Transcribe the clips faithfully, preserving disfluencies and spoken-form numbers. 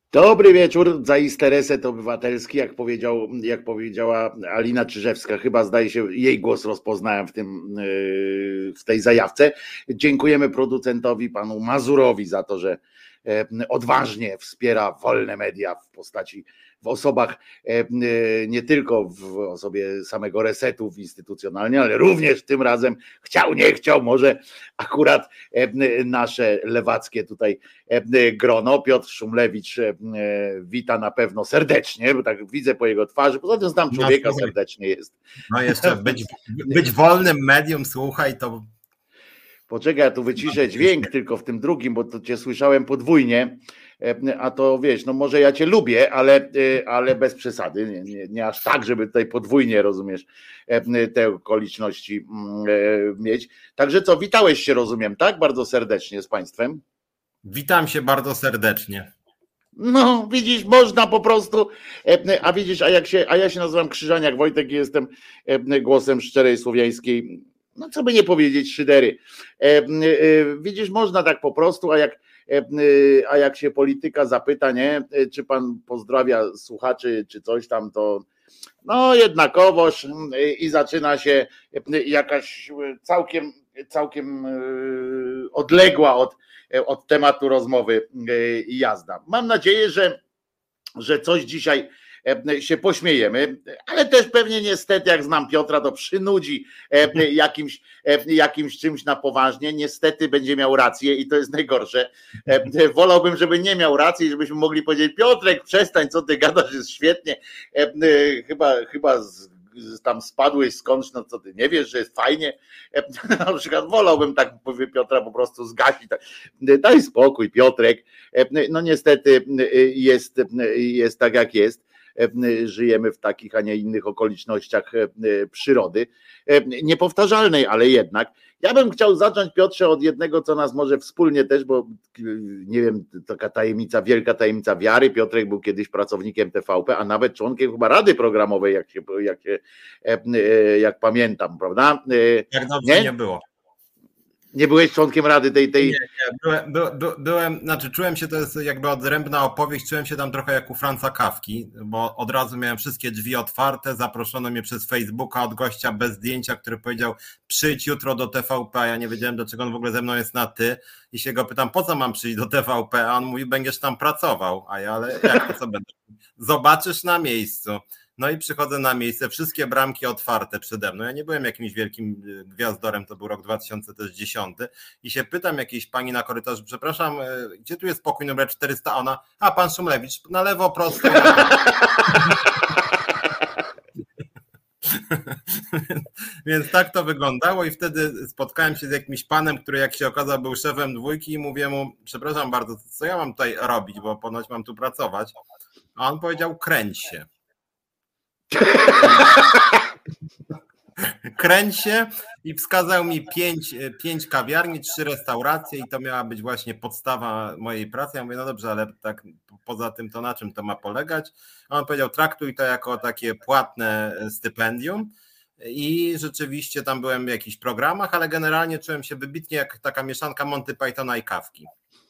Dobry wieczór, zaiste reset obywatelski, jak powiedział, jak powiedziała Alina Czyżewska, chyba zdaje się, jej głos rozpoznałem w tym, yy, w tej zajawce. Dziękujemy producentowi, panu Mazurowi, za to, że e, odważnie wspiera wolne media w postaci, w osobach, e, nie tylko w osobie samego resetu instytucjonalnie, ale również tym razem chciał, nie chciał, może akurat e, nasze lewackie tutaj e, grono. Piotr Szumlewicz e, wita na pewno serdecznie, bo tak widzę po jego twarzy, poza tym znam człowieka, No, serdecznie jest. No jeszcze być, być wolnym medium, słuchaj, to... Poczekaj, ja tu wyciszę dźwięk tylko w tym drugim, bo to cię słyszałem podwójnie, a to wiesz, no może ja cię lubię, ale, ale bez przesady, nie, nie, nie aż tak, żeby tutaj podwójnie, rozumiesz, te okoliczności mieć. Także co, witałeś się, rozumiem, tak? Bardzo serdecznie z państwem. Witam się bardzo serdecznie. No, widzisz, można po prostu, a widzisz, a jak się, a ja się nazywam Krzyżaniak Wojtek i jestem głosem szczerej słowiańskiej, no co by nie powiedzieć, szydery. Widzisz, można tak po prostu, a jak, a jak się polityka zapyta, nie, czy pan pozdrawia słuchaczy, czy coś tam, to no jednakowoż i zaczyna się jakaś całkiem, całkiem odległa od od tematu rozmowy i jazda. Mam nadzieję, że, że coś dzisiaj się pośmiejemy, ale też pewnie niestety, jak znam Piotra, to przynudzi jakimś, jakimś czymś na poważnie. Niestety będzie miał rację i to jest najgorsze. Wolałbym, żeby nie miał racji, żebyśmy mogli powiedzieć: Piotrek, przestań, co ty gadasz, jest świetnie. Chyba, chyba z tam spadłeś skądś, no co ty nie wiesz, że jest fajnie. Na przykład wolałbym, tak powie Piotra, po prostu zgasić. Tak. Daj spokój, Piotrek. No niestety jest, jest tak jak jest. Żyjemy w takich, a nie innych okolicznościach przyrody. Niepowtarzalnej, ale jednak. Ja bym chciał zacząć, Piotrze, od jednego, co nas może wspólnie też, bo nie wiem, taka tajemnica, wielka tajemnica wiary. Piotrek był kiedyś pracownikiem T V P, a nawet członkiem chyba Rady Programowej, jak się, jak, się, jak pamiętam, prawda? Jak dobrze nie, nie było. Nie byłeś członkiem rady tej... tej... Nie, nie. Byłem, by, by, byłem, znaczy czułem się, to jest jakby odrębna opowieść, czułem się tam trochę jak u Franza Kafki, bo od razu miałem wszystkie drzwi otwarte, zaproszono mnie przez Facebooka od gościa bez zdjęcia, który powiedział: przyjdź jutro do T V P, a ja nie wiedziałem, dlaczego on w ogóle ze mną jest na ty, i się go pytam, po co mam przyjść do T V P, a on mówi: będziesz tam pracował, a ja, ale jak to, co będę? Zobaczysz na miejscu. No i przychodzę na miejsce, wszystkie bramki otwarte przede mną. Ja nie byłem jakimś wielkim gwiazdorem, to był rok dwa tysiące dziesiąty i się pytam jakiejś pani na korytarzu: przepraszam, gdzie tu jest pokój numer czterysta? Ona: a pan Szumlewicz, na lewo, prosto. Więc tak to wyglądało i wtedy spotkałem się z jakimś panem, który, jak się okazał, był szefem dwójki, i mówię mu: przepraszam bardzo, co ja mam tutaj robić, bo ponoć mam tu pracować. A on powiedział: kręć się. Kręć się, i wskazał mi pięć, pięć kawiarni, trzy restauracje, i to miała być właśnie podstawa mojej pracy. Ja mówię: no dobrze, ale tak poza tym to na czym to ma polegać? A on powiedział: traktuj to jako takie płatne stypendium. I rzeczywiście tam byłem w jakichś programach, ale generalnie czułem się wybitnie jak taka mieszanka Monty Pythona i Kafki.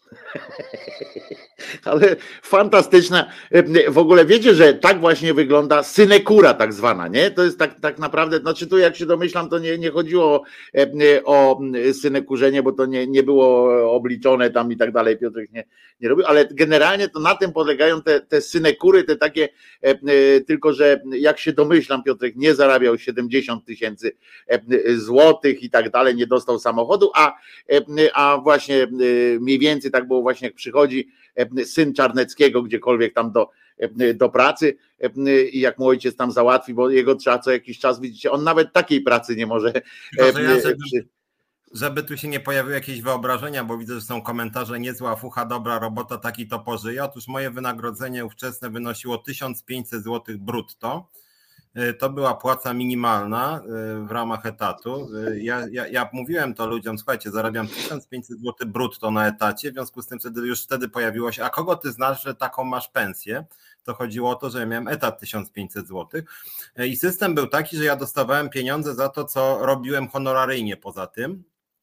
Ale fantastyczna. W ogóle wiecie, że tak właśnie wygląda synekura tak zwana, nie? To jest tak, tak naprawdę, znaczy tu, jak się domyślam, to nie, nie chodziło o, o synekurzenie, bo to nie, nie było obliczone tam i tak dalej, Piotrek nie, nie robił, ale generalnie to na tym polegają te, te synekury, te takie, tylko że jak się domyślam, Piotrek nie zarabiał siedemdziesiąt tysięcy złotych i tak dalej, nie dostał samochodu, a, a właśnie mniej więcej tak było właśnie, jak przychodzi syn Czarneckiego gdziekolwiek tam do, do pracy i jak mu ojciec tam załatwi, bo jego trzeba co jakiś czas, widzicie, on nawet takiej pracy nie może. No, ja, żeby, żeby tu się nie pojawiły jakieś wyobrażenia, bo widzę, że są komentarze: niezła fucha, dobra robota, taki to pożyje. Otóż moje wynagrodzenie ówczesne wynosiło tysiąc pięćset złotych brutto. To była płaca minimalna w ramach etatu. Ja, ja, ja mówiłem to ludziom: słuchajcie, zarabiam tysiąc pięćset złotych brutto na etacie, w związku z tym wtedy już wtedy pojawiło się: a kogo ty znasz, że taką masz pensję? To chodziło o to, że ja miałem etat tysiąc pięćset złotych i system był taki, że ja dostawałem pieniądze za to, co robiłem honoraryjnie poza tym.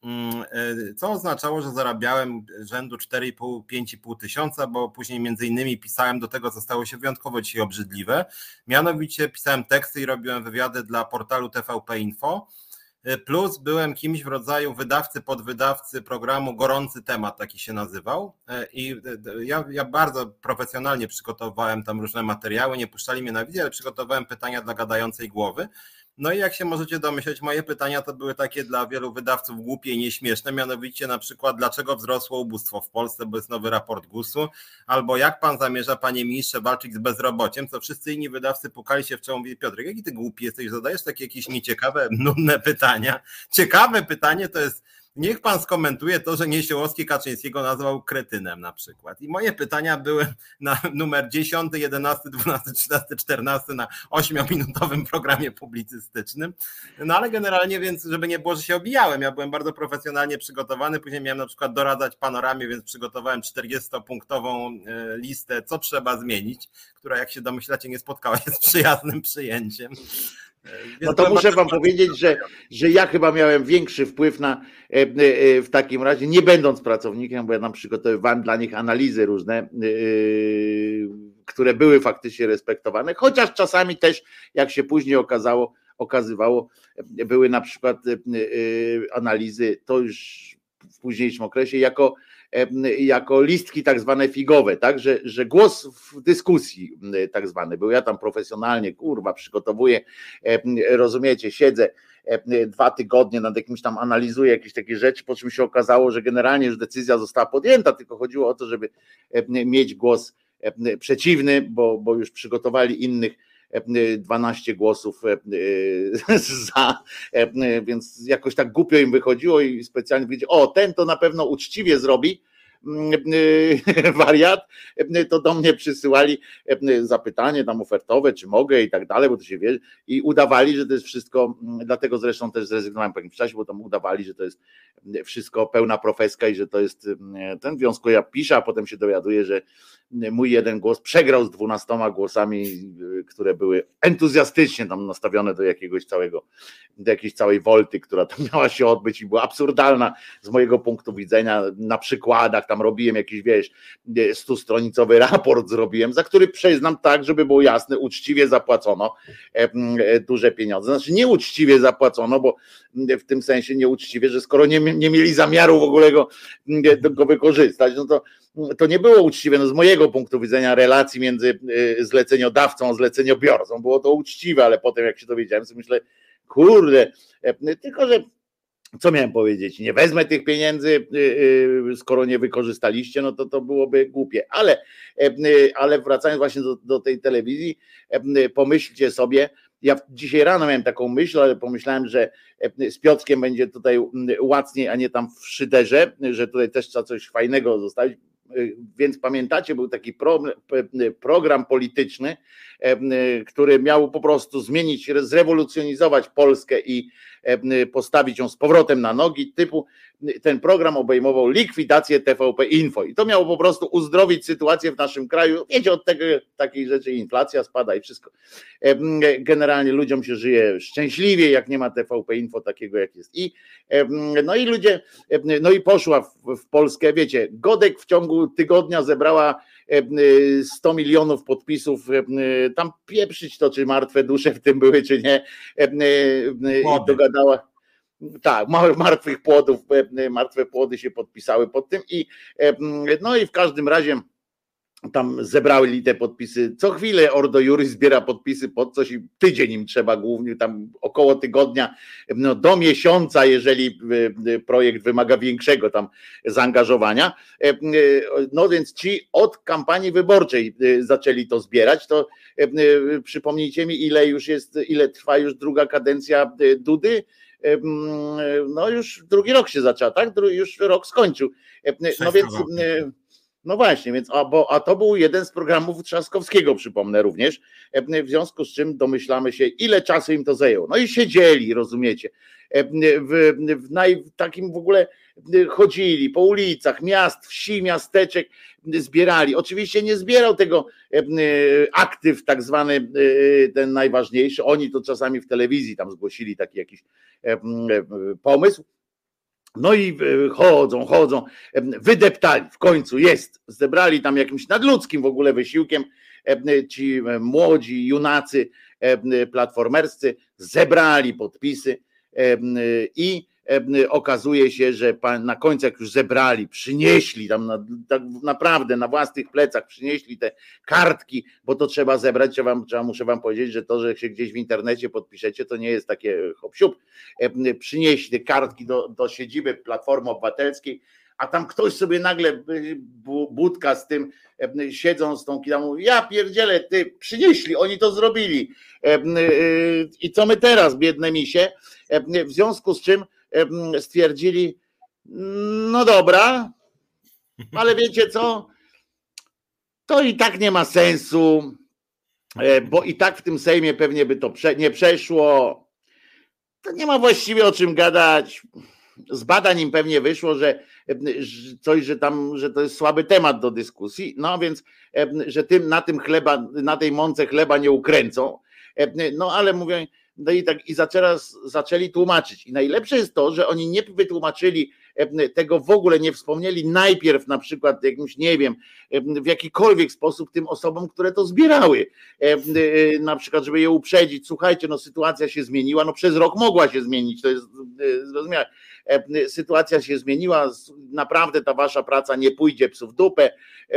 co oznaczało, że zarabiałem rzędu cztery i pół do pięciu i pół tysiąca, bo później między innymi pisałem do tego, co stało się wyjątkowo dzisiaj obrzydliwe, mianowicie pisałem teksty i robiłem wywiady dla portalu T V P Info, plus byłem kimś w rodzaju wydawcy, podwydawcy programu Gorący Temat, taki się nazywał, i ja, ja bardzo profesjonalnie przygotowałem tam różne materiały, nie puszczali mnie na wizję, ale przygotowałem pytania dla gadającej głowy. No i jak się możecie domyśleć, moje pytania to były takie dla wielu wydawców głupie i nieśmieszne, mianowicie na przykład dlaczego wzrosło ubóstwo w Polsce, bo jest nowy raport gusu, albo jak pan zamierza, panie ministrze, walczyć z bezrobociem, co wszyscy inni wydawcy pukali się w czoło, mówili: Piotrek, jaki ty głupi jesteś, że zadajesz takie jakieś nieciekawe, nudne pytania. Ciekawe pytanie to jest: niech pan skomentuje to, że Niesiołowski Kaczyńskiego nazwał kretynem na przykład. I moje pytania były na numer dziesiąty, jedenasty, dwunasty, trzynasty, czternasty na ośmiominutowym programie publicystycznym. No ale generalnie, więc żeby nie było, że się obijałem, ja byłem bardzo profesjonalnie przygotowany, później miałem na przykład doradzać Panoramie, więc przygotowałem czterdziestopunktową listę, co trzeba zmienić, która, jak się domyślacie, nie spotkała się z przyjaznym przyjęciem. No to muszę wam powiedzieć, że, że ja chyba miałem większy wpływ na w takim razie, nie będąc pracownikiem, bo ja tam przygotowywałem dla nich analizy różne, które były faktycznie respektowane, chociaż czasami też, jak się później okazało, okazywało, były na przykład analizy, to już w późniejszym okresie, jako jako listki tak zwane figowe, tak, że, że głos w dyskusji tak zwany był. Ja tam profesjonalnie, kurwa, przygotowuję, rozumiecie, siedzę dwa tygodnie nad jakimś tam, analizuję jakieś takie rzeczy, po czym się okazało, że generalnie już decyzja została podjęta, tylko chodziło o to, żeby mieć głos przeciwny, bo, bo już przygotowali innych dwanaście głosów za, więc jakoś tak głupio im wychodziło i specjalnie powiedzieli: o, ten to na pewno uczciwie zrobi wariat, to do mnie przysyłali zapytanie tam ofertowe, czy mogę i tak dalej, bo to się wie, i udawali, że to jest wszystko, dlatego zresztą też zrezygnowałem po jakimś czasie, bo tam udawali, że to jest wszystko pełna profeska i że to jest ten, w związku ja piszę, a potem się dowiaduję, że mój jeden głos przegrał z dwunastoma głosami, które były entuzjastycznie tam nastawione do jakiegoś całego, do jakiejś całej wolty, która tam miała się odbyć i była absurdalna z mojego punktu widzenia. Na przykładach tam robiłem jakiś, wiesz, stustronicowy raport zrobiłem, za który, przyznam, tak, żeby było jasne, uczciwie zapłacono duże pieniądze. Znaczy nie uczciwie zapłacono, bo w tym sensie nieuczciwie, że skoro nie, nie mieli zamiaru w ogóle go, go wykorzystać, no to to nie było uczciwe, no z mojego punktu widzenia relacji między zleceniodawcą a zleceniobiorcą, było to uczciwe, ale potem jak się dowiedziałem, sobie myślę, kurde, tylko że co miałem powiedzieć, nie wezmę tych pieniędzy, skoro nie wykorzystaliście, no to to byłoby głupie, ale, ale wracając właśnie do, do tej telewizji, pomyślcie sobie, ja dzisiaj rano miałem taką myśl, ale pomyślałem, że z Piotrkiem będzie tutaj łacniej, a nie tam w szyderze, że tutaj też trzeba coś fajnego zostawić. Więc pamiętacie, był taki program polityczny, który miał po prostu zmienić, zrewolucjonizować Polskę i postawić ją z powrotem na nogi, typu ten program obejmował likwidację T V P Info i to miało po prostu uzdrowić sytuację w naszym kraju. Wiecie, od tego takiej rzeczy inflacja spada i wszystko. Generalnie ludziom się żyje szczęśliwie, jak nie ma T V P Info takiego, jak jest. I no i ludzie, no i poszła w, w Polskę, wiecie, Godek w ciągu tygodnia zebrała sto milionów podpisów, tam pieprzyć to, czy martwe dusze w tym były, czy nie, i dogadała. Tak, małych martwych płodów, martwe płody się podpisały pod tym i no i w każdym razie tam zebrały te podpisy. Co chwilę Ordo Iuris zbiera podpisy pod coś i tydzień im trzeba, głównie tam około tygodnia, no do miesiąca, jeżeli projekt wymaga większego tam zaangażowania. No więc ci od kampanii wyborczej zaczęli to zbierać. To przypomnijcie mi, ile już jest, ile trwa już druga kadencja Dudy. No już drugi rok się zaczęła, tak? Już rok skończył. No więc no właśnie, więc a, bo, a to był jeden z programów Trzaskowskiego, przypomnę również, w związku z czym domyślamy się, ile czasu im to zajęło. No i siedzieli, rozumiecie, w, w naj, takim w ogóle chodzili po ulicach miast, wsi, miasteczek, zbierali. Oczywiście nie zbierał tego aktyw tak zwany, ten najważniejszy, oni to czasami w telewizji tam zgłosili taki jakiś pomysł, No i chodzą, chodzą, wydeptali, w końcu jest, zebrali tam jakimś nadludzkim w ogóle wysiłkiem ci młodzi junacy platformerscy, zebrali podpisy i okazuje się, że na końcu jak już zebrali, przynieśli tam na, tak naprawdę na własnych plecach, przynieśli te kartki, bo to trzeba zebrać, trzeba, trzeba, muszę wam powiedzieć, że to, że się gdzieś w internecie podpiszecie, to nie jest takie hop-siup, przynieśli te kartki do, do siedziby Platformy Obywatelskiej, a tam ktoś sobie nagle Budka z tym siedzą z tą kidą, ja pierdzielę, ty przynieśli, oni to zrobili i co my teraz, biedne misie, w związku z czym stwierdzili, no dobra, ale wiecie co, to i tak nie ma sensu, bo i tak w tym Sejmie pewnie by to nie przeszło, to nie ma właściwie o czym gadać. Z badań im pewnie wyszło, że coś, że tam, że to jest słaby temat do dyskusji, no więc, że tym, na tym chleba, na tej mące chleba nie ukręcą, no ale mówią, no i tak i zaczęraz, zaczęli tłumaczyć. I najlepsze jest to, że oni nie wytłumaczyli tego w ogóle, nie wspomnieli najpierw na przykład jakimś, nie wiem, w jakikolwiek sposób tym osobom, które to zbierały. Na przykład, żeby je uprzedzić, słuchajcie, no sytuacja się zmieniła, no przez rok mogła się zmienić, to jest zrozumiałe. Sytuacja się zmieniła, naprawdę ta wasza praca nie pójdzie psu w dupę,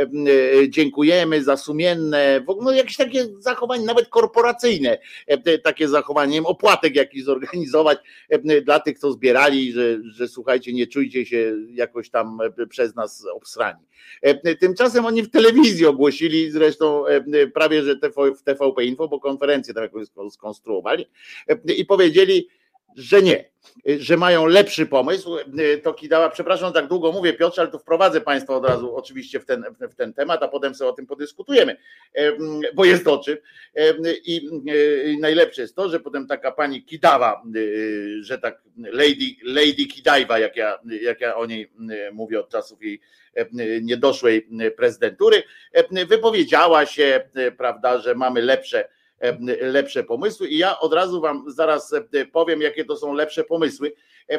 dziękujemy za sumienne, w ogóle no jakieś takie zachowanie, nawet korporacyjne, takie zachowanie, nie wiem, opłatek jakiś zorganizować dla tych, co zbierali, że, że słuchajcie, nie czujcie się jakoś tam przez nas obsrani. Tymczasem oni w telewizji ogłosili, zresztą prawie, że w T V P Info, bo konferencję tam jakąś skonstruowali i powiedzieli, że nie, że mają lepszy pomysł. To Kidała, przepraszam, tak długo mówię, Piotrze, ale to wprowadzę Państwa od razu oczywiście w ten, w ten temat, a potem sobie o tym podyskutujemy, bo jest o czym. I najlepsze jest to, że potem taka pani Kidawa, że tak Lady, Lady Kidajwa, jak ja, jak ja o niej mówię od czasów jej niedoszłej prezydentury, wypowiedziała się, prawda, że mamy lepsze lepsze pomysły i ja od razu wam zaraz powiem, jakie to są lepsze pomysły.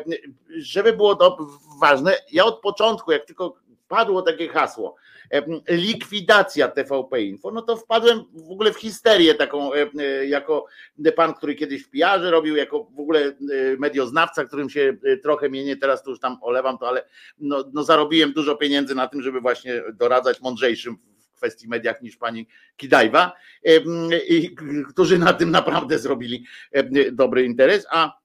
Żeby było to ważne, ja od początku, jak tylko padło takie hasło likwidacja T V P Info, no to wpadłem w ogóle w histerię taką, jako pan, który kiedyś w P R-ze robił, jako w ogóle medioznawca, którym się trochę mienię, teraz to już tam olewam to, ale no, no zarobiłem dużo pieniędzy na tym, żeby właśnie doradzać mądrzejszym w kwestii mediach niż pani Kidajwa, którzy na tym naprawdę zrobili dobry interes, a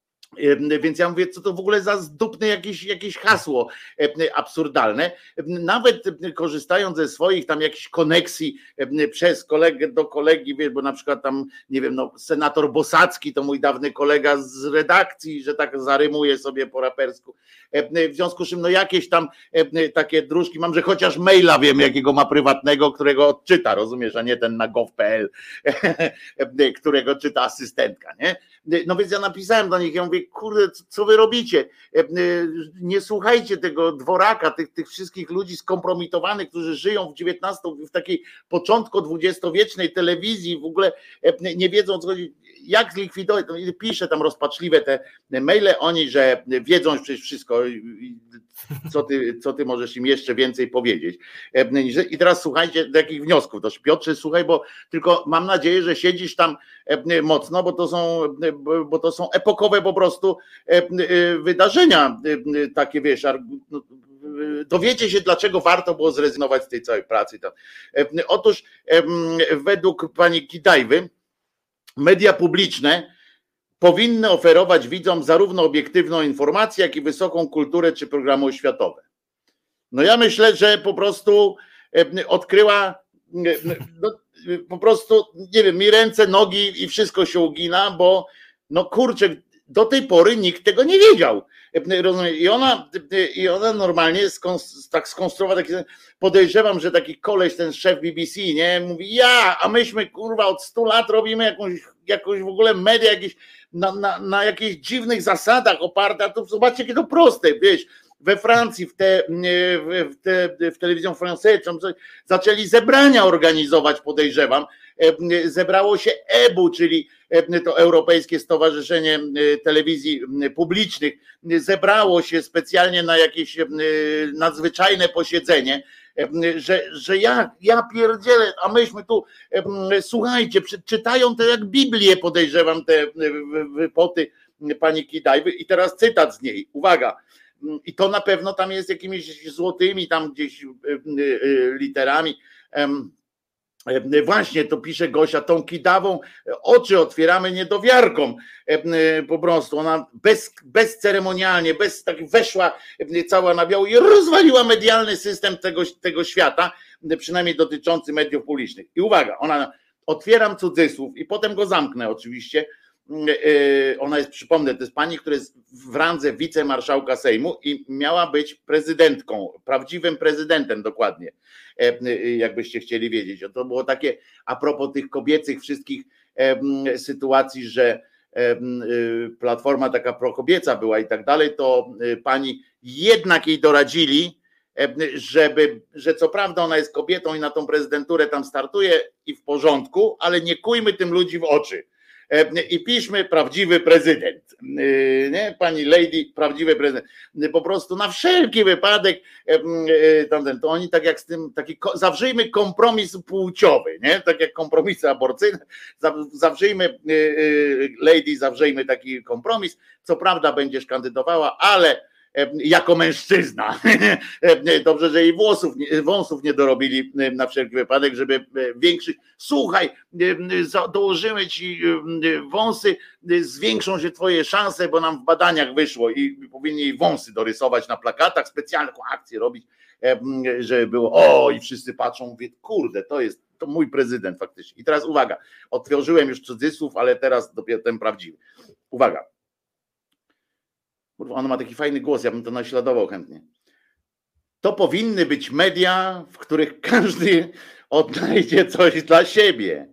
więc ja mówię, co to w ogóle za zdupne jakieś, jakieś hasło absurdalne. Nawet korzystając ze swoich tam jakichś koneksji przez kolegę do kolegi, wiesz, bo na przykład tam, nie wiem, no, senator Bosacki to mój dawny kolega z redakcji, że tak zarymuje sobie po rapersku. W związku z czym, no jakieś tam takie dróżki mam, że chociaż maila wiem, jakiego ma prywatnego, którego odczyta, rozumiesz, a nie ten na gov kropka p l, którego czyta asystentka, nie? No więc ja napisałem do nich, ja mówię, kurde, co wy robicie? Nie słuchajcie tego Dworaka, tych, tych wszystkich ludzi skompromitowanych, którzy żyją w dziewiętnastym, w takiej początku dwudziestowiecznej telewizji, w ogóle nie wiedzą, co chodzi, jak zlikwidować. Piszę tam rozpaczliwe te maile, oni, że wiedzą przecież wszystko, co ty, co ty możesz im jeszcze więcej powiedzieć. I teraz słuchajcie, do jakich wniosków. To Piotrze, słuchaj, bo tylko mam nadzieję, że siedzisz tam mocno, bo to są, bo to są epokowe po prostu wydarzenia, takie wiesz, dowiecie się, dlaczego warto było zrezygnować z tej całej pracy. Otóż według pani Kidajwy media publiczne powinny oferować widzom zarówno obiektywną informację, jak i wysoką kulturę czy programy oświatowe. No ja myślę, że po prostu odkryła, no, po prostu, nie wiem, mi ręce, nogi i wszystko się ugina, bo no kurczę, do tej pory nikt tego nie wiedział. I ona, i ona normalnie tak skonstruowała, taki, podejrzewam, że taki koleś, ten szef B B C, nie, mówi, ja, a myśmy kurwa od stu lat robimy jakąś, jakąś w ogóle media jakieś na, na, na jakichś dziwnych zasadach oparte, a to zobaczcie, jakie to proste, wiesz, we Francji w, te, w, te, w telewizją Française zaczęli zebrania organizować, podejrzewam, zebrało się E B U, czyli to Europejskie Stowarzyszenie Telewizji Publicznych, zebrało się specjalnie na jakieś nadzwyczajne posiedzenie, że, że ja, ja pierdzielę, a myśmy tu, słuchajcie, czytają to jak Biblię, podejrzewam, te wypoty pani Kidajwy i teraz cytat z niej, uwaga, i to na pewno tam jest jakimiś złotymi tam gdzieś literami. Właśnie to pisze Gosia, tą Kidawą oczy otwieramy niedowiarkom, po prostu ona bez, bezceremonialnie, bez tak weszła cała na biało i rozwaliła medialny system tego, tego świata, przynajmniej dotyczący mediów publicznych. I uwaga, ona, otwieram cudzysłów i potem go zamknę oczywiście. Ona jest, przypomnę, to jest pani, która jest w randze wicemarszałka Sejmu i miała być prezydentką, prawdziwym prezydentem dokładnie, jakbyście chcieli wiedzieć. To było takie a propos tych kobiecych wszystkich sytuacji, że Platforma taka prokobieca była i tak dalej, to pani jednak jej doradzili, żeby, że co prawda ona jest kobietą i na tą prezydenturę tam startuje i w porządku, ale nie kujmy tym ludzi w oczy. I piszmy prawdziwy prezydent, nie? Pani Lady, prawdziwy prezydent, po prostu na wszelki wypadek tamten, to oni tak jak z tym, taki, zawrzyjmy kompromis płciowy, nie? Tak jak kompromisy aborcyjne, zawrzyjmy Lady, zawrzyjmy taki kompromis, co prawda będziesz kandydowała, ale jako mężczyzna. Dobrze, że jej włosów, wąsów nie dorobili na wszelki wypadek, żeby większy. Słuchaj, dołożymy ci wąsy, zwiększą się twoje szanse, bo nam w badaniach wyszło i powinni jej wąsy dorysować na plakatach, specjalną akcję robić, żeby było o i wszyscy patrzą, mówię, kurde, to jest to mój prezydent faktycznie. I teraz uwaga, otworzyłem już cudzysłów, ale teraz dopiero ten prawdziwy. Uwaga. On ma taki fajny głos, ja bym to naśladował chętnie. To powinny być media, w których każdy odnajdzie coś dla siebie.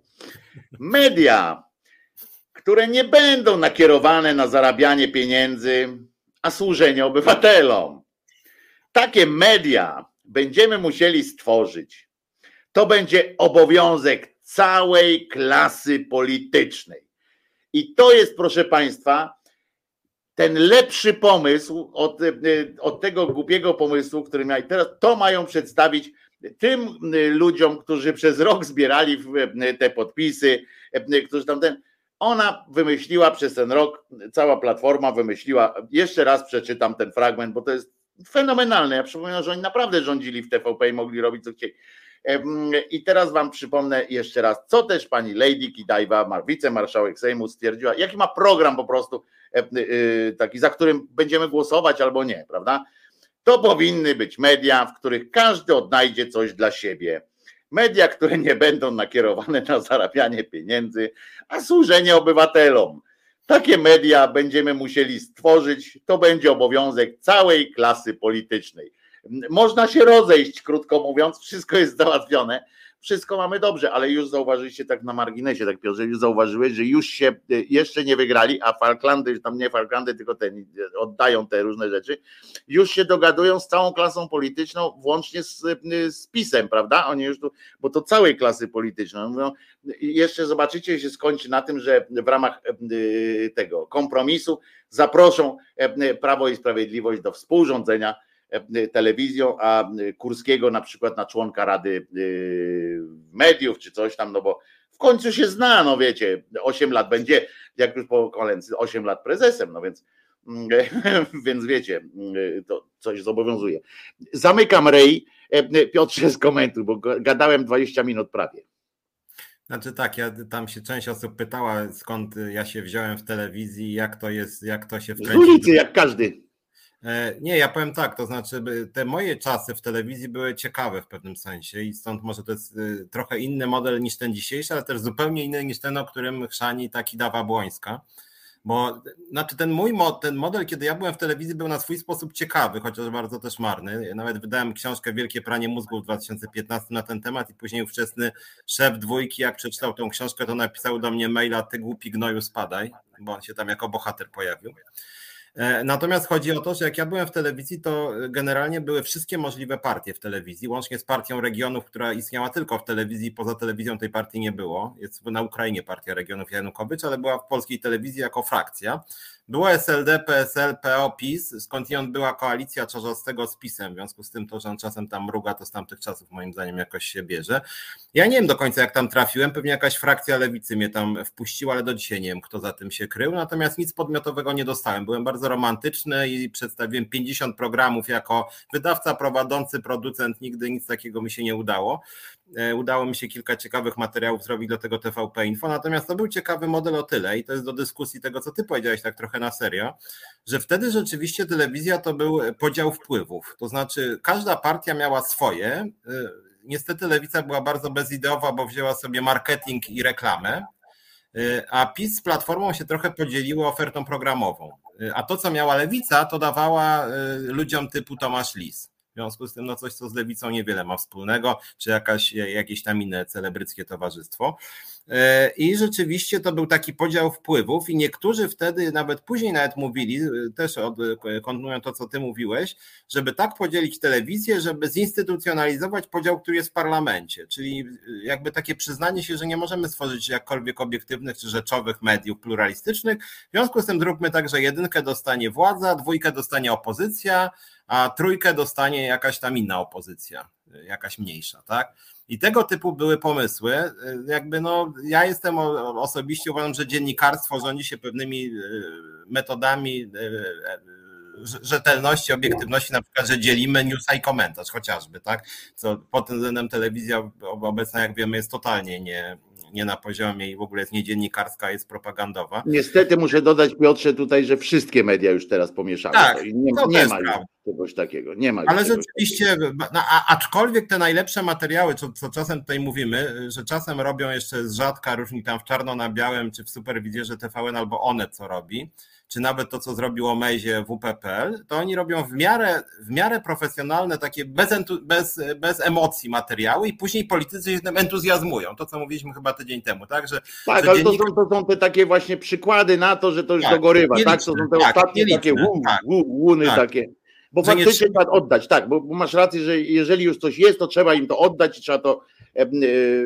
Media, które nie będą nakierowane na zarabianie pieniędzy, a służenie obywatelom. Takie media będziemy musieli stworzyć. To będzie obowiązek całej klasy politycznej. I to jest, proszę Państwa, ten lepszy pomysł od, od tego głupiego pomysłu, który miał teraz, to mają przedstawić tym ludziom, którzy przez rok zbierali te podpisy, którzy tam ten, ona wymyśliła przez ten rok, cała Platforma wymyśliła, jeszcze raz przeczytam ten fragment, bo to jest fenomenalne. Ja przypominam, że oni naprawdę rządzili w T V P i mogli robić co chcieli. I teraz wam przypomnę jeszcze raz, co też pani Lady Kidajwa, wicemarszałek Sejmu, stwierdziła, jaki ma program po prostu taki, za którym będziemy głosować albo nie, prawda? To powinny być media, w których każdy odnajdzie coś dla siebie. Media, które nie będą nakierowane na zarabianie pieniędzy, a służenie obywatelom. Takie media będziemy musieli stworzyć, to będzie obowiązek całej klasy politycznej. Można się rozejść, krótko mówiąc, wszystko jest załatwione, wszystko mamy dobrze, ale już zauważyliście tak na marginesie, tak Piotrze, już zauważyłeś, że już się jeszcze nie wygrali, a Falklandy, tam nie Falklandy, tylko te oddają te różne rzeczy, już się dogadują z całą klasą polityczną, włącznie z, z PiS-em, prawda? Oni już tu, bo to całej klasy politycznej. Mówią, jeszcze zobaczycie, się skończy na tym, że w ramach tego kompromisu zaproszą Prawo i Sprawiedliwość do współrządzenia telewizją, a Kurskiego na przykład na członka Rady Mediów czy coś tam, no bo w końcu się zna, no wiecie, osiem lat będzie, jak już po kolency, osiem lat prezesem, no więc więc wiecie, to coś zobowiązuje. Zamykam rej, Piotrze, skomentuj, bo gadałem dwadzieścia minut prawie. Znaczy tak, ja, tam się część osób pytała, skąd ja się wziąłem w telewizji, jak to jest, jak to się wkręcić. Z ulicy, jak każdy. Nie, ja powiem tak, to znaczy te moje czasy w telewizji były ciekawe w pewnym sensie i stąd może to jest trochę inny model niż ten dzisiejszy, ale też zupełnie inny niż ten, o którym chrzani ta Kidawa Błońska, bo znaczy ten mój mod, ten model, kiedy ja byłem w telewizji, był na swój sposób ciekawy, chociaż bardzo też marny. Ja nawet wydałem książkę Wielkie pranie mózgu w dwa tysiące piętnastym na ten temat i później ówczesny szef Dwójki, jak przeczytał tą książkę, to napisał do mnie maila: ty głupi gnoju, spadaj, bo on się tam jako bohater pojawił. Natomiast chodzi o to, że jak ja byłem w telewizji, to generalnie były wszystkie możliwe partie w telewizji, łącznie z Partią Regionów, która istniała tylko w telewizji, poza telewizją tej partii nie było. Jest na Ukrainie Partia Regionów Janukowycz, ale była w polskiej telewizji jako frakcja. Było S L D, P S L, P O, PiS, skądinąd była koalicja Czarzastego z PiS-em, w związku z tym to, że on czasem tam mruga, to z tamtych czasów moim zdaniem jakoś się bierze. Ja nie wiem do końca jak tam trafiłem, pewnie jakaś frakcja lewicy mnie tam wpuściła, ale do dzisiaj nie wiem kto za tym się krył, natomiast nic podmiotowego nie dostałem. Byłem bardzo romantyczny i przedstawiłem pięćdziesiąt programów jako wydawca, prowadzący, producent, nigdy nic takiego mi się nie udało. Udało mi się kilka ciekawych materiałów zrobić do tego T V P Info, natomiast to był ciekawy model o tyle i to jest do dyskusji tego, co ty powiedziałeś tak trochę na serio, że wtedy rzeczywiście telewizja to był podział wpływów, to znaczy każda partia miała swoje, niestety lewica była bardzo bezideowa, bo wzięła sobie marketing i reklamę, a PiS z Platformą się trochę podzieliły ofertą programową, a to co miała lewica to dawała ludziom typu Tomasz Lis. W związku z tym no coś, co z lewicą niewiele ma wspólnego, czy jakaś, jakieś tam inne celebryckie towarzystwo. I rzeczywiście to był taki podział wpływów i niektórzy wtedy, nawet później nawet mówili, też od, kontynuują to, co ty mówiłeś, żeby tak podzielić telewizję, żeby zinstytucjonalizować podział, który jest w parlamencie, czyli jakby takie przyznanie się, że nie możemy stworzyć jakkolwiek obiektywnych czy rzeczowych mediów pluralistycznych, w związku z tym zróbmy tak, że jedynkę dostanie władza, dwójkę dostanie opozycja, a trójkę dostanie jakaś tam inna opozycja, jakaś mniejsza, tak? I tego typu były pomysły. Jakby no, ja jestem osobiście uważam, że dziennikarstwo rządzi się pewnymi metodami rzetelności, obiektywności, na przykład, że dzielimy newsa i komentarz chociażby, tak? Co pod tym względem telewizja obecna, jak wiemy, jest totalnie nie, nie na poziomie i w ogóle jest nie dziennikarska, jest propagandowa. Niestety muszę dodać, Piotrze, tutaj, że wszystkie media już teraz pomieszały. Tak, to i nie, to nie ma już prawda. czegoś takiego. Nie ma Ale czegoś rzeczywiście, takiego. no, a, aczkolwiek te najlepsze materiały, co, co czasem tutaj mówimy, że czasem robią jeszcze z rzadka różni tam w czarno na białym, czy w Superwizjerze T V N albo Onet co robi, czy nawet to, co zrobił o Mejzie W P P L, to oni robią w miarę, w miarę profesjonalne, takie bez, entu, bez, bez emocji materiały i później politycy się tym entuzjazmują. To, co mówiliśmy chyba tydzień temu, tak? Że, tak, że ale dziennik... to, są, to są te takie właśnie przykłady na to, że to już tak, dogorywa, nieliczne, tak? To są te tak, ostatnie nieliczne, takie łun, tak, łuny tak. takie. Bo Że nie faktycznie trzeba oddać, tak, bo, bo masz rację, że jeżeli już coś jest, to trzeba im to oddać i trzeba to e, e,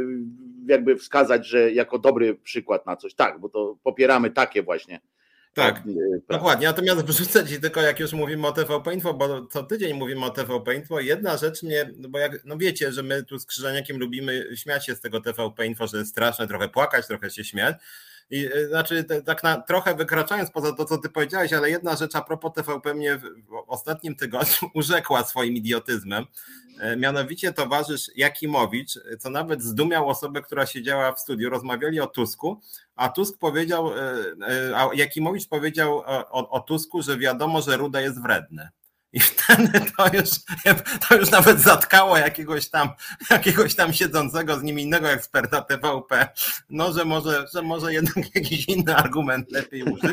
jakby wskazać, że jako dobry przykład na coś. Tak, bo to popieramy takie właśnie. Tak, dokładnie. Natomiast wrzucę ci tylko, jak już mówimy o T V P Info, bo co tydzień mówimy o T V P Info, jedna rzecz mnie, bo jak, no wiecie, że my tu z Krzyżaniakiem lubimy śmiać się z tego T V P Info, że jest straszne, trochę płakać, trochę się śmiać. I znaczy tak na, trochę wykraczając poza to, co ty powiedziałeś, ale jedna rzecz a propos T V P mnie w, w ostatnim tygodniu urzekła swoim idiotyzmem. Mianowicie towarzysz Jakimowicz, co nawet zdumiał osobę, która siedziała w studiu, rozmawiali o Tusku, a Tusk powiedział, a Jakimowicz powiedział o, o Tusku, że wiadomo, że Ruda jest wredny. I wtedy to już, to już nawet zatkało jakiegoś tam, jakiegoś tam siedzącego z nim innego eksperta T V P, no że może, że może jednak jakiś inny argument lepiej użyć.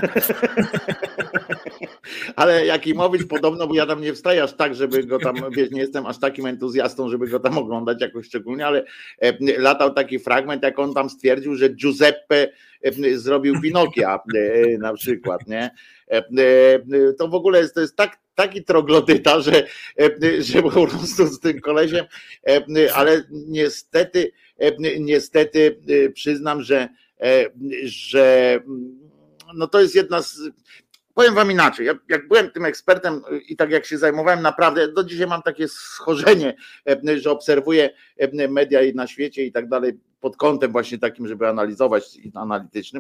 Ale Jakimowicz podobno, bo ja tam nie wstaję aż tak, żeby go tam, wiesz, nie jestem aż takim entuzjastą, żeby go tam oglądać jakoś szczególnie, ale latał taki fragment, jak on tam stwierdził, że Giuseppe zrobił Pinokia na przykład, nie? To w ogóle jest, to jest tak, taki troglodyta, że, że po prostu z tym kolesiem, ale niestety, niestety przyznam, że, że no to jest jedna z... Powiem wam inaczej, jak, jak byłem tym ekspertem i tak jak się zajmowałem, naprawdę do dzisiaj mam takie schorzenie, że obserwuję media na świecie i tak dalej pod kątem właśnie takim, żeby analizować, analitycznym,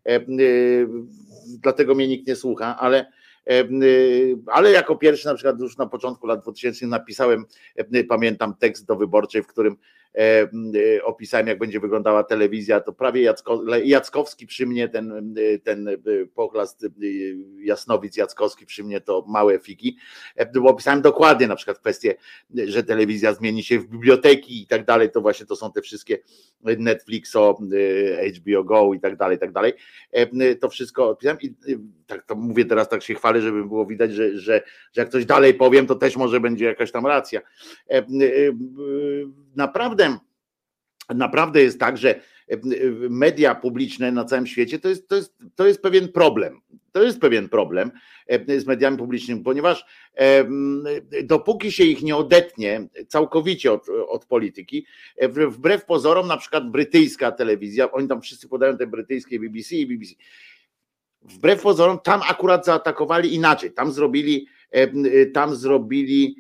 dlatego mnie nikt nie słucha, ale ale jako pierwszy na przykład już na początku lat dwutysięcznych napisałem, pamiętam, tekst do Wyborczej, w którym opisałem, jak będzie wyglądała telewizja, to prawie Jacko, Jackowski przy mnie, ten, ten pochlast Jasnowic Jackowski przy mnie to małe figi, bo opisałem dokładnie na przykład kwestię, że telewizja zmieni się w biblioteki i tak dalej, to właśnie to są te wszystkie Netflixo, H B O Go i tak dalej, i tak dalej, to wszystko opisałem i tak to mówię teraz, tak się chwalę, żeby było widać, że, że, że jak coś dalej powiem, to też może będzie jakaś tam racja. Naprawdę naprawdę jest tak, że media publiczne na całym świecie to jest, to jest, to jest pewien problem. To jest pewien problem z mediami publicznymi, ponieważ dopóki się ich nie odetnie całkowicie od, od polityki, wbrew pozorom, na przykład brytyjska telewizja, oni tam wszyscy podają te brytyjskie B B C i B B C, wbrew pozorom tam akurat zaatakowali inaczej, tam zrobili tam zrobili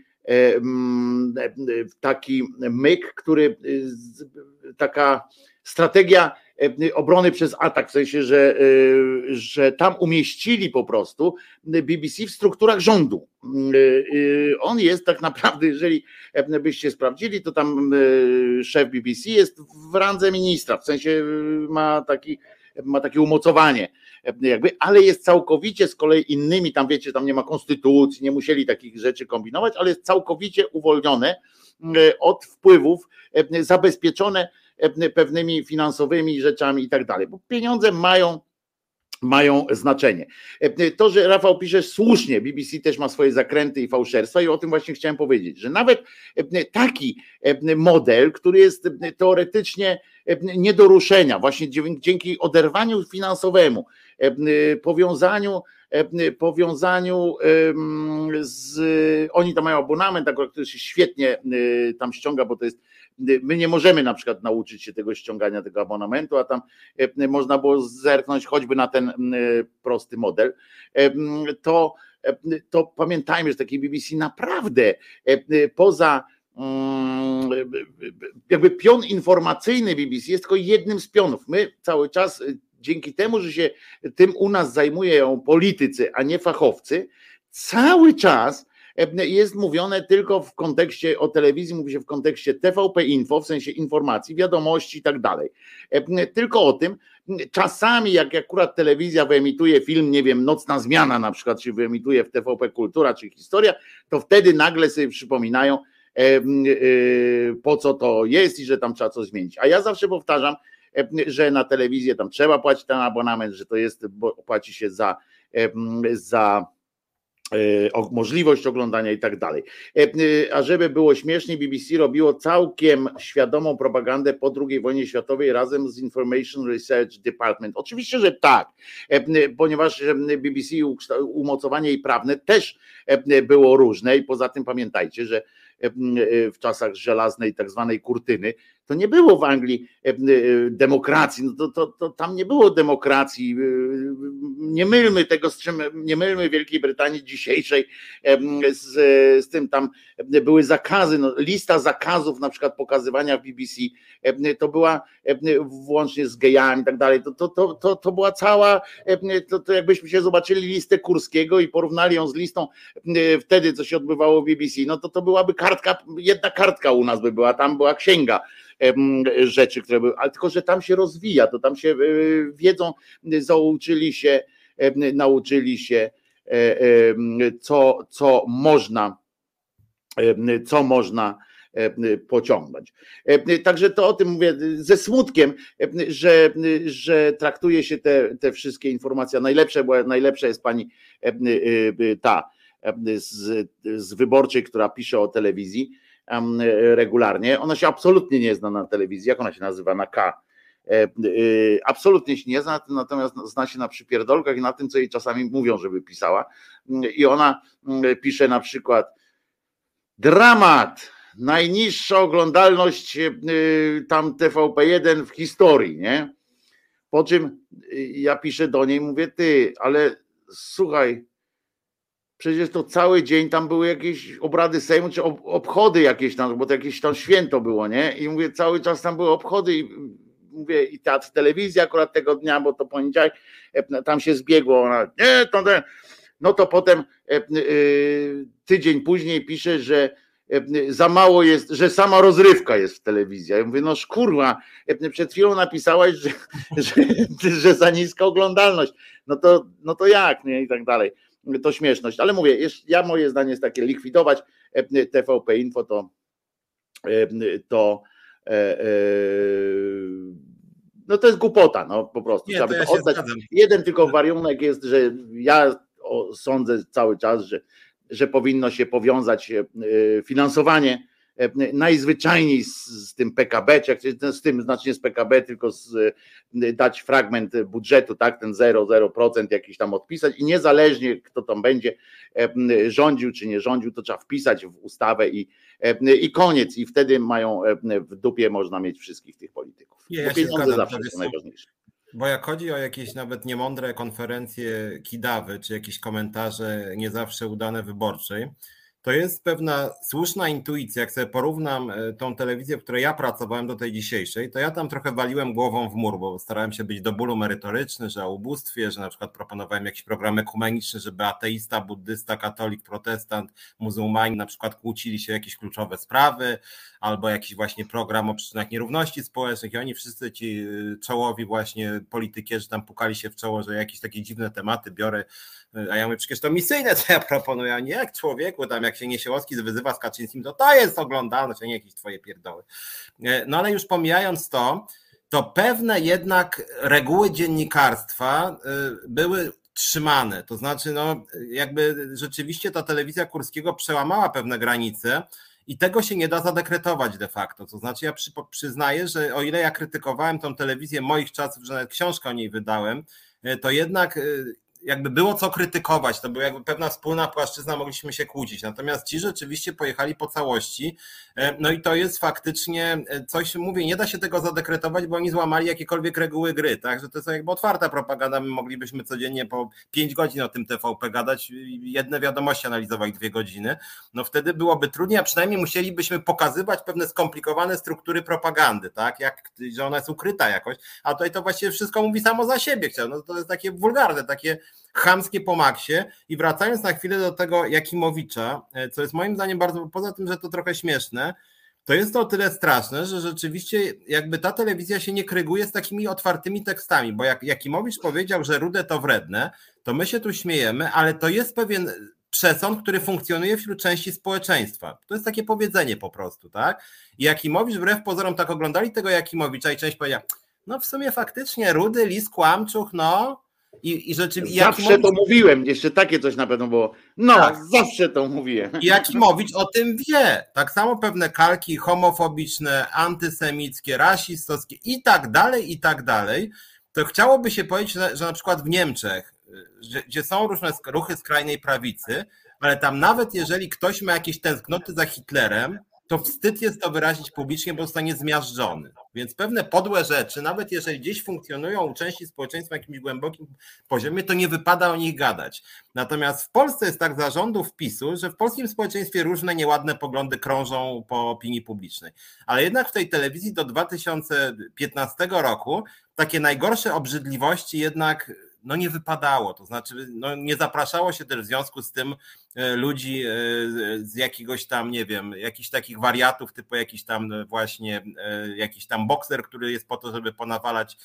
taki myk, który taka strategia obrony przez atak, w sensie, że, że tam umieścili po prostu B B C w strukturach rządu. On jest tak naprawdę, jeżeli byście sprawdzili, to tam szef B B C jest w randze ministra, w sensie ma taki ma takie umocowanie, jakby, ale jest całkowicie z kolei innymi, tam wiecie, tam nie ma konstytucji, nie musieli takich rzeczy kombinować, ale jest całkowicie uwolnione od wpływów, zabezpieczone pewnymi finansowymi rzeczami i tak dalej, bo pieniądze mają mają znaczenie. To, że Rafał pisze słusznie, B B C też ma swoje zakręty i fałszerstwa i o tym właśnie chciałem powiedzieć, że nawet taki model, który jest teoretycznie nie do ruszenia, właśnie dzięki oderwaniu finansowemu, powiązaniu powiązaniu z, oni tam mają abonament, który się świetnie tam ściąga, bo to jest, my nie możemy na przykład nauczyć się tego ściągania tego abonamentu, a tam można było zerknąć choćby na ten prosty model, to, to pamiętajmy, że taki B B C naprawdę poza jakby pion informacyjny B B C jest tylko jednym z pionów. My cały czas dzięki temu, że się tym u nas zajmują politycy, a nie fachowcy, cały czas jest mówione tylko w kontekście, o telewizji mówi się w kontekście T V P Info, w sensie informacji, wiadomości i tak dalej. Tylko o tym. Czasami jak akurat telewizja wyemituje film, nie wiem, Nocna Zmiana na przykład, czy wyemituje w T V P Kultura, czy Historia, to wtedy nagle sobie przypominają, po co to jest i że tam trzeba coś zmienić. A ja zawsze powtarzam, że na telewizję tam trzeba płacić ten abonament, że to jest, bo płaci się za, za możliwość oglądania i tak dalej. A żeby było śmieszniej, B B C robiło całkiem świadomą propagandę po drugiej wojnie światowej razem z Information Research Department. Oczywiście, że tak, ponieważ B B C umocowanie jej prawne też było różne i poza tym pamiętajcie, że w czasach żelaznej tak zwanej kurtyny to nie było w Anglii demokracji, no to, to, to tam nie było demokracji, nie mylmy tego z czym, nie mylmy Wielkiej Brytanii dzisiejszej z, z tym, tam były zakazy, no, lista zakazów na przykład pokazywania w B B C, to była włącznie z gejami i tak dalej, to, to, to, to, to była cała, to, to jakbyśmy się zobaczyli listę Kurskiego i porównali ją z listą wtedy, co się odbywało w B B C, no to to byłaby kartka, jedna kartka u nas by była, tam była księga rzeczy, które były, ale tylko, że tam się rozwija, to tam się wiedzą, zauczyli się, nauczyli się, co, co można, co można pociągnąć. Także to o tym mówię ze smutkiem, że, że traktuje się te, te wszystkie informacje. Najlepsze, bo najlepsza jest pani ta z, z Wyborczej, która pisze o telewizji regularnie. Ona się absolutnie nie zna na telewizji, jak ona się nazywa, na K. Absolutnie się nie zna, natomiast zna się na przypierdolkach i na tym, co jej czasami mówią, żeby pisała. I ona pisze na przykład dramat, najniższa oglądalność tam T V P jeden w historii, nie? Po czym ja piszę do niej, mówię, ty, ale słuchaj, przecież to cały dzień tam były jakieś obrady Sejmu, czy obchody jakieś tam, bo to jakieś tam święto było, nie? I mówię, cały czas tam były obchody i mówię, i teatr telewizji akurat tego dnia, bo to poniedziałek, tam się zbiegło, ona, nie, to ten, no to potem tydzień później pisze, że za mało jest, że sama rozrywka jest w telewizji. Ja mówię, no kurwa, przed chwilą napisałaś, że, że, że za niska oglądalność. No to, no to jak, nie? I tak dalej. To śmieszność. Ale mówię, ja moje zdanie jest takie, likwidować T V P Info to to no to jest głupota, no po prostu. Nie, to ja oddać. Jeden tylko warunek jest, że ja sądzę cały czas, że że powinno się powiązać finansowanie najzwyczajniej z, z tym P K B, czy jak, z tym znacznie z P K B, tylko z, dać fragment budżetu, tak, ten zero przecinek zero procent jakiś tam odpisać i niezależnie kto tam będzie rządził czy nie rządził, to trzeba wpisać w ustawę i, i koniec i wtedy mają w dupie, można mieć wszystkich tych polityków. Nie, Bo ja pieniądze zgadzam, zawsze to są jest... najważniejsze. Bo jak chodzi o jakieś nawet niemądre konferencje kidawy, czy jakieś komentarze nie zawsze udane wyborczej, to jest pewna słuszna intuicja. Jak sobie porównam tą telewizję, w której ja pracowałem do tej dzisiejszej, to ja tam trochę waliłem głową w mur, bo starałem się być do bólu merytoryczny, że o ubóstwie, że na przykład proponowałem jakiś program ekumeniczny, żeby ateista, buddysta, katolik, protestant, muzułmanin na przykład kłócili się o jakieś kluczowe sprawy, albo jakiś właśnie program o przyczynach nierówności społecznych i oni wszyscy ci czołowi właśnie politykierzy tam pukali się w czoło, że jakieś takie dziwne tematy biorę, a ja mówię, przecież to misyjne, co ja proponuję, a nie jak człowieku, tam jak się Niesiełowski wyzywa z Kaczyńskim, to to jest oglądalność, a nie jakieś twoje pierdoły. No ale już pomijając to, to pewne jednak reguły dziennikarstwa były trzymane, to znaczy no jakby rzeczywiście ta telewizja Kurskiego przełamała pewne granice i tego się nie da zadekretować de facto, to znaczy ja przy, przyznaję, że o ile ja krytykowałem tą telewizję moich czasów, że nawet książkę o niej wydałem, to jednak jakby było co krytykować, to była jakby pewna wspólna płaszczyzna, mogliśmy się kłócić, natomiast ci rzeczywiście pojechali po całości, no i to jest faktycznie coś, mówię, nie da się tego zadekretować, bo oni złamali jakiekolwiek reguły gry, tak, że to jest jakby otwarta propaganda, my moglibyśmy codziennie po pięć godzin o tym T V P gadać, jedne wiadomości analizować dwie godziny, no wtedy byłoby trudniej, a przynajmniej musielibyśmy pokazywać pewne skomplikowane struktury propagandy, tak, jak, że ona jest ukryta jakoś, a tutaj to właściwie wszystko mówi samo za siebie, no to jest takie wulgarne, takie chamskie po maksie. I wracając na chwilę do tego Jakimowicza, co jest moim zdaniem bardzo, poza tym, że to trochę śmieszne, to jest to o tyle straszne, że rzeczywiście jakby ta telewizja się nie kryguje z takimi otwartymi tekstami, bo jak Jakimowicz powiedział, że rude to wredne, to my się tu śmiejemy, ale to jest pewien przesąd, który funkcjonuje wśród części społeczeństwa. To jest takie powiedzenie po prostu, tak? I Jakimowicz wbrew pozorom tak oglądali tego Jakimowicza i część powiedziała, no w sumie faktycznie rudy, lis, kłamczuch, no I, i rzeczywiście, zawsze Jakimowicz... to mówiłem, jeszcze takie coś na pewno było. No, tak. Zawsze to mówiłem. I Jakimowicz o tym wie. Tak samo pewne kalki homofobiczne, antysemickie, rasistowskie i tak dalej, i tak dalej. To chciałoby się powiedzieć, że, że na przykład w Niemczech, że, gdzie są różne ruchy skrajnej prawicy, ale tam nawet jeżeli ktoś ma jakieś tęsknoty za Hitlerem, to wstyd jest to wyrazić publicznie, bo zostanie zmiażdżony. Więc pewne podłe rzeczy, nawet jeżeli gdzieś funkcjonują u części społeczeństwa na jakimś głębokim poziomie, to nie wypada o nich gadać. Natomiast w Polsce jest tak zarządów PiSu, że w polskim społeczeństwie różne nieładne poglądy krążą po opinii publicznej. Ale jednak w tej telewizji do dwa tysiące piętnastego roku takie najgorsze obrzydliwości jednak no nie wypadało, to znaczy no nie zapraszało się też w związku z tym ludzi z jakiegoś tam, nie wiem, jakichś takich wariatów typu jakiś tam właśnie jakiś tam bokser, który jest po to, żeby ponawalać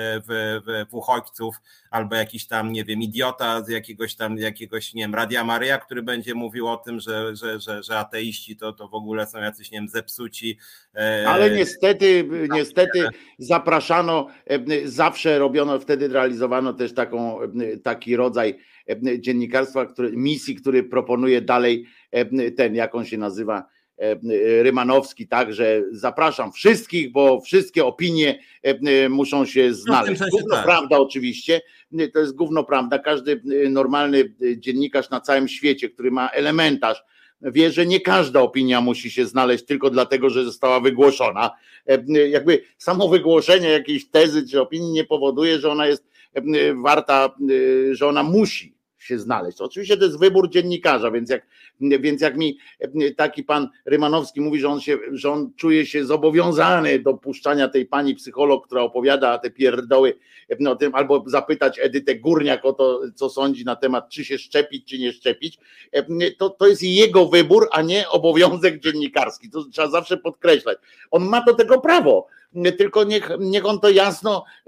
w, w, w uchodźców, albo jakiś tam, nie wiem, idiota z jakiegoś tam, jakiegoś, nie wiem, Radia Maryja, który będzie mówił o tym, że, że, że, że ateiści to, to w ogóle są jacyś, nie wiem, zepsuci. Ale niestety, niestety zapraszano, zawsze robiono, wtedy realizowano też taką, taki rodzaj dziennikarstwa, który, misji, który proponuje dalej ten, jak on się nazywa, Rymanowski, tak, że zapraszam wszystkich, bo wszystkie opinie muszą się znaleźć. Gówno prawda oczywiście, to jest gówno prawda. Każdy normalny dziennikarz na całym świecie, który ma elementarz, wie, że nie każda opinia musi się znaleźć tylko dlatego, że została wygłoszona. Jakby samo wygłoszenie jakiejś tezy czy opinii nie powoduje, że ona jest warta, że ona musi się znaleźć. Oczywiście to jest wybór dziennikarza, więc jak, więc jak mi taki pan Rymanowski mówi, że on, się, że on czuje się zobowiązany do puszczania tej pani psycholog, która opowiada te pierdoły o tym, albo zapytać Edytę Górniak o to, co sądzi na temat, czy się szczepić, czy nie szczepić, to, to jest jego wybór, a nie obowiązek dziennikarski. To trzeba zawsze podkreślać. On ma do tego prawo, tylko niech, niech on to jasno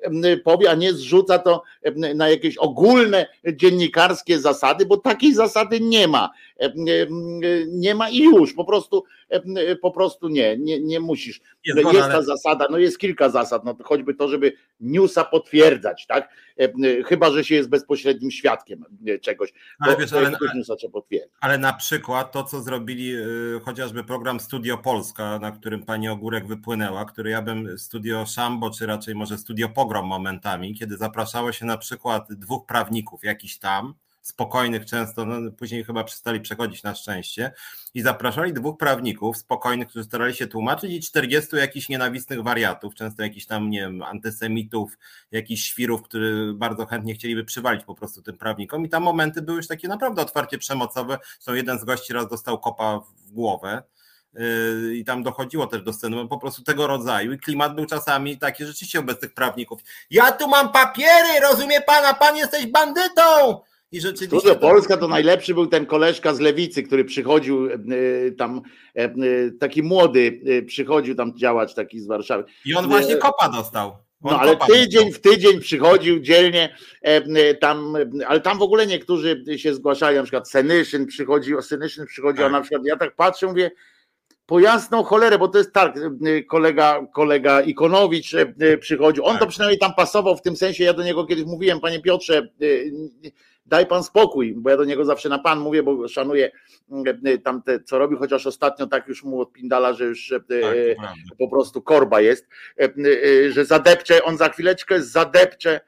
powie, a nie zrzuca to na jakieś ogólne dziennikarskie zasady, bo takiej zasady nie ma. Nie ma i już, po prostu po prostu nie, nie, nie musisz. Jest, jest ta ale... zasada, no jest kilka zasad, no choćby to, żeby newsa potwierdzać, tak? Chyba że się jest bezpośrednim świadkiem czegoś, ale, wiesz, ale, newsa trzeba potwierdzić. Ale na przykład to, co zrobili y, chociażby program Studio Polska, na którym pani Ogórek wypłynęła, który ja bym Studio Szambo, czy raczej może Studio Pogrom momentami, kiedy zapraszało się na przykład dwóch prawników jakiś tam, spokojnych często, no później chyba przestali przechodzić na szczęście i zapraszali dwóch prawników spokojnych, którzy starali się tłumaczyć i czterdziestu jakichś nienawistnych wariatów, często jakichś tam, nie wiem, antysemitów, jakichś świrów, którzy bardzo chętnie chcieliby przywalić po prostu tym prawnikom i tam momenty były już takie naprawdę otwarcie przemocowe, zresztą jeden z gości raz dostał kopa w głowę i tam dochodziło też do sceny po prostu tego rodzaju i klimat był czasami taki rzeczywiście wobec tych prawników. Ja tu mam papiery, rozumie pan, a pan jesteś bandytą! I rzeczywiście Studio Polska to najlepszy był ten koleżka z Lewicy, który przychodził tam, taki młody, przychodził tam działać taki z Warszawy. I on właśnie kopa dostał. On no ale tydzień w tydzień przychodził dzielnie tam, ale tam w ogóle niektórzy się zgłaszali, na przykład Senyszyn przychodził, Senyszyn przychodził, tak. A na przykład ja tak patrzę, mówię, po jasną cholerę, bo to jest tak, kolega, kolega Ikonowicz przychodził, on tak. To przynajmniej tam pasował w tym sensie, ja do niego kiedyś mówiłem, panie Piotrze, daj pan spokój, bo ja do niego zawsze na pan mówię, bo szanuję tamte, co robi, chociaż ostatnio tak już mu odpindala, że już tak, po prostu korba jest, że zadepcze, on za chwileczkę zadepcze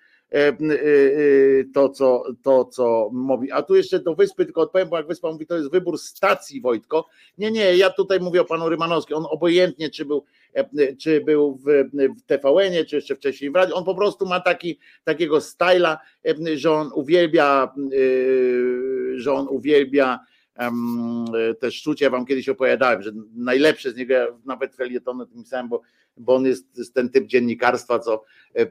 to co, to, co mówi. A tu jeszcze do Wyspy tylko odpowiem, bo jak Wyspa mówi, to jest wybór stacji, Wojtko. Nie, nie, ja tutaj mówię o panu Rymanowskim. On obojętnie, czy był, czy był w, w T V N-ie, czy jeszcze wcześniej w radiu, on po prostu ma taki, takiego styla, że on uwielbia, że on uwielbia te szczucie. Ja wam kiedyś opowiadałem, że najlepsze z niego, ja nawet felietony tym pisałem, bo, bo on jest, jest ten typ dziennikarstwa, co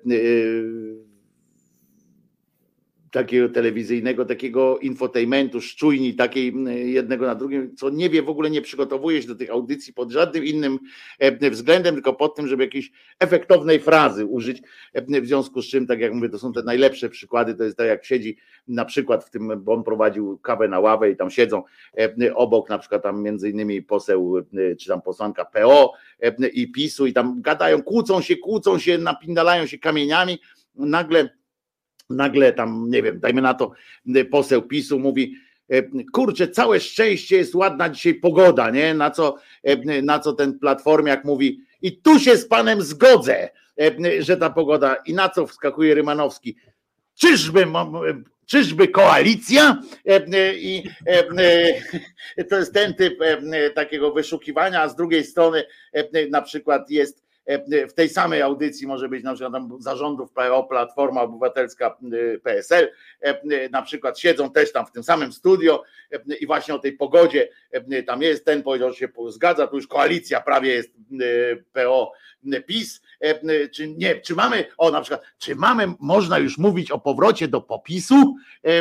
takiego telewizyjnego, takiego infotainmentu, szczujni takiej jednego na drugim, co nie wie, w ogóle nie przygotowuje się do tych audycji pod żadnym innym względem, tylko pod tym, żeby jakiejś efektownej frazy użyć, w związku z czym, tak jak mówię, to są te najlepsze przykłady, to jest tak jak siedzi na przykład w tym, bo on prowadził kawę na ławę i tam siedzą obok na przykład tam między innymi poseł, czy tam posłanka P O i PiS-u i tam gadają, kłócą się, kłócą się, napindalają się kamieniami, nagle Nagle tam, nie wiem, dajmy na to, poseł PiS-u mówi, kurczę, całe szczęście, jest ładna dzisiaj pogoda, nie? Na co, na co ten Platformiak mówi, i tu się z panem zgodzę, że ta pogoda, i na co wskakuje Rymanowski, czyżby, czyżby koalicja? I to jest ten typ takiego wyszukiwania, a z drugiej strony na przykład jest w tej samej audycji może być na przykład tam zarządów P O, Platforma Obywatelska, P S L, na przykład siedzą też tam w tym samym studio i właśnie o tej pogodzie tam jest, ten powiedział, że się zgadza, tu już koalicja prawie jest P O PiS, czy nie, czy mamy, o na przykład, czy mamy, można już mówić o powrocie do popisu,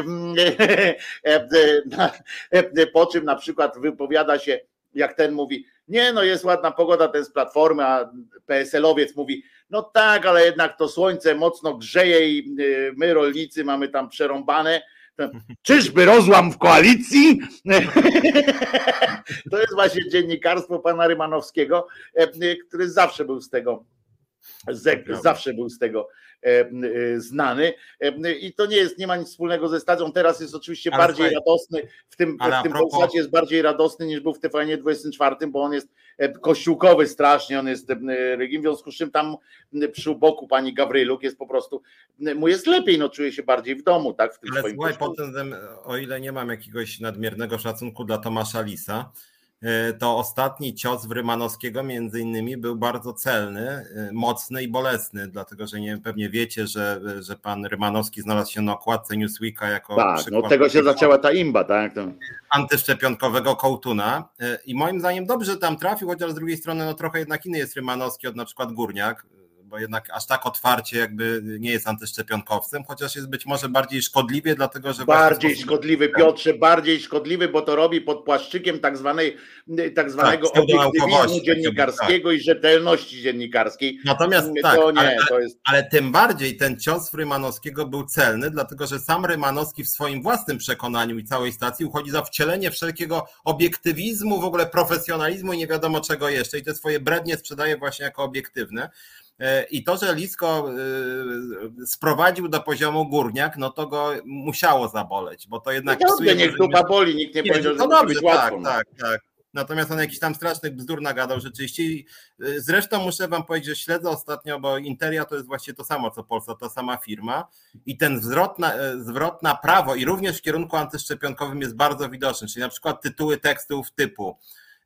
po czym na przykład wypowiada się, jak ten mówi, nie no jest ładna pogoda, ten z Platformy, a P S L-owiec mówi, no tak, ale jednak to słońce mocno grzeje i my rolnicy mamy tam przerąbane. Czyżby rozłam w koalicji? To jest właśnie dziennikarstwo pana Rymanowskiego, który zawsze był z tego, zawsze był z tego znany i to nie jest, nie ma nic wspólnego ze stacją, teraz jest oczywiście ale bardziej słuchaj, radosny, w tym, w tym propos... Polsacie jest bardziej radosny niż był w T V N dwudziestym czwartym, bo on jest kościółkowy strasznie, on jest w związku z czym tam przy boku pani Gawryluk jest po prostu, mu jest lepiej, no czuje się bardziej w domu, tak? W tym ale swoim słuchaj, potem, o ile nie mam jakiegoś nadmiernego szacunku dla Tomasza Lisa, to ostatni cios w Rymanowskiego między innymi był bardzo celny, mocny i bolesny, dlatego że nie pewnie wiecie, że, że pan Rymanowski znalazł się na okładce Newsweeka jako tak, no od tego się zaczęła ta imba, tak? Antyszczepionkowego kołtuna i moim zdaniem dobrze tam trafił, chociaż z drugiej strony no trochę jednak inny jest Rymanowski od na przykład Górniak, bo jednak aż tak otwarcie jakby nie jest antyszczepionkowcem, chociaż jest być może bardziej szkodliwie, dlatego że... Bardziej szkodliwy, Piotrze, bardziej szkodliwy, bo to robi pod płaszczykiem tak zwanej, tak zwanego tak, obiektywizmu dziennikarskiego tak. i rzetelności dziennikarskiej. Natomiast tak, to nie, ale, to jest... ale tym bardziej ten cios Rymanowskiego był celny, dlatego że sam Rymanowski w swoim własnym przekonaniu i całej stacji uchodzi za wcielenie wszelkiego obiektywizmu, w ogóle profesjonalizmu i nie wiadomo czego jeszcze i te swoje brednie sprzedaje właśnie jako obiektywne. I to, że Lisko sprowadził do poziomu górniak, no to go musiało zaboleć, bo to jednak... No dobrze, niech dupa boli, nikt nie, nie powiedział, że to musi być łatwo. Tak, tak, tak. Natomiast on jakiś tam strasznych bzdur nagadał rzeczywiście. Zresztą muszę wam powiedzieć, że śledzę ostatnio, bo Interia to jest właściwie to samo, co Polsa, ta sama firma i ten zwrot na, zwrot na prawo i również w kierunku antyszczepionkowym jest bardzo widoczny, czyli na przykład tytuły tekstów typu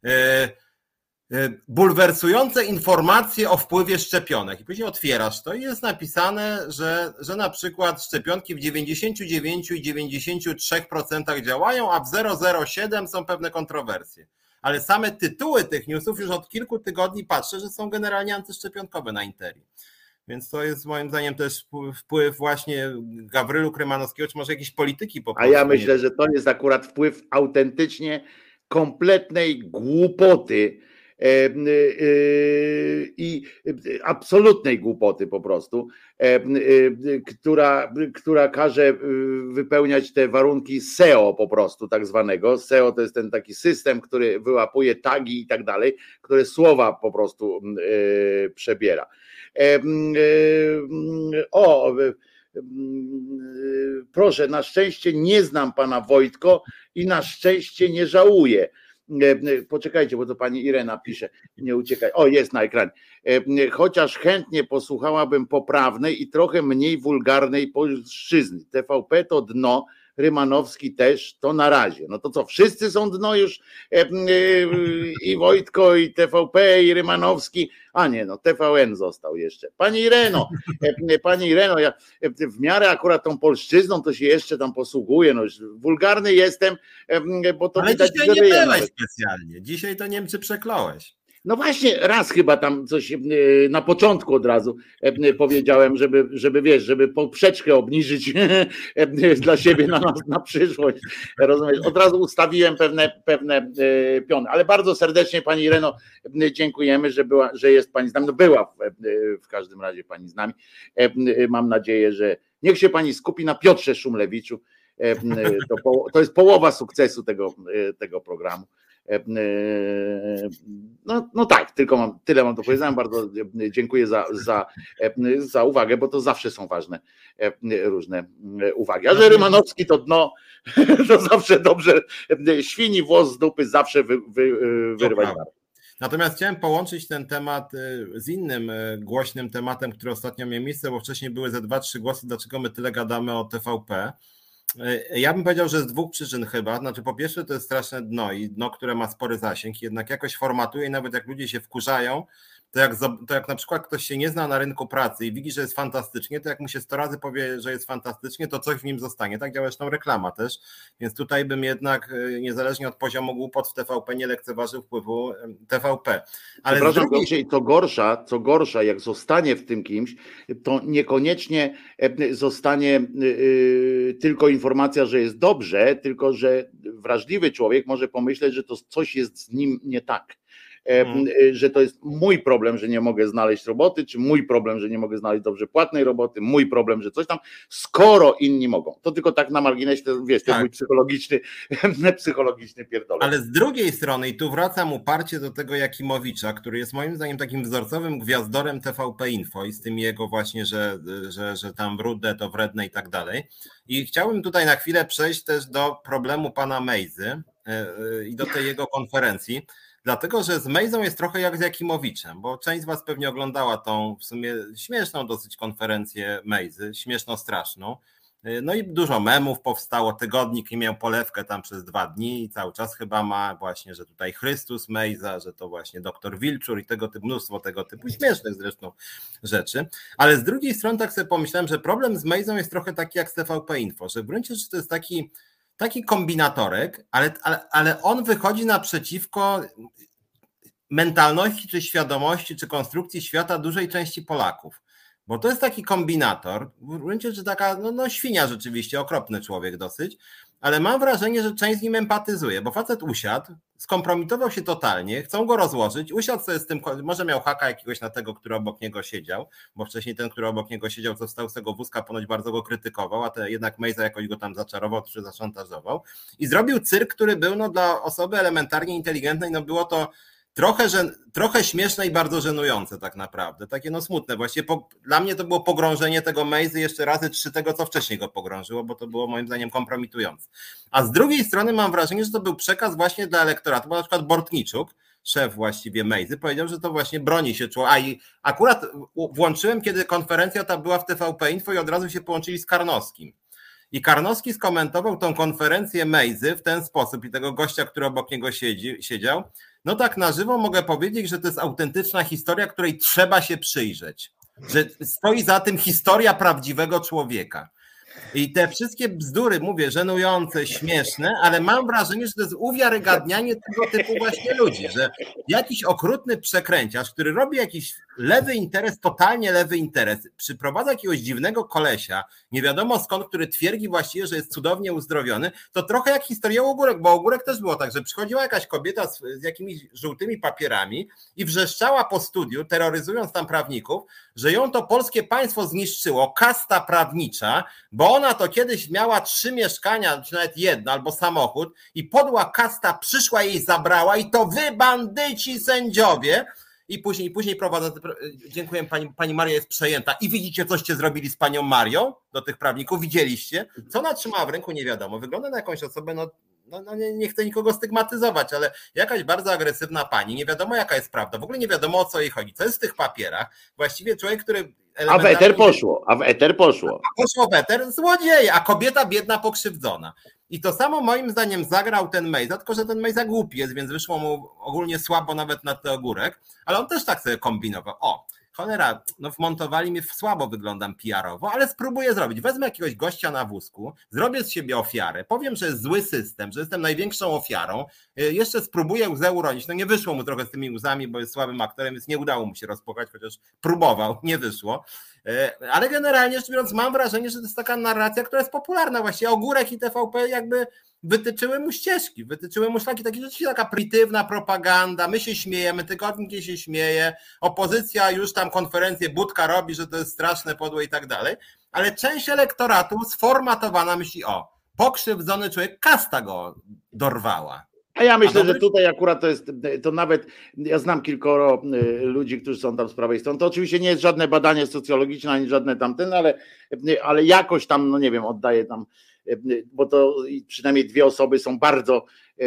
bulwersujące informacje o wpływie szczepionek. I później otwierasz to i jest napisane, że, że na przykład szczepionki w dziewięćdziesiąt dziewięć i dziewięćdziesiąt trzy procent działają, a w zero przecinek zero siedem są pewne kontrowersje. Ale same tytuły tych newsów już od kilku tygodni patrzę, że są generalnie antyszczepionkowe na Interii. Więc to jest moim zdaniem też wpływ właśnie Gawrylu Krymanowskiego, czy może jakiejś polityki po prostu. A ja myślę, że to jest akurat wpływ autentycznie kompletnej głupoty i absolutnej głupoty po prostu, która, która każe wypełniać te warunki S E O po prostu tak zwanego. S E O to jest ten taki system, który wyłapuje tagi i tak dalej, które słowa po prostu przebiera. O, proszę, na szczęście nie znam pana Wojtko i na szczęście nie żałuję. Poczekajcie, bo to pani Irena pisze, nie uciekaj. O, jest na ekranie. Chociaż chętnie posłuchałabym poprawnej i trochę mniej wulgarnej polszczyzny. T V P to dno, Rymanowski też, to na razie. No to co, wszyscy są dno już? I Wojtko, i T V P, i Rymanowski. A nie, no T V N został jeszcze. Pani Ireno, pani Ireno, ja w miarę akurat tą polszczyzną to się jeszcze tam posługuję. No, wulgarny jestem, bo to ale widać, dzisiaj nie byłeś nawet specjalnie. Dzisiaj to Niemcy przekląłeś. No właśnie, raz chyba tam coś na początku od razu powiedziałem, żeby, żeby wiesz, żeby poprzeczkę obniżyć dla siebie na nas na przyszłość. Rozumiesz? Od razu ustawiłem pewne, pewne piony. Ale bardzo serdecznie pani Ireno dziękujemy, że była, że jest pani z nami. No była w, w każdym razie pani z nami. Mam nadzieję, że niech się pani skupi na Piotrze Szumlewiczu. To, po, to jest połowa sukcesu tego, tego programu. No, no tak, tylko mam, tyle mam do powiedzenia. Bardzo dziękuję za, za, za uwagę, bo to zawsze są ważne różne uwagi. A że Rymanowski to dno, to zawsze dobrze, świni włos z dupy zawsze wy, wy, wyrywać. Natomiast chciałem połączyć ten temat z innym głośnym tematem, który ostatnio miał miejsce, bo wcześniej były ze dwa, trzy głosy, dlaczego my tyle gadamy o T V P. Ja bym powiedział, że z dwóch przyczyn chyba. Znaczy po pierwsze to jest straszne dno i dno, które ma spory zasięg, jednak jakoś formatuje i nawet jak ludzie się wkurzają, to jak, to jak na przykład ktoś się nie zna na rynku pracy i widzi, że jest fantastycznie, to jak mu się sto razy powie, że jest fantastycznie, to coś w nim zostanie. Tak działa zresztą reklama też, więc tutaj bym jednak niezależnie od poziomu głupot w T V P nie lekceważył wpływu T V P. Ale Przepraszam, drugiej... co gorsza, co gorsza, jak zostanie w tym kimś, to niekoniecznie zostanie tylko informacja, że jest dobrze, tylko że wrażliwy człowiek może pomyśleć, że to coś jest z nim nie tak. Hmm. Że to jest mój problem, że nie mogę znaleźć roboty, czy mój problem, że nie mogę znaleźć dobrze płatnej roboty, mój problem, że coś tam, skoro inni mogą. To tylko tak na marginesie, to wiesz, to jest mój psychologiczny, psychologiczny pierdolek. Ale z drugiej strony, i tu wracam uparcie do tego Jakimowicza, który jest moim zdaniem takim wzorcowym gwiazdorem T V P Info i z tym jego właśnie, że, że, że tam brudne to wredne i tak dalej. I chciałbym tutaj na chwilę przejść też do problemu pana Mejzy i do tej jego konferencji. Dlatego, że z Mejzą jest trochę jak z Jakimowiczem, bo część z was pewnie oglądała tą w sumie śmieszną dosyć konferencję Mejzy, śmieszno straszną. No i dużo memów powstało, tygodnik miał polewkę tam przez dwa dni i cały czas chyba ma właśnie, że tutaj Chrystus Mejza, że to właśnie doktor Wilczur i tego typu, mnóstwo tego typu śmiesznych zresztą rzeczy. Ale z drugiej strony tak sobie pomyślałem, że problem z Mejzą jest trochę taki jak z T V P Info, że w gruncie rzeczy to jest taki taki kombinatorek, ale, ale, ale on wychodzi naprzeciwko mentalności, czy świadomości, czy konstrukcji świata dużej części Polaków. Bo to jest taki kombinator, w gruncie rzeczy taka no, no świnia rzeczywiście, okropny człowiek dosyć, ale mam wrażenie, że część z nim empatyzuje, bo facet usiadł, skompromitował się totalnie, chcą go rozłożyć, usiadł sobie z tym, może miał haka jakiegoś na tego, który obok niego siedział, bo wcześniej ten, który obok niego siedział, co wstał z tego wózka, ponoć bardzo go krytykował, a te, jednak Mejza jakoś go tam zaczarował, czy zaszantażował i zrobił cyrk, który był no, dla osoby elementarnie inteligentnej, no było to Trochę, żen, trochę śmieszne i bardzo żenujące tak naprawdę, takie no smutne. Właściwie po, dla mnie to było pogrążenie tego Mejzy jeszcze razy trzy tego, co wcześniej go pogrążyło, bo to było moim zdaniem kompromitujące. A z drugiej strony mam wrażenie, że to był przekaz właśnie dla elektoratu, bo na przykład Bortniczuk, szef właściwie Mejzy, powiedział, że to właśnie broni się człowiek. A i akurat włączyłem, kiedy konferencja ta była w T V P Info i od razu się połączyli z Karnowskim. I Karnowski skomentował tą konferencję Mejzy w ten sposób i tego gościa, który obok niego siedzi, siedział, no tak na żywo mogę powiedzieć, że to jest autentyczna historia, której trzeba się przyjrzeć. Że stoi za tym historia prawdziwego człowieka. I te wszystkie bzdury, mówię, żenujące, śmieszne, ale mam wrażenie, że to jest uwiarygadnianie tego typu właśnie ludzi, że jakiś okrutny przekręciarz, który robi jakiś lewy interes, totalnie lewy interes, przyprowadza jakiegoś dziwnego kolesia, nie wiadomo skąd, który twierdzi właściwie, że jest cudownie uzdrowiony, to trochę jak historia Ogórek, bo Ogórek też było tak, że przychodziła jakaś kobieta z, z jakimiś żółtymi papierami i wrzeszczała po studiu, terroryzując tam prawników, że ją to polskie państwo zniszczyło, kasta prawnicza, bo ona to kiedyś miała trzy mieszkania, czy nawet jedno, albo samochód i podła kasta przyszła jej zabrała i to wy bandyci sędziowie i później, później prowadząc, dziękuję, pani, pani Maria jest przejęta i widzicie, coście zrobili z panią Marią do tych prawników, widzieliście, co ona trzymała w ręku, nie wiadomo, wygląda na jakąś osobę, no, no, no nie, nie chcę nikogo stygmatyzować, ale jakaś bardzo agresywna pani, nie wiadomo jaka jest prawda, w ogóle nie wiadomo o co jej chodzi, co jest w tych papierach, właściwie człowiek, który A w eter poszło, a w eter poszło. A poszło w eter, złodzieje, a kobieta biedna, pokrzywdzona. I to samo moim zdaniem zagrał ten Mejza, tylko że ten Mejza głupi jest, więc wyszło mu ogólnie słabo nawet na ten Ogórek, ale on też tak sobie kombinował. O, cholera, no wmontowali mnie, słabo wyglądam P R-owo, ale spróbuję zrobić. Wezmę jakiegoś gościa na wózku, zrobię z siebie ofiarę, powiem, że jest zły system, że jestem największą ofiarą, jeszcze spróbuję łzę uronić. No nie wyszło mu trochę z tymi łzami, bo jest słabym aktorem, więc nie udało mu się rozpłakać, chociaż próbował, nie wyszło. Ale generalnie rzecz biorąc mam wrażenie, że to jest taka narracja, która jest popularna. Właściwie Ogórek i T V P jakby wytyczyły mu ścieżki, wytyczyły mu szlaki, takie rzeczywiście taka prymitywna propaganda, my się śmiejemy, tygodnik się śmieje, opozycja już tam konferencję Budka robi, że to jest straszne, podłe i tak dalej, ale część elektoratu sformatowana myśli, o, pokrzywdzony człowiek, kasta go dorwała. A ja myślę, że tutaj akurat to jest, to nawet, ja znam kilkoro ludzi, którzy są tam z prawej strony, to oczywiście nie jest żadne badanie socjologiczne, ani żadne tamten, ale, ale jakoś tam, no nie wiem, oddaję tam, bo to przynajmniej dwie osoby są bardzo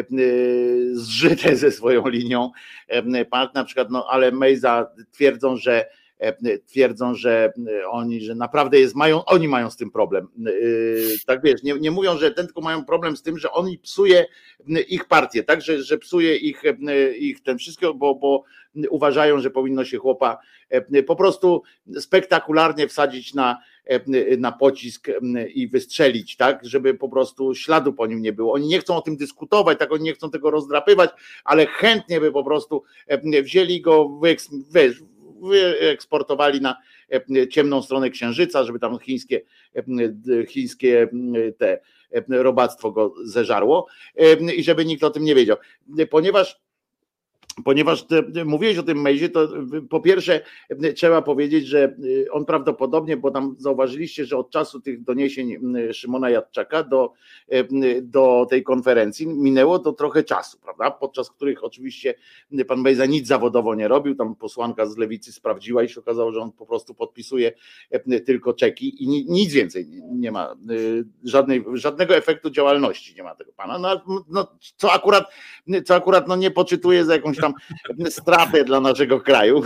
zżyte ze swoją linią, na przykład, no ale Mejza twierdzą, że twierdzą, że oni, że naprawdę jest, mają, oni mają z tym problem. Tak wiesz, nie, nie mówią, że ten, tylko mają problem z tym, że oni psuje ich partię, tak, że, że psuje ich, ich ten wszystko, bo, bo uważają, że powinno się chłopa po prostu spektakularnie wsadzić na, na pocisk i wystrzelić, tak, żeby po prostu śladu po nim nie było. Oni nie chcą o tym dyskutować, tak, oni nie chcą tego rozdrapywać, ale chętnie by po prostu wzięli go, wiesz, wyeksportowali na ciemną stronę Księżyca, żeby tam chińskie, chińskie te robactwo go zeżarło i żeby nikt o tym nie wiedział. Ponieważ Ponieważ mówiłeś o tym Mejzie, to po pierwsze trzeba powiedzieć, że on prawdopodobnie, bo tam zauważyliście, że od czasu tych doniesień Szymona Jadczaka do, do tej konferencji minęło to trochę czasu, prawda? Podczas których oczywiście pan Mejza nic zawodowo nie robił, tam posłanka z Lewicy sprawdziła i się okazało, że on po prostu podpisuje tylko czeki i nic więcej nie ma, żadnej, żadnego efektu działalności nie ma tego pana. No, no, co akurat, co akurat no, nie poczytuje za jakąś tam stratę dla naszego kraju,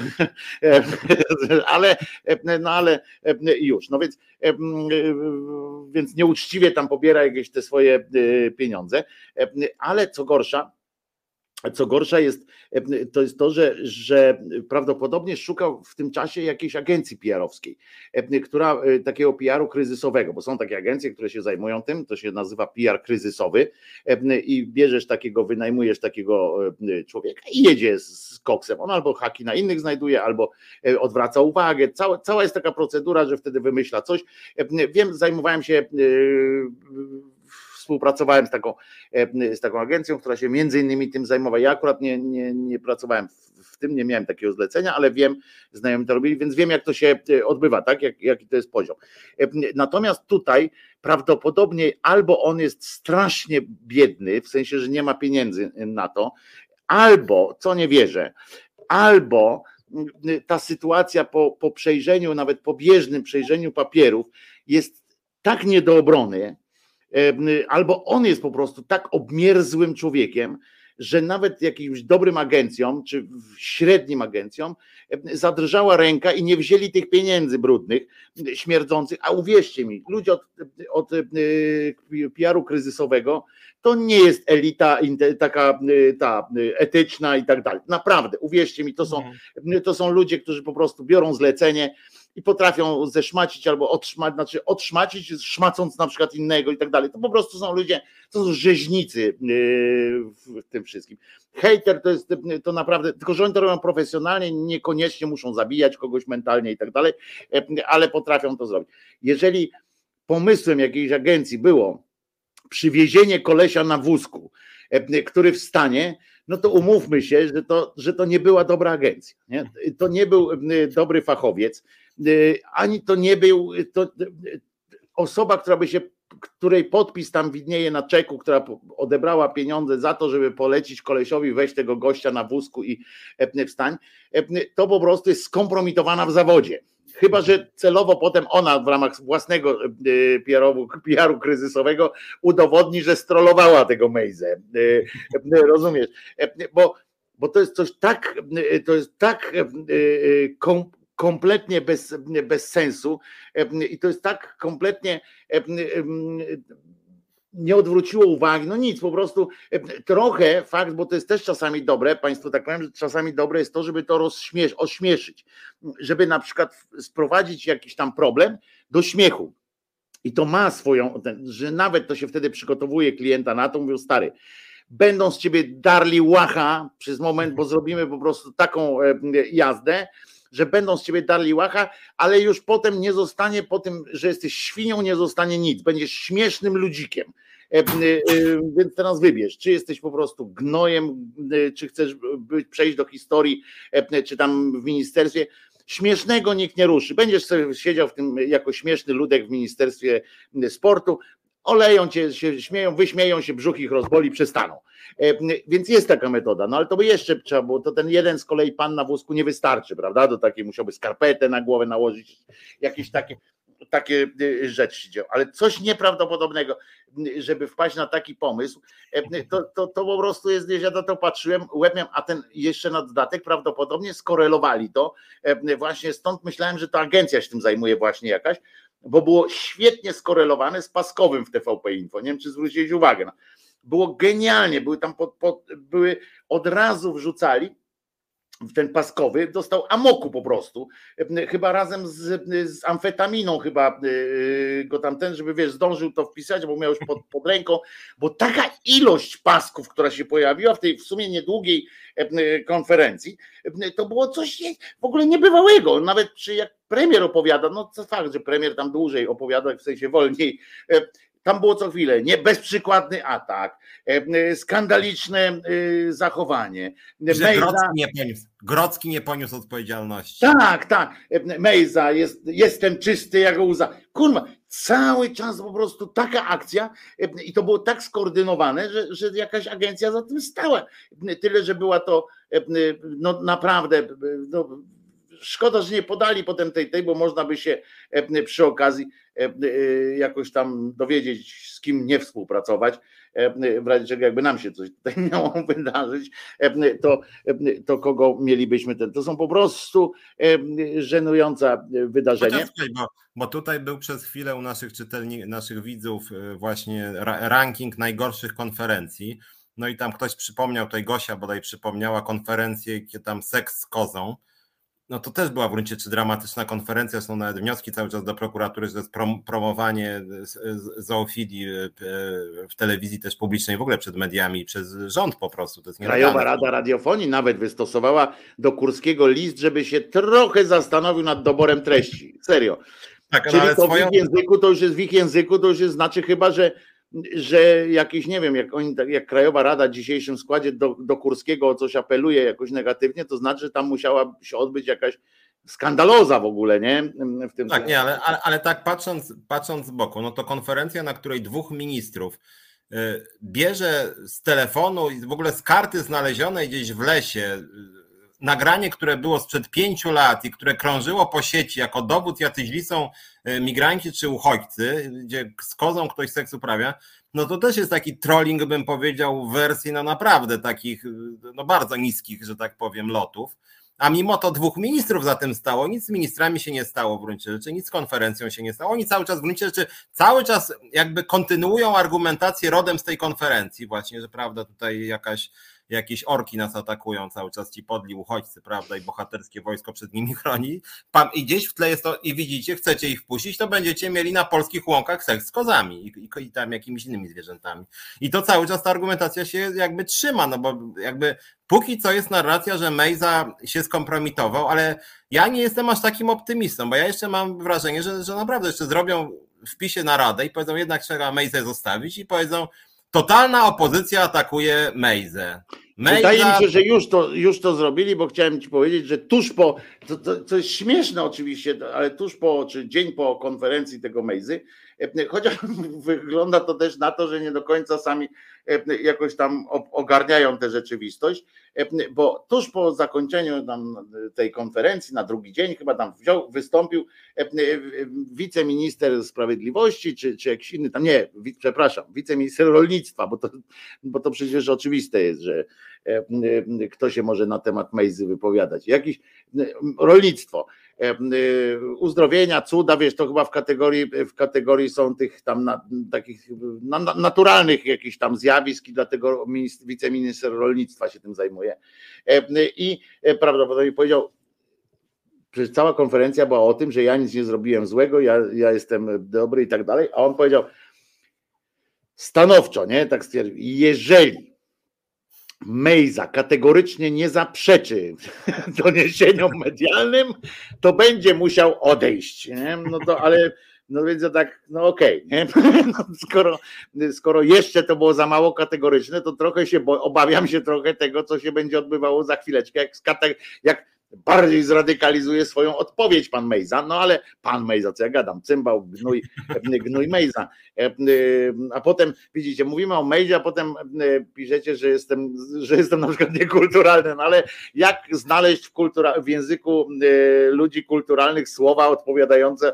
ale, no ale już, no więc, więc nieuczciwie tam pobiera jakieś te swoje pieniądze, ale co gorsza, Co gorsza jest, to jest to, że, że prawdopodobnie szukał w tym czasie jakiejś agencji P R-owskiej, która takiego P R-u kryzysowego, bo są takie agencje, które się zajmują tym, to się nazywa P R kryzysowy i bierzesz takiego, wynajmujesz takiego człowieka i jedzie z koksem. On albo haki na innych znajduje, albo odwraca uwagę. Cała, cała jest taka procedura, że wtedy wymyśla coś. Wiem, zajmowałem się współpracowałem z taką, z taką agencją, która się między innymi tym zajmowała. Ja akurat nie, nie, nie pracowałem w, w tym, nie miałem takiego zlecenia, ale wiem, znajomi to robili, więc wiem, jak to się odbywa, tak? Jak, jaki to jest poziom. Natomiast tutaj prawdopodobnie albo on jest strasznie biedny, w sensie, że nie ma pieniędzy na to, albo, co nie wierzę, albo ta sytuacja po, po przejrzeniu, nawet pobieżnym przejrzeniu papierów jest tak nie do obrony, albo on jest po prostu tak obmierzłym człowiekiem, że nawet jakimś dobrym agencjom, czy średnim agencjom zadrżała ręka i nie wzięli tych pieniędzy brudnych, śmierdzących, a uwierzcie mi, ludzie od, od P R-u kryzysowego to nie jest elita taka ta etyczna i tak dalej. Naprawdę, uwierzcie mi, to są, to są ludzie, którzy po prostu biorą zlecenie i potrafią zeszmacić albo odszmacić, znaczy odszmacić, szmacąc na przykład innego i tak dalej. To po prostu są ludzie, to są rzeźnicy w tym wszystkim. Hejter to jest to naprawdę, tylko że oni to robią profesjonalnie, niekoniecznie muszą zabijać kogoś mentalnie i tak dalej, ale potrafią to zrobić. Jeżeli pomysłem jakiejś agencji było przywiezienie kolesia na wózku, który wstanie, no to umówmy się, że to, że to nie była dobra agencja. Nie? To nie był dobry fachowiec, ani to nie był to osoba, która by się, której podpis tam widnieje na czeku, która odebrała pieniądze za to, żeby polecić kolesiowi, weź tego gościa na wózku i wstań, to po prostu jest skompromitowana w zawodzie. Chyba że celowo potem ona w ramach własnego P R-u kryzysowego udowodni, że strollowała tego Mejzę. Rozumiesz? Bo, bo to jest coś tak, to jest tak kom, kompletnie bez, bez sensu i to jest tak kompletnie nie odwróciło uwagi, no nic, po prostu trochę fakt, bo to jest też czasami dobre, państwo tak powiem, że czasami dobre jest to, żeby to rozśmiesz, ośmieszyć, żeby na przykład sprowadzić jakiś tam problem do śmiechu. I to ma swoją, że nawet to się wtedy przygotowuje klienta na to, mówią, stary, będą z ciebie darli łacha przez moment, bo zrobimy po prostu taką jazdę, że będą z ciebie darli łacha, ale już potem nie zostanie, po tym, że jesteś świnią, nie zostanie nic. Będziesz śmiesznym ludzikiem. Więc teraz wybierz, czy jesteś po prostu gnojem, czy chcesz przejść do historii, czy tam w ministerstwie. Śmiesznego nikt nie ruszy. Będziesz sobie siedział w tym jako śmieszny ludek w Ministerstwie Sportu, oleją cię, się śmieją, wyśmieją się, brzuch ich rozboli, przestaną. Więc jest taka metoda, no ale to by jeszcze trzeba było, to ten jeden z kolei pan na wózku nie wystarczy, prawda? Do takiej musiałby skarpetę na głowę nałożyć, jakieś takie, takie rzeczy się dzieją, ale coś nieprawdopodobnego, żeby wpaść na taki pomysł, to, to, to po prostu jest, ja na to patrzyłem, łeb miałem, a ten jeszcze na dodatek prawdopodobnie skorelowali to, właśnie stąd myślałem, że to agencja się tym zajmuje właśnie jakaś, bo było świetnie skorelowane z Paskowym w T V P Info, nie wiem, czy zwróciłeś uwagę, no. Było genialnie, były tam pod, pod, były od razu wrzucali w ten Paskowy, dostał amoku po prostu, chyba razem z, z amfetaminą chyba go tamten, żeby wiesz, zdążył to wpisać, bo miał już pod, pod ręką, bo taka ilość pasków, która się pojawiła w tej w sumie niedługiej konferencji, to było coś w ogóle niebywałego, nawet czy jak premier opowiada, no co fakt, że premier tam dłużej opowiada, w sensie wolniej, tam było co chwilę, nie bezprzykładny atak, skandaliczne zachowanie. Że Mejza, Grodzki, nie poniósł, Grodzki nie poniósł odpowiedzialności. Tak, tak. Mejza, jest, jestem czysty jak łza. Kurwa, cały czas po prostu taka akcja i to było tak skoordynowane, że, że jakaś agencja za tym stała. Tyle, że była to no naprawdę... No, szkoda, że nie podali potem tej, tej, bo można by się przy okazji jakoś tam dowiedzieć, z kim nie współpracować, w razie czego jakby nam się coś tutaj miało wydarzyć, to, to kogo mielibyśmy ten. To są po prostu żenujące wydarzenia. Bo, bo tutaj był przez chwilę u naszych czytelników, naszych widzów właśnie ranking najgorszych konferencji. no i tam ktoś przypomniał, tutaj Gosia bodaj przypomniała konferencję, gdzie tam seks z kozą, no to też była w gruncie czy dramatyczna konferencja, są nawet wnioski cały czas do prokuratury, że to jest prom- promowanie zoofilii w telewizji też publicznej, w ogóle przed mediami, przez rząd po prostu. To jest Krajowa Rada Radiofonii nawet wystosowała do Kurskiego list, żeby się trochę zastanowił nad doborem treści. Serio. Tak, no Czyli ale to swoją... w ich języku, to już jest w ich języku, to już jest, znaczy chyba, że że jakiś, nie wiem, jak oni, jak Krajowa Rada w dzisiejszym składzie do, do Kurskiego o coś apeluje jakoś negatywnie, to znaczy, że tam musiała się odbyć jakaś skandaloza w ogóle, nie? W tym tak, nie, ale, ale, ale tak patrząc, patrząc z boku, no to konferencja, na której dwóch ministrów y, bierze z telefonu i w ogóle z karty znalezionej gdzieś w lesie y, nagranie, które było sprzed pięciu lat i które krążyło po sieci jako dowód, jacyś źli są migranci czy uchodźcy, gdzie z kozą ktoś seks uprawia, no to też jest taki trolling, bym powiedział, w wersji no naprawdę takich no bardzo niskich, że tak powiem, lotów. A mimo to dwóch ministrów za tym stało, nic z ministrami się nie stało w gruncie rzeczy, nic z konferencją się nie stało. Oni cały czas w gruncie rzeczy, cały czas jakby kontynuują argumentację rodem z tej konferencji właśnie, że prawda, tutaj jakaś jakieś orki nas atakują cały czas, ci podli uchodźcy, prawda, i bohaterskie wojsko przed nimi chroni. Pan, i gdzieś w tle jest to, i widzicie, chcecie ich wpuścić, to będziecie mieli na polskich łąkach seks z kozami i, i, i tam jakimiś innymi zwierzętami. I to cały czas ta argumentacja się jakby trzyma, no bo jakby póki co jest narracja, że Mejza się skompromitował, ale ja nie jestem aż takim optymistą, bo ja jeszcze mam wrażenie, że, że naprawdę jeszcze zrobią wpisie na radę i powiedzą, jednak trzeba Mejzę zostawić i powiedzą, totalna opozycja atakuje Mejzę. Mejza... Wydaje mi się, że już to, już to zrobili, bo chciałem ci powiedzieć, że tuż po, to, to, to jest śmieszne oczywiście, ale tuż po, czy dzień po konferencji tego Mejzy, chociaż wygląda to też na to, że nie do końca sami jakoś tam ogarniają tę rzeczywistość, bo tuż po zakończeniu tam tej konferencji, na drugi dzień chyba tam wziął, wystąpił wiceminister sprawiedliwości, czy, czy jakiś inny, tam nie, przepraszam, wiceminister rolnictwa, bo to, bo to przecież oczywiste jest, że kto się może na temat Mejzy wypowiadać. Jakiś rolnictwo, uzdrowienia, cuda, wiesz, to chyba w kategorii, w kategorii są tych tam na, takich na, naturalnych jakichś tam zjawisk i dlatego minister, wiceminister rolnictwa się tym zajmuje. I prawdopodobnie powiedział, że cała konferencja była o tym, że ja nic nie zrobiłem złego, ja, ja jestem dobry i tak dalej, a on powiedział stanowczo, nie, tak stwierdził, jeżeli Mejza kategorycznie nie zaprzeczy doniesieniom medialnym, to będzie musiał odejść. Nie? No to ale, no więc to tak, no okej, okay, no skoro, skoro jeszcze to było za mało kategoryczne, to trochę się, bo obawiam się trochę tego, co się będzie odbywało za chwileczkę, jak, jak bardziej zradykalizuje swoją odpowiedź pan Mejza, no ale pan Mejza, co ja gadam, cymbał, gnój, gnój Mejza. A potem, widzicie, mówimy o Mejzie, a potem piszecie, że jestem, że jestem na przykład niekulturalny, no ale jak znaleźć w, kultura, w języku ludzi kulturalnych słowa odpowiadające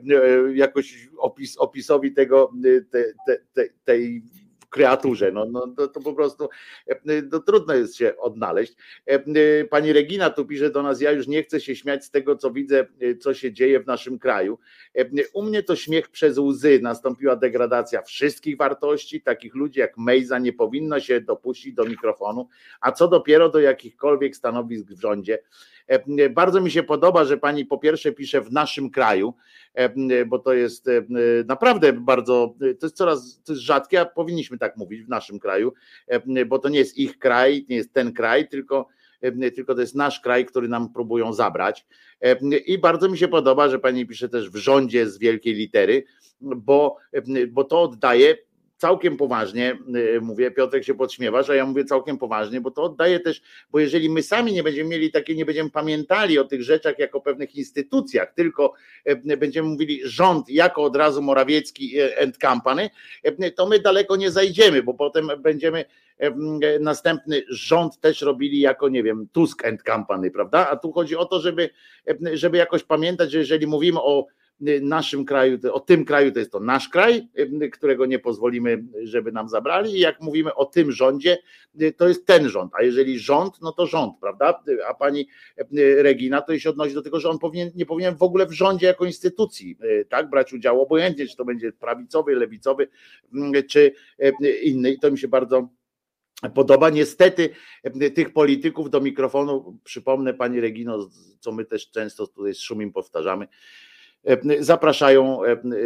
jakoś opis, opisowi tego, te, te, te, tej kreaturze, no, no to, to po prostu to trudno jest się odnaleźć. Pani Regina tu pisze do nas, ja już nie chcę się śmiać z tego, co widzę, co się dzieje w naszym kraju. U mnie to śmiech przez łzy, nastąpiła degradacja wszystkich wartości, takich ludzi jak Mejza nie powinno się dopuścić do mikrofonu, a co dopiero do jakichkolwiek stanowisk w rządzie. Bardzo mi się podoba, że pani po pierwsze pisze w naszym kraju, bo to jest naprawdę bardzo, to jest coraz to jest rzadkie, a powinniśmy tak mówić w naszym kraju, bo to nie jest ich kraj, nie jest ten kraj, tylko, tylko to jest nasz kraj, który nam próbują zabrać. I bardzo mi się podoba, że pani pisze też w rządzie z wielkiej litery, bo, bo to oddaje całkiem poważnie, mówię, Piotrek się podśmiewasz, a ja mówię całkiem poważnie, bo to oddaje też, bo jeżeli my sami nie będziemy mieli takiej, nie będziemy pamiętali o tych rzeczach jako pewnych instytucjach, tylko będziemy mówili rząd jako od razu Morawiecki and company, to my daleko nie zajdziemy, bo potem będziemy następny rząd też robili jako, nie wiem, Tusk and company, prawda? A tu chodzi o to, żeby, żeby jakoś pamiętać, że jeżeli mówimy o naszym kraju, o tym kraju, to jest to nasz kraj, którego nie pozwolimy, żeby nam zabrali, i jak mówimy o tym rządzie, to jest ten rząd, a jeżeli rząd, no to rząd, prawda? A pani Regina to się odnosi do tego, że on powinien, nie powinien w ogóle w rządzie jako instytucji, tak, brać udziału, obojętnie, czy to będzie prawicowy, lewicowy, czy inny, i to mi się bardzo podoba. Niestety tych polityków do mikrofonu, przypomnę pani Regino, co my też często tutaj z Szumim powtarzamy, zapraszają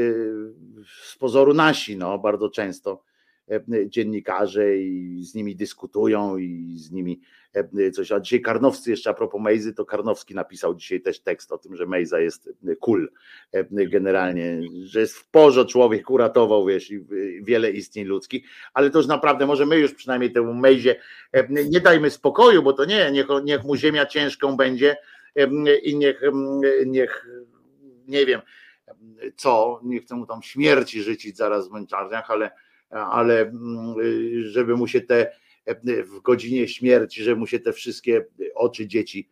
z pozoru nasi, no bardzo często dziennikarze i z nimi dyskutują i z nimi coś, a dzisiaj Karnowscy jeszcze a propos Mejzy, to Karnowski napisał dzisiaj też tekst o tym, że Mejza jest cool generalnie, że jest w porze człowiek, uratował, wiesz, wiele istnień ludzkich, ale to już naprawdę, może my już przynajmniej temu Mejzie nie dajmy spokoju, bo to nie, niech, niech mu ziemia ciężką będzie i niech, niech nie wiem co, nie chcę mu tam śmierci życzyć zaraz w męczarniach, ale ale żeby mu się te w godzinie śmierci, żeby mu się te wszystkie oczy dzieci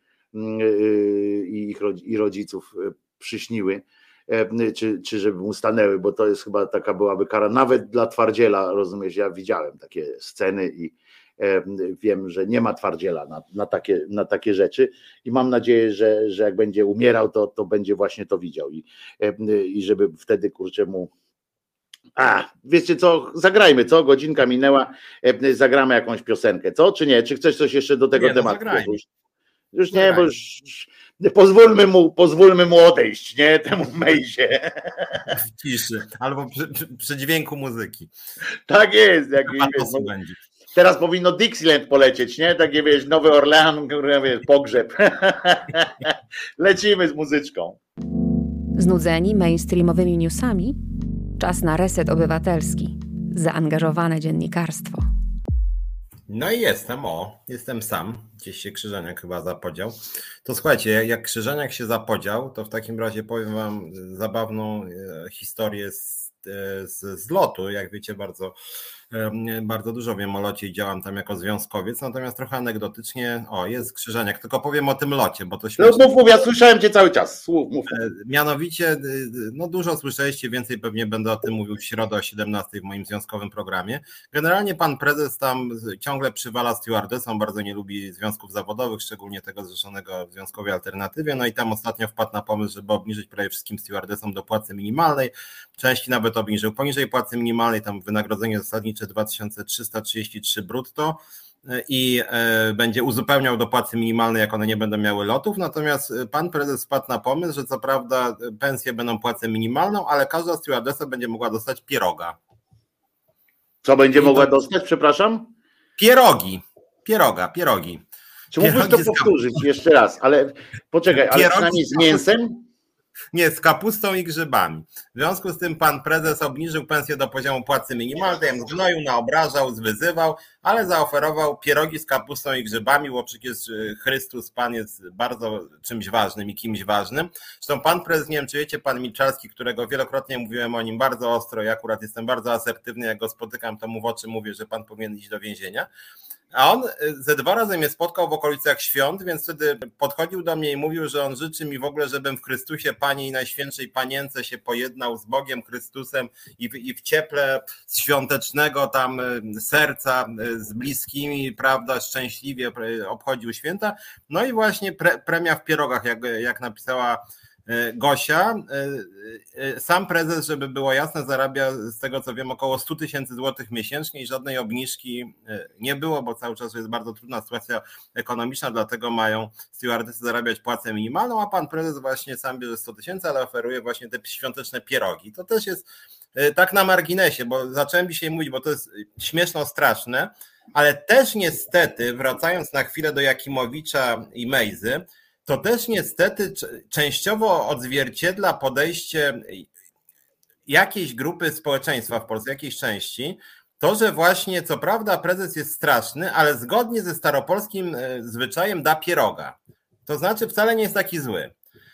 i ich i rodziców przyśniły, czy, czy żeby mu stanęły, bo to jest chyba taka byłaby kara nawet dla twardziela, rozumiesz, ja widziałem takie sceny i wiem, że nie ma twardziela na, na, takie, na takie rzeczy i mam nadzieję, że, że jak będzie umierał, to, to będzie właśnie to widział i, i żeby wtedy kurczę mu A, wiecie co, zagrajmy, co? Godzinka minęła, zagramy jakąś piosenkę, co? Czy nie? Czy chcesz coś jeszcze do tego nie, tematu? No już, już nie, bo już, pozwólmy mu, pozwólmy mu odejść, nie? Temu Mejzie. W ciszy, albo przy, przy, przy dźwięku muzyki. Tak jest. Jak, wiesz, no, będzie. Teraz powinno Dixieland polecieć, nie? Takie wiesz, Nowy Orlean, wiesz, pogrzeb. Lecimy z muzyczką. Znudzeni mainstreamowymi newsami? Czas na reset obywatelski. Zaangażowane dziennikarstwo. No i jestem, o, jestem sam. Gdzieś się Krzyżaniak chyba zapodział. To słuchajcie, jak Krzyżaniak się zapodział, to w takim razie powiem wam zabawną historię z, z, z lotu. Jak wiecie, bardzo, bardzo dużo wiem o locie i działam tam jako związkowiec, natomiast trochę anegdotycznie, o, jest Krzyżaniak, tylko powiem o tym locie, bo to śmieszne. No mów, mów, ja słyszałem cię cały czas. Mów. Mianowicie, no dużo słyszeliście, więcej pewnie będę o tym mówił w środę o siedemnastej w moim związkowym programie. Generalnie pan prezes tam ciągle przywala stewardesom, bardzo nie lubi związków zawodowych, szczególnie tego zrzeszonego w Związkowej Alternatywie, no i tam ostatnio wpadł na pomysł, żeby obniżyć prawie wszystkim stewardesom do płacy minimalnej, części nawet obniżył poniżej płacy minimalnej, tam wynagrodzenie zasadnicze dwa tysiące trzysta trzydzieści trzy brutto i będzie uzupełniał do płacy minimalnej, jak one nie będą miały lotów, natomiast pan prezes wpadł na pomysł, że co prawda pensje będą płacą minimalną, ale każda stewardessa będzie mogła dostać pieroga. Co będzie I mogła to... dostać, przepraszam? Pierogi, pieroga, pierogi. Czy mógłbyś to powtórzyć jeszcze raz, ale poczekaj, ale pierogi przynajmniej z mięsem? Nie, z kapustą i grzybami. W związku z tym pan prezes obniżył pensję do poziomu płacy minimalnej, zgnoił, naobrażał, zwyzywał, ale zaoferował pierogi z kapustą i grzybami, bo przecież Chrystus, Pan jest bardzo czymś ważnym i kimś ważnym. Zresztą pan prezes, nie wiem czy wiecie, pan Milczarski, którego wielokrotnie mówiłem o nim bardzo ostro, ja akurat jestem bardzo asertywny, jak go spotykam, to mu w oczy mówię, że pan powinien iść do więzienia. A on ze dwa razy mnie spotkał w okolicach świąt, więc wtedy podchodził do mnie i mówił, że on życzy mi w ogóle, żebym w Chrystusie Panie i Najświętszej Panience się pojednał z Bogiem Chrystusem i w, i w cieple świątecznego tam serca z bliskimi, prawda, szczęśliwie obchodził święta. No i właśnie pre, premia w pierogach, jak, jak napisała Gosia. Sam prezes, żeby było jasne, zarabia z tego co wiem około sto tysięcy złotych miesięcznie i żadnej obniżki nie było, bo cały czas jest bardzo trudna sytuacja ekonomiczna, dlatego mają stewardesy zarabiać płacę minimalną, a pan prezes właśnie sam bierze sto tysięcy, ale oferuje właśnie te świąteczne pierogi. To też jest tak na marginesie, bo zacząłem dzisiaj mówić, bo to jest śmieszno straszne, ale też niestety, wracając na chwilę do Jakimowicza i Mejzy, to też niestety częściowo odzwierciedla podejście jakiejś grupy społeczeństwa w Polsce, jakiejś części, to, że właśnie co prawda prezes jest straszny, ale zgodnie ze staropolskim zwyczajem da pieroga. To znaczy wcale nie jest taki zły.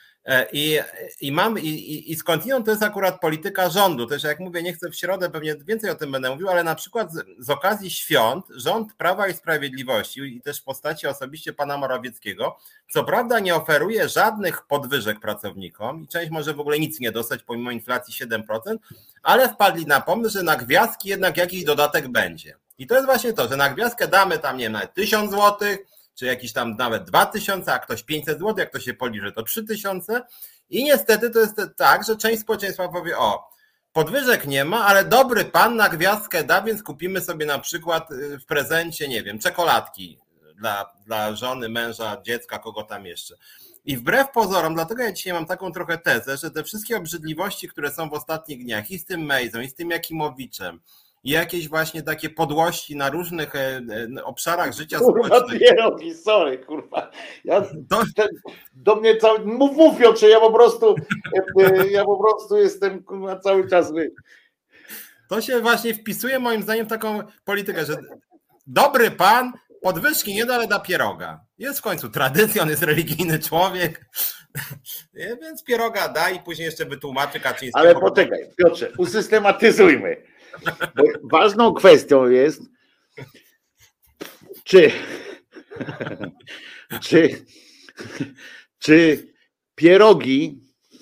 I, i, mam, i, i skądinąd to jest akurat polityka rządu. Też jak mówię, nie chcę w środę, pewnie więcej o tym będę mówił, ale na przykład z, z okazji świąt rząd Prawa i Sprawiedliwości i też w postaci osobiście pana Morawieckiego, co prawda nie oferuje żadnych podwyżek pracownikom i część może w ogóle nic nie dostać pomimo inflacji siedem procent, ale wpadli na pomysł, że na gwiazdki jednak jakiś dodatek będzie. I to jest właśnie to, że na gwiazdkę damy tam nie wiem, nawet tysiąc złotych, czy jakiś tam nawet dwa tysiące, a ktoś pięćset złotych, jak to się policzy, to trzy tysiące. I niestety to jest tak, że część społeczeństwa powie, o, podwyżek nie ma, ale dobry pan na gwiazdkę da, więc kupimy sobie na przykład w prezencie, nie wiem, czekoladki dla, dla żony, męża, dziecka, kogo tam jeszcze. I wbrew pozorom, dlatego ja dzisiaj mam taką trochę tezę, że te wszystkie obrzydliwości, które są w ostatnich dniach i z tym Mejzą, i z tym Jakimowiczem, i jakieś właśnie takie podłości na różnych obszarach życia kurwa, społecznego. pierogi, sorry, kurwa. Ja, ten, do mnie cały, mów, mów Piotrze, ja po prostu ja po prostu jestem kurwa cały czas. To się właśnie wpisuje moim zdaniem w taką politykę, że dobry pan podwyżki nie da, ale da pieroga. Jest w końcu tradycja, on jest religijny człowiek, więc pieroga da i później jeszcze wytłumaczy Kaczyńskiemu. Ale poczekaj, Piotrze, usystematyzujmy. Bo ważną kwestią jest, czy, czy, czy pierogi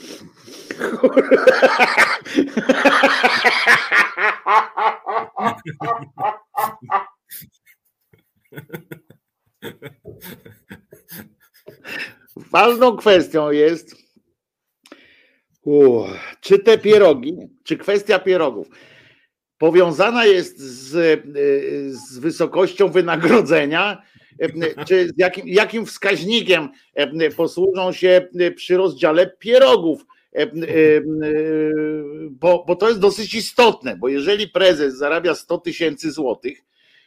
ważną kwestią jest, uh, czy te pierogi, czy kwestia pierogów powiązana jest z, z wysokością wynagrodzenia, czy z jakim, jakim wskaźnikiem posłużą się przy rozdziale pierogów, bo, bo to jest dosyć istotne, bo jeżeli prezes zarabia sto tysięcy złotych,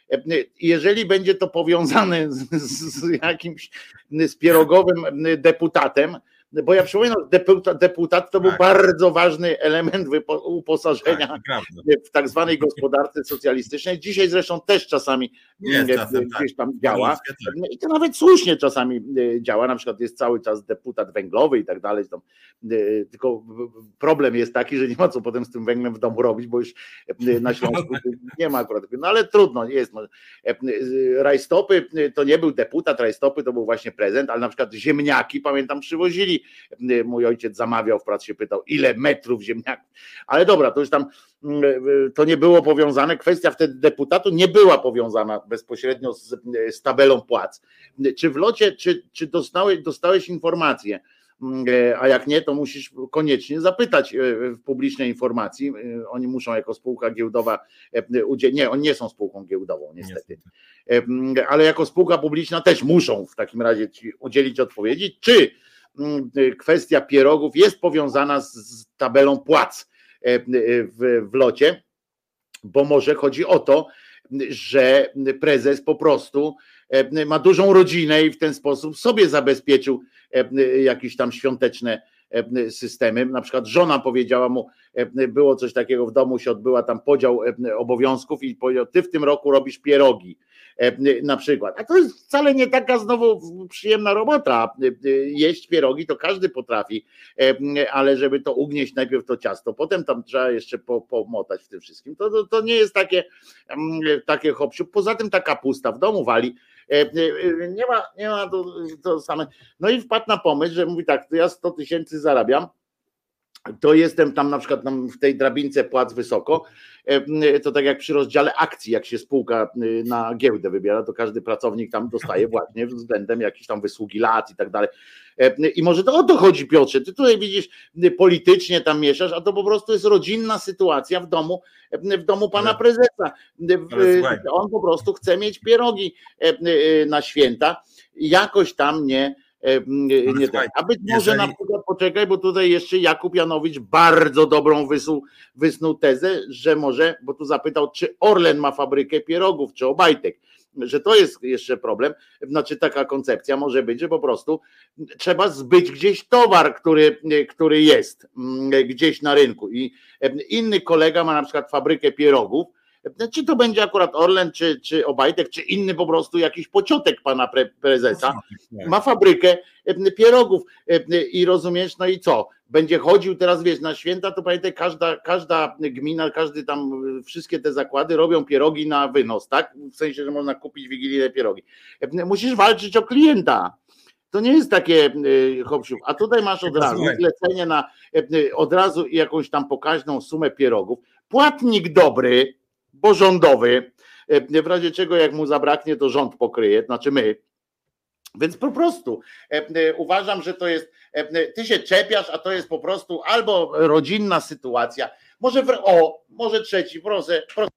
jeżeli będzie to powiązane z, z jakimś z pierogowym deputatem, bo ja przypominam, deputat, deputat to był tak. bardzo ważny element uposażenia tak, w tak zwanej gospodarce socjalistycznej. Dzisiaj zresztą też czasami jest, gdzieś tam tak. działa i to nawet słusznie czasami działa, na przykład jest cały czas deputat węglowy i tak dalej, tylko problem jest taki, że nie ma co potem z tym węglem w domu robić, bo już na Śląsku nie ma akurat, no ale trudno, jest. Rajstopy to nie był deputat, rajstopy to był właśnie prezent, ale na przykład ziemniaki, pamiętam, przywozili. Mój ojciec zamawiał, w pracy się pytał, ile metrów ziemniaków. Ale dobra, to już tam to nie było powiązane. Kwestia wtedy deputatu nie była powiązana bezpośrednio z, z tabelą płac. Czy w locie, czy, czy dostałeś, dostałeś informację, a jak nie, to musisz koniecznie zapytać w publicznej informacji. Oni muszą jako spółka giełdowa udzielić. Nie, oni nie są spółką giełdową, niestety. Ale jako spółka publiczna też muszą w takim razie ci udzielić odpowiedzi, czy kwestia pierogów jest powiązana z, z tabelą płac w, w locie, bo może chodzi o to, że prezes po prostu ma dużą rodzinę i w ten sposób sobie zabezpieczył jakieś tam świąteczne systemy. Na przykład żona powiedziała mu, było coś takiego w domu, się odbyła tam podział obowiązków i powiedział, ty w tym roku robisz pierogi na przykład. A to jest wcale nie taka znowu przyjemna robota. Jeść pierogi to każdy potrafi, ale żeby to ugnieść najpierw to ciasto, potem tam trzeba jeszcze pomotać w tym wszystkim. To, to, to nie jest takie, takie hop-siup. Poza tym ta kapusta w domu wali. Nie ma, nie ma to, to same. No i wpadł na pomysł, że mówi tak, to ja sto tysięcy zarabiam, to jestem tam na przykład tam w tej drabince płac wysoko, to tak jak przy rozdziale akcji, jak się spółka na giełdę wybiera, to każdy pracownik tam dostaje właśnie względem jakichś tam wysługi lat i tak dalej. I może to o to chodzi, Piotrze, ty tutaj widzisz, politycznie tam mieszasz, a to po prostu jest rodzinna sytuacja w domu, w domu pana prezesa. On po prostu chce mieć pierogi na święta, jakoś tam nie Nie tak. A być może jeżeli... na przykład, poczekaj, bo tutaj jeszcze Jakub Janowicz bardzo dobrą wysnuł, wysnuł tezę, że może, bo tu zapytał, czy Orlen ma fabrykę pierogów, czy Obajtek, że to jest jeszcze problem, znaczy taka koncepcja może być, że po prostu trzeba zbyć gdzieś towar, który, który jest gdzieś na rynku i inny kolega ma na przykład fabrykę pierogów, czy to będzie akurat Orlen, czy, czy Obajtek, czy inny po prostu jakiś pociotek pana pre, prezesa, ma fabrykę pierogów i rozumiesz, no i co? Będzie chodził teraz, wiesz, na święta, to pamiętaj, każda, każda gmina, każdy tam, wszystkie te zakłady robią pierogi na wynos, tak? W sensie, że można kupić wigilijne pierogi. Musisz walczyć o klienta. To nie jest takie hop-siup, a tutaj masz od razu zlecenie na od razu jakąś tam pokaźną sumę pierogów. Płatnik dobry, bo rządowy, w razie czego jak mu zabraknie, to rząd pokryje, znaczy my. Więc po prostu uważam, że to jest, ty się czepiasz, a to jest po prostu albo rodzinna sytuacja, Może w, o, może trzeci, proszę, proszę.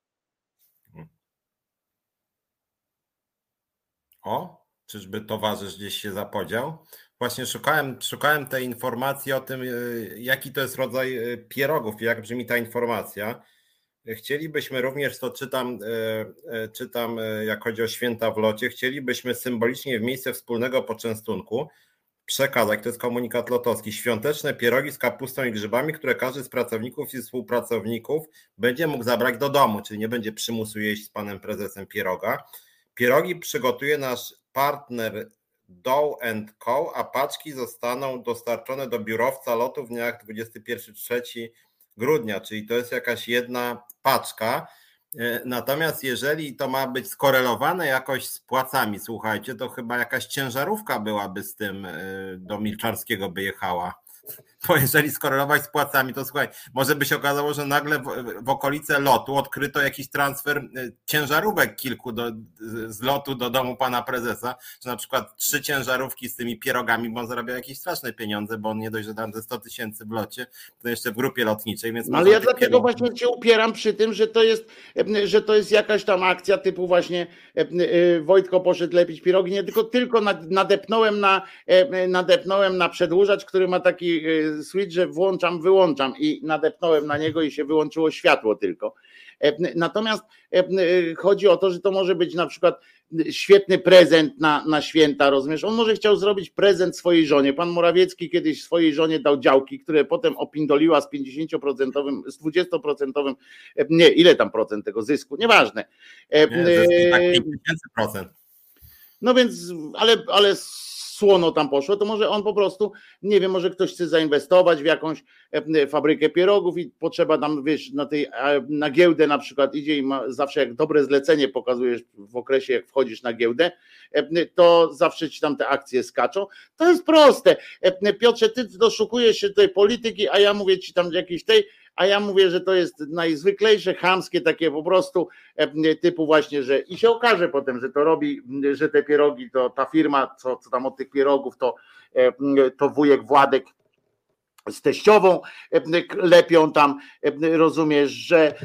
O, czyżby towarzysz gdzieś się zapodział? Właśnie szukałem, szukałem tej informacji o tym, jaki to jest rodzaj pierogów i jak brzmi ta informacja. Chcielibyśmy również, to czytam, czytam, jak chodzi o święta w locie, chcielibyśmy symbolicznie w miejsce wspólnego poczęstunku przekazać, to jest komunikat lotowski, świąteczne pierogi z kapustą i grzybami, które każdy z pracowników i współpracowników będzie mógł zabrać do domu, czyli nie będzie przymusu jeść z panem prezesem pieroga. Pierogi przygotuje nasz partner Dow and Co, a paczki zostaną dostarczone do biurowca lotu w dniach dwudziestego pierwszego do trzeciego grudnia, czyli to jest jakaś jedna paczka. Natomiast jeżeli to ma być skorelowane jakoś z płacami, słuchajcie, to chyba jakaś ciężarówka byłaby z tym do Milczarskiego by jechała. Bo jeżeli skorelować z płacami, to słuchaj, może by się okazało, że nagle w, w okolice lotu odkryto jakiś transfer ciężarówek kilku do, z lotu do domu pana prezesa, że na przykład trzy ciężarówki z tymi pierogami, bo on zarabia jakieś straszne pieniądze, bo on nie dość, że tam te sto tysięcy w locie, to jeszcze w grupie lotniczej. Więc no ale ja dlatego pierogów... właśnie cię upieram przy tym, że to jest, że to jest jakaś tam akcja typu właśnie Wojtko poszedł lepić pierogi, nie tylko, tylko nadepnąłem na, nadepnąłem na przedłużacz, który ma taki switch, że włączam, wyłączam i nadepnąłem na niego i się wyłączyło światło tylko. Natomiast chodzi o to, że to może być na przykład świetny prezent na, na święta, rozumiesz? On może chciał zrobić prezent swojej żonie. Pan Morawiecki kiedyś swojej żonie dał działki, które potem opindoliła z pięćdziesięcioprocentowym, z dwudziestoprocentowym, nie, ile tam procent tego zysku, nieważne. Nie, zysk, tak pięć tysięcy procent. No więc, ale, ale słono tam poszło, to może on po prostu, nie wiem, może ktoś chce zainwestować w jakąś fabrykę pierogów i potrzeba tam, wiesz, na tej, na giełdę na przykład idzie i ma zawsze jak dobre zlecenie pokazujesz w okresie, jak wchodzisz na giełdę, to zawsze ci tam te akcje skaczą. To jest proste. Piotrze, ty doszukujesz się tej polityki, a ja mówię ci tam jakiejś tej, a ja mówię, że to jest najzwyklejsze, chamskie takie po prostu typu właśnie, że i się okaże potem, że to robi, że te pierogi, to ta firma, co, co tam od tych pierogów, to, to wujek Władek z teściową lepią tam, rozumiesz, że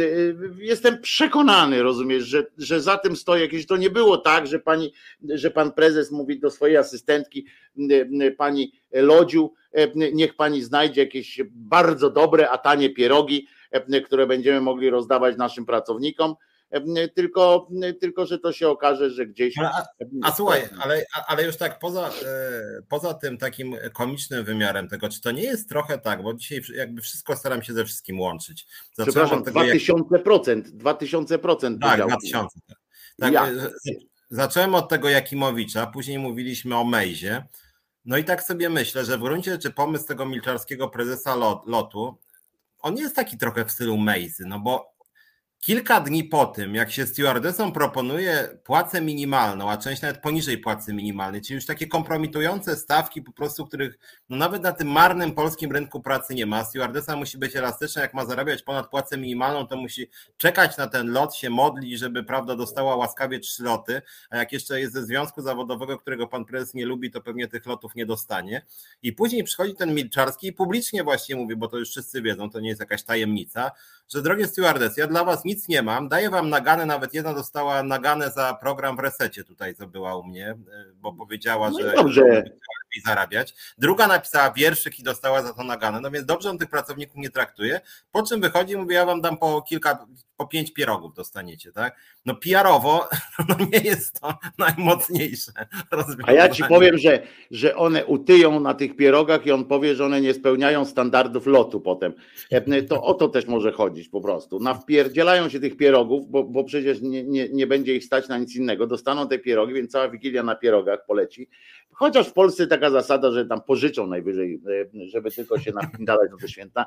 jestem przekonany, rozumiesz, że, że za tym stoi jakieś, to nie było tak, że pani, że pan prezes mówi do swojej asystentki, pani Lodziu, niech pani znajdzie jakieś bardzo dobre, a tanie pierogi, które będziemy mogli rozdawać naszym pracownikom, tylko, tylko że to się okaże, że gdzieś... A, a, a słuchaj, ale, ale już tak poza, poza tym takim komicznym wymiarem tego, czy to nie jest trochę tak, bo dzisiaj jakby wszystko staram się ze wszystkim łączyć. Zacząłem Przepraszam, dwa tysiące procent, dwa tysiące procent. Tak, dwa tysiące. Tak, ja. Zacząłem od tego Jakimowicza, później mówiliśmy o Mejzie. No i tak sobie myślę, że w gruncie rzeczy pomysł tego milczarskiego prezesa lot, lotu, on jest taki trochę w stylu Mejzy, no bo kilka dni po tym, jak się stewardesom proponuje płacę minimalną, a część nawet poniżej płacy minimalnej, czyli już takie kompromitujące stawki po prostu, których no nawet na tym marnym polskim rynku pracy nie ma. Stewardesa musi być elastyczna, jak ma zarabiać ponad płacę minimalną, to musi czekać na ten lot, się modlić, żeby prawda dostała łaskawie trzy loty, a jak jeszcze jest ze związku zawodowego, którego pan prezes nie lubi, to pewnie tych lotów nie dostanie. I później przychodzi ten Milczarski i publicznie właśnie mówi, bo to już wszyscy wiedzą, to nie jest jakaś tajemnica, że drogie stewardesy, ja dla was nic nie mam, daję wam naganę, nawet jedna dostała naganę za program w Resecie tutaj, co była u mnie, bo powiedziała, no że dobrze. lepiej zarabiać. Druga napisała wierszyk i dostała za to naganę, no więc dobrze on tych pracowników nie traktuje, po czym wychodzi i mówi, ja wam dam po kilka, po pięć pierogów dostaniecie, tak? No P R-owo no nie jest to najmocniejsze rozwiązanie. A ja ci powiem, że, że one utyją na tych pierogach i on powie, że one nie spełniają standardów lotu potem. To o to też może chodzić po prostu. Nawpierdzielają się tych pierogów, bo, bo przecież nie, nie, nie będzie ich stać na nic innego. Dostaną te pierogi, więc cała Wigilia na pierogach poleci. Chociaż w Polsce taka zasada, że tam pożyczą najwyżej, żeby tylko się napindalać do te święta.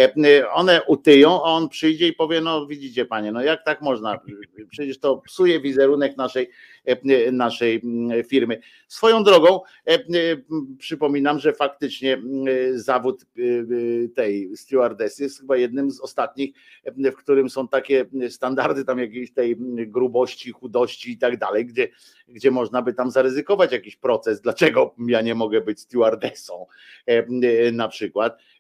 One utyją, a on przyjdzie i powie, no widzicie panie, no jak tak można? Przecież to psuje wizerunek naszej, naszej firmy. Swoją drogą przypominam, że faktycznie zawód tej stewardessy jest chyba jednym z ostatnich, w którym są takie standardy tam jakiejś tej grubości, chudości i tak dalej, gdzie, gdzie można by tam zaryzykować jakiś proces. Dlaczego ja nie mogę być stewardessą na przykład?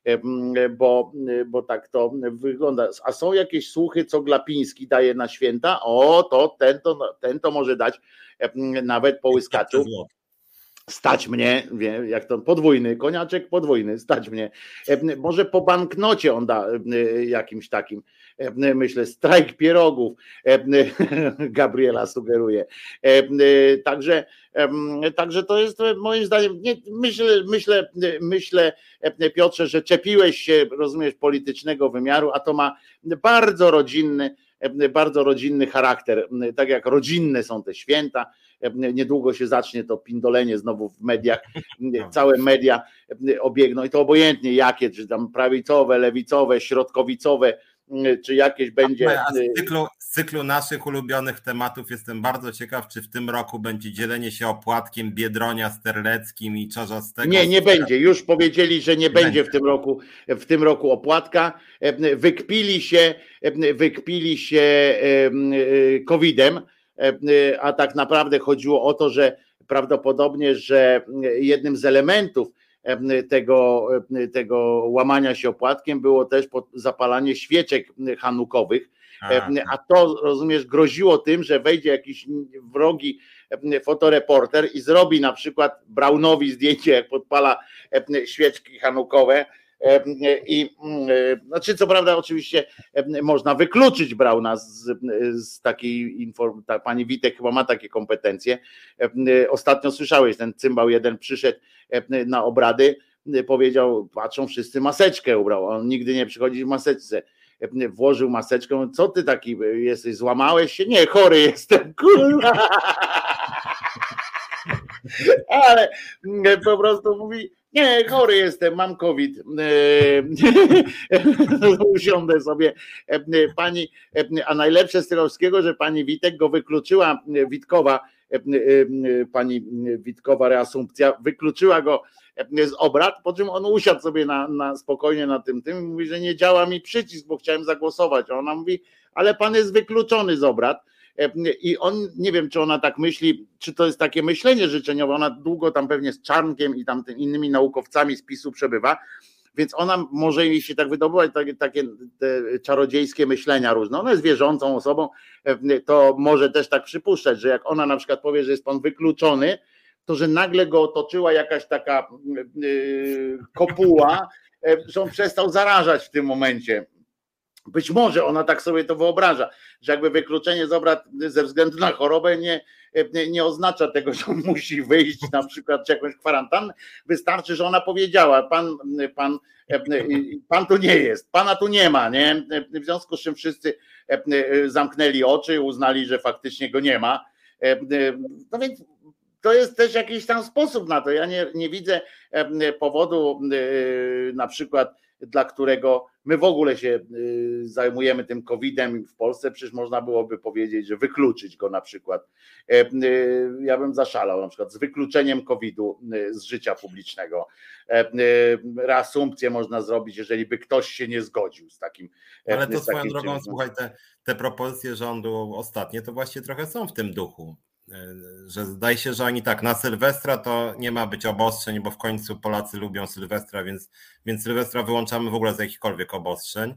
bo, bo tak to wygląda. A są jakieś słuchy, co Glapiński daje na święta? O, to ten to, ten to może dać nawet po łyskaczu. Stać mnie, wie, jak to podwójny, koniaczek podwójny, stać mnie. Może po banknocie on da jakimś takim, myślę, strajk pierogów, Gabriela sugeruje. Także, także to jest moim zdaniem, nie, myślę, myślę, myślę, Piotrze, że czepiłeś się, rozumiesz, politycznego wymiaru, a to ma bardzo rodzinny, bardzo rodzinny charakter, tak jak rodzinne są te święta. Niedługo się zacznie to pindolenie znowu w mediach, całe media obiegną i to obojętnie jakie, czy tam prawicowe, lewicowe, środkowicowe, czy jakieś będzie. A z cyklu, z cyklu naszych ulubionych tematów jestem bardzo ciekaw, czy w tym roku będzie dzielenie się opłatkiem Biedronia z Terleckim i Czarzastego. Nie, nie będzie. Już powiedzieli, że nie będzie w tym roku, w tym roku opłatka. Wykpili się, wykpili się kowidem, a tak naprawdę chodziło o to, że prawdopodobnie, że jednym z elementów tego, tego łamania się opłatkiem było też zapalanie świeczek hanukowych, a, a to, rozumiesz, groziło tym, że wejdzie jakiś wrogi fotoreporter i zrobi na przykład Braunowi zdjęcie, jak podpala świeczki hanukowe. I znaczy, co prawda, oczywiście można wykluczyć Brauna z, z takiej informacji. Ta pani Witek chyba ma takie kompetencje. Ostatnio słyszałeś, ten cymbał jeden przyszedł na obrady, powiedział, patrzą wszyscy, maseczkę ubrał, on nigdy nie przychodzi w maseczce. Włożył maseczkę, co ty taki jesteś, złamałeś się? Nie, chory jestem, kurwa. Ale po prostu mówi, nie, chory jestem, mam COVID. Usiądę sobie. Pani, a najlepsze z tego wszystkiego, że pani Witek go wykluczyła, Witkowa, pani Witkowa reasumpcja, wykluczyła go z obrad, po czym on usiadł sobie na, na spokojnie na tym tym i mówi, że nie działa mi przycisk, bo chciałem zagłosować. A ona mówi, ale pan jest wykluczony z obrad. I on, nie wiem, czy ona tak myśli, czy to jest takie myślenie życzeniowe, ona długo tam pewnie z Czarnkiem i tam innymi naukowcami z PiSu przebywa, więc ona może jej się tak wydobywać takie, takie te czarodziejskie myślenia różne. Ona jest wierzącą osobą, to może też tak przypuszczać, że jak ona na przykład powie, że jest pan wykluczony, to że nagle go otoczyła jakaś taka yy, kopuła, że on przestał zarażać w tym momencie. Być może ona tak sobie to wyobraża, że jakby wykluczenie z obrad ze względu na chorobę nie, nie, nie oznacza tego, że on musi wyjść na przykład czy jakąś kwarantannę. Wystarczy, że ona powiedziała, pan, pan, pan tu nie jest, pana tu nie ma, nie? W związku z czym wszyscy zamknęli oczy i uznali, że faktycznie go nie ma. No więc to jest też jakiś tam sposób na to. Ja nie, nie widzę powodu na przykład, dla którego my w ogóle się zajmujemy tym kowidem w Polsce, przecież można byłoby powiedzieć, że wykluczyć go na przykład. Ja bym zaszalał na przykład z wykluczeniem kowidu z życia publicznego. Reasumpcję można zrobić, jeżeli by ktoś się nie zgodził z takim. Ale to z swoją takim drogą, czymś. słuchaj, te, te propozycje rządu ostatnie to właśnie trochę są w tym duchu. Że zdaje się, że oni tak, na Sylwestra to nie ma być obostrzeń, bo w końcu Polacy lubią Sylwestra, więc, więc Sylwestra wyłączamy w ogóle z jakichkolwiek obostrzeń.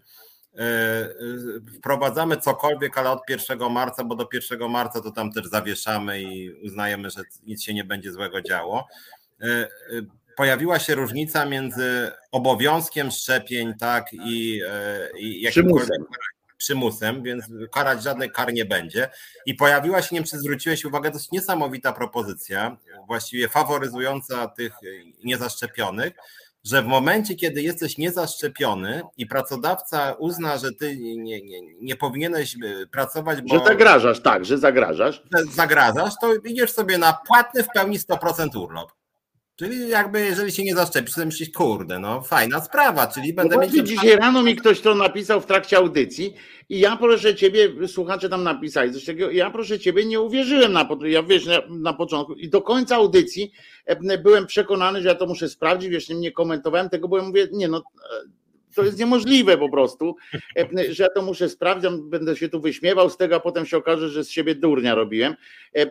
Wprowadzamy cokolwiek, ale od pierwszego marca, bo do pierwszego marca to tam też zawieszamy i uznajemy, że nic się nie będzie złego działo. Pojawiła się różnica między obowiązkiem szczepień, tak, i, i jakimkolwiek przymusem, więc karać żadnych kar nie będzie. I pojawiła się, nie wiem, czy zwróciłeś uwagę, dość niesamowita propozycja, właściwie faworyzująca tych niezaszczepionych, że w momencie, kiedy jesteś niezaszczepiony i pracodawca uzna, że ty nie, nie, nie powinieneś pracować, bo... Że zagrażasz, tak, że zagrażasz. Że zagrażasz, to idziesz sobie na płatny w pełni sto procent urlop. Czyli jakby jeżeli się nie zaszczepisz, to myślisz, kurde, no fajna sprawa, czyli będę no mieć... Dzisiaj rano mi ktoś to napisał w trakcie audycji i ja proszę ciebie, słuchacze tam napisali coś takiego, ja proszę ciebie nie uwierzyłem na, ja wiesz, na, na początku i do końca audycji byłem przekonany, że ja to muszę sprawdzić, wiesz, nie komentowałem tego, bo ja mówię, nie no, to jest niemożliwe po prostu, że ja to muszę sprawdzić, będę się tu wyśmiewał z tego, a potem się okaże, że z siebie durnia robiłem,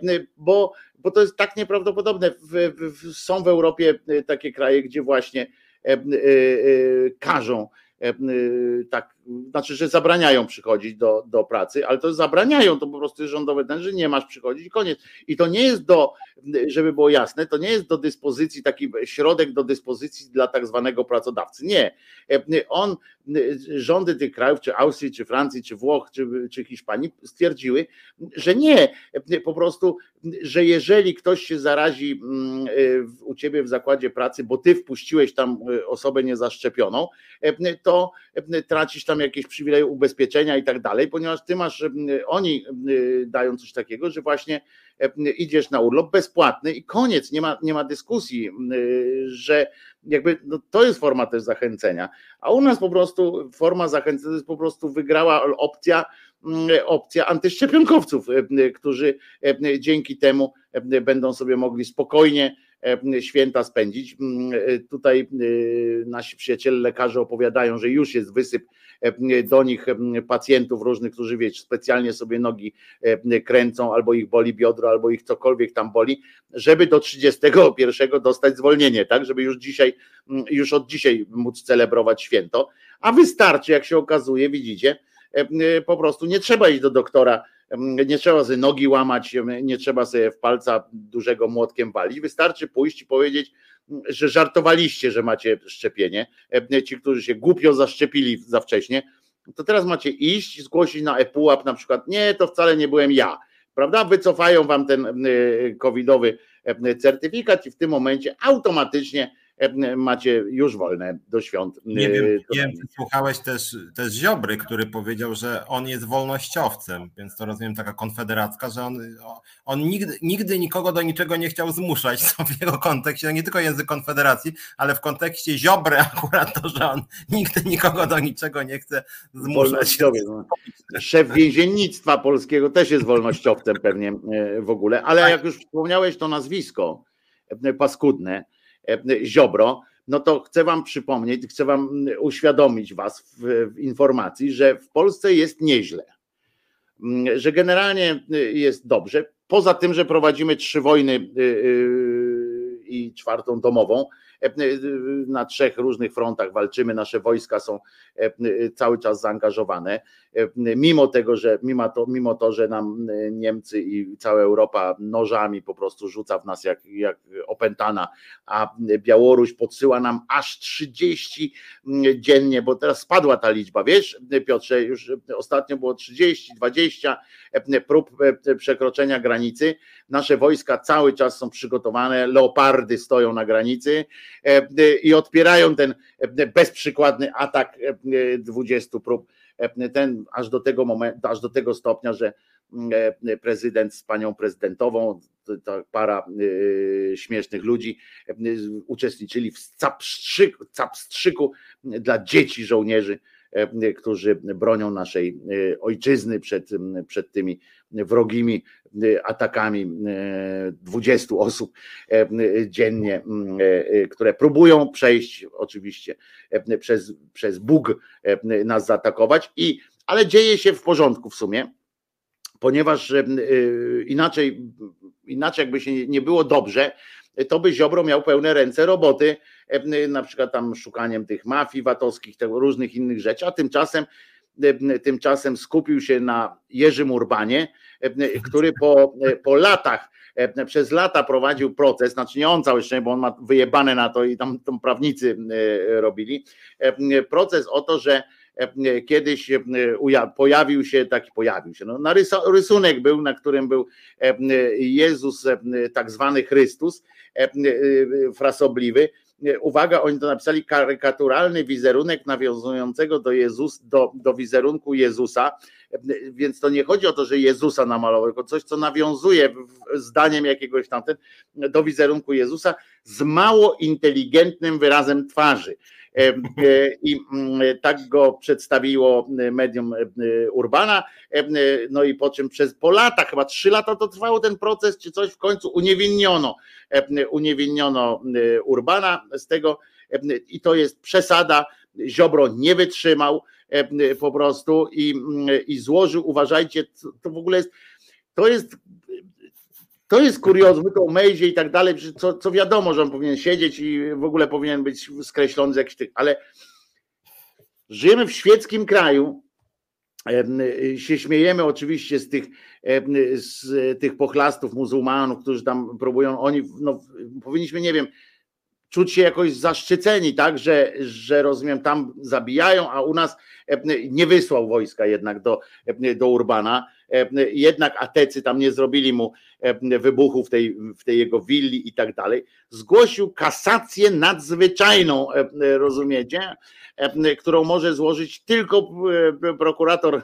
bo, bo to jest tak nieprawdopodobne. W, w, są w Europie takie kraje, gdzie właśnie każą, tak, znaczy, że zabraniają przychodzić do, do pracy, ale to zabraniają, to po prostu jest rządowe ten, że nie masz przychodzić i koniec. I to nie jest do, żeby było jasne, to nie jest do dyspozycji, taki środek do dyspozycji dla tak zwanego pracodawcy. Nie. On, rządy tych krajów, czy Austrii, czy Francji, czy Włoch, czy, czy Hiszpanii stwierdziły, że nie. Po prostu, że jeżeli ktoś się zarazi u ciebie w zakładzie pracy, bo ty wpuściłeś tam osobę niezaszczepioną, to tracisz tam jakieś przywileje, ubezpieczenia i tak dalej, ponieważ ty masz, oni dają coś takiego, że właśnie idziesz na urlop bezpłatny i koniec, nie ma, nie ma dyskusji, że jakby no to jest forma też zachęcenia, a u nas po prostu forma zachęcenia to jest po prostu wygrała opcja, opcja antyszczepionkowców, którzy dzięki temu będą sobie mogli spokojnie święta spędzić. Tutaj nasi przyjaciele lekarze opowiadają, że już jest wysyp do nich pacjentów różnych, którzy wiecie, specjalnie sobie nogi kręcą, albo ich boli biodro, albo ich cokolwiek tam boli, żeby do trzydziestego pierwszego dostać zwolnienie, tak, żeby już dzisiaj, już od dzisiaj móc celebrować święto, a wystarczy, jak się okazuje, widzicie, po prostu nie trzeba iść do doktora, nie trzeba sobie nogi łamać, nie trzeba sobie w palca dużego młotkiem walić, wystarczy pójść i powiedzieć, że żartowaliście, że macie szczepienie, ci, którzy się głupio zaszczepili za wcześnie, to teraz macie iść, zgłosić na ePUAP na przykład, nie, to wcale nie byłem ja, prawda, wycofają wam ten covidowy certyfikat i w tym momencie automatycznie macie już wolne do świąt. Nie wiem, nie wiem, czy słuchałeś też, też Ziobry, który powiedział, że on jest wolnościowcem, więc to rozumiem taka konfederacka, że on, on nigdy, nigdy nikogo do niczego nie chciał zmuszać, co w jego kontekście, nie tylko język konfederacji, ale w kontekście Ziobry akurat to, że on nigdy nikogo do niczego nie chce zmuszać. No. Szef więziennictwa polskiego też jest wolnościowcem pewnie w ogóle, ale jak już wspomniałeś to nazwisko paskudne, Ziobro, no to chcę wam przypomnieć, chcę wam uświadomić was w, w informacji, że w Polsce jest nieźle, że generalnie jest dobrze, poza tym, że prowadzimy trzy wojny i czwartą domową, na trzech różnych frontach walczymy, nasze wojska są cały czas zaangażowane, mimo tego, że mimo to, mimo to, że nam Niemcy i cała Europa nożami po prostu rzuca w nas jak, jak opętana, a Białoruś podsyła nam aż trzydzieści dziennie, bo teraz spadła ta liczba, wiesz, Piotrze, już ostatnio było trzydzieści, dwadzieścia prób przekroczenia granicy, nasze wojska cały czas są przygotowane, leopardy stoją na granicy i odpierają ten bezprzykładny atak dwudziestu prób, ten aż do tego momentu, aż do tego stopnia, że prezydent z panią prezydentową, ta para śmiesznych ludzi uczestniczyli w capstrzyku, capstrzyku dla dzieci żołnierzy, którzy bronią naszej ojczyzny przed, przed tymi wrogimi atakami dwudziestu osób dziennie, które próbują przejść oczywiście przez, przez Bóg nas zaatakować, i, ale dzieje się w porządku w sumie, ponieważ inaczej, inaczej jakby się nie było dobrze, to by Ziobro miał pełne ręce roboty, na przykład tam szukaniem tych mafii VAT-owskich, tego różnych innych rzeczy, a tymczasem tymczasem skupił się na Jerzym Urbanie, który po, po latach, przez lata prowadził proces, znaczy nie on cały szczęście, bo on ma wyjebane na to i tam, tam prawnicy robili, proces o to, że kiedyś pojawił się, taki pojawił się, no, na rysunek był, na którym był Jezus, tak zwany Chrystus, frasobliwy. Uwaga, oni to napisali, karykaturalny wizerunek nawiązującego do Jezus, do, do wizerunku Jezusa, więc to nie chodzi o to, że Jezusa namalował, tylko coś, co nawiązuje zdaniem jakiegoś tamten do wizerunku Jezusa z mało inteligentnym wyrazem twarzy. I tak go przedstawiło medium Urbana, no i po czym przez po latach, chyba trzy lata to trwał ten proces, czy coś, w końcu uniewinniono, uniewinniono Urbana z tego, i to jest przesada. Ziobro nie wytrzymał po prostu i, i złożył, uważajcie, to w ogóle jest, to jest to jest kuriozum, my to o Mejzie i tak dalej, co, co wiadomo, że on powinien siedzieć i w ogóle powinien być skreślony z jakichś tych, ale żyjemy w świeckim kraju, się śmiejemy oczywiście z tych, z tych pochlastów muzułmanów, którzy tam próbują, oni, no, powinniśmy, nie wiem, czuć się jakoś zaszczyceni, tak, że, że rozumiem, tam zabijają, a u nas nie wysłał wojska jednak do, do Urbana, jednak Atecy tam nie zrobili mu wybuchu w tej, w tej jego willi i tak dalej. Zgłosił kasację nadzwyczajną, rozumiecie, którą może złożyć tylko prokurator,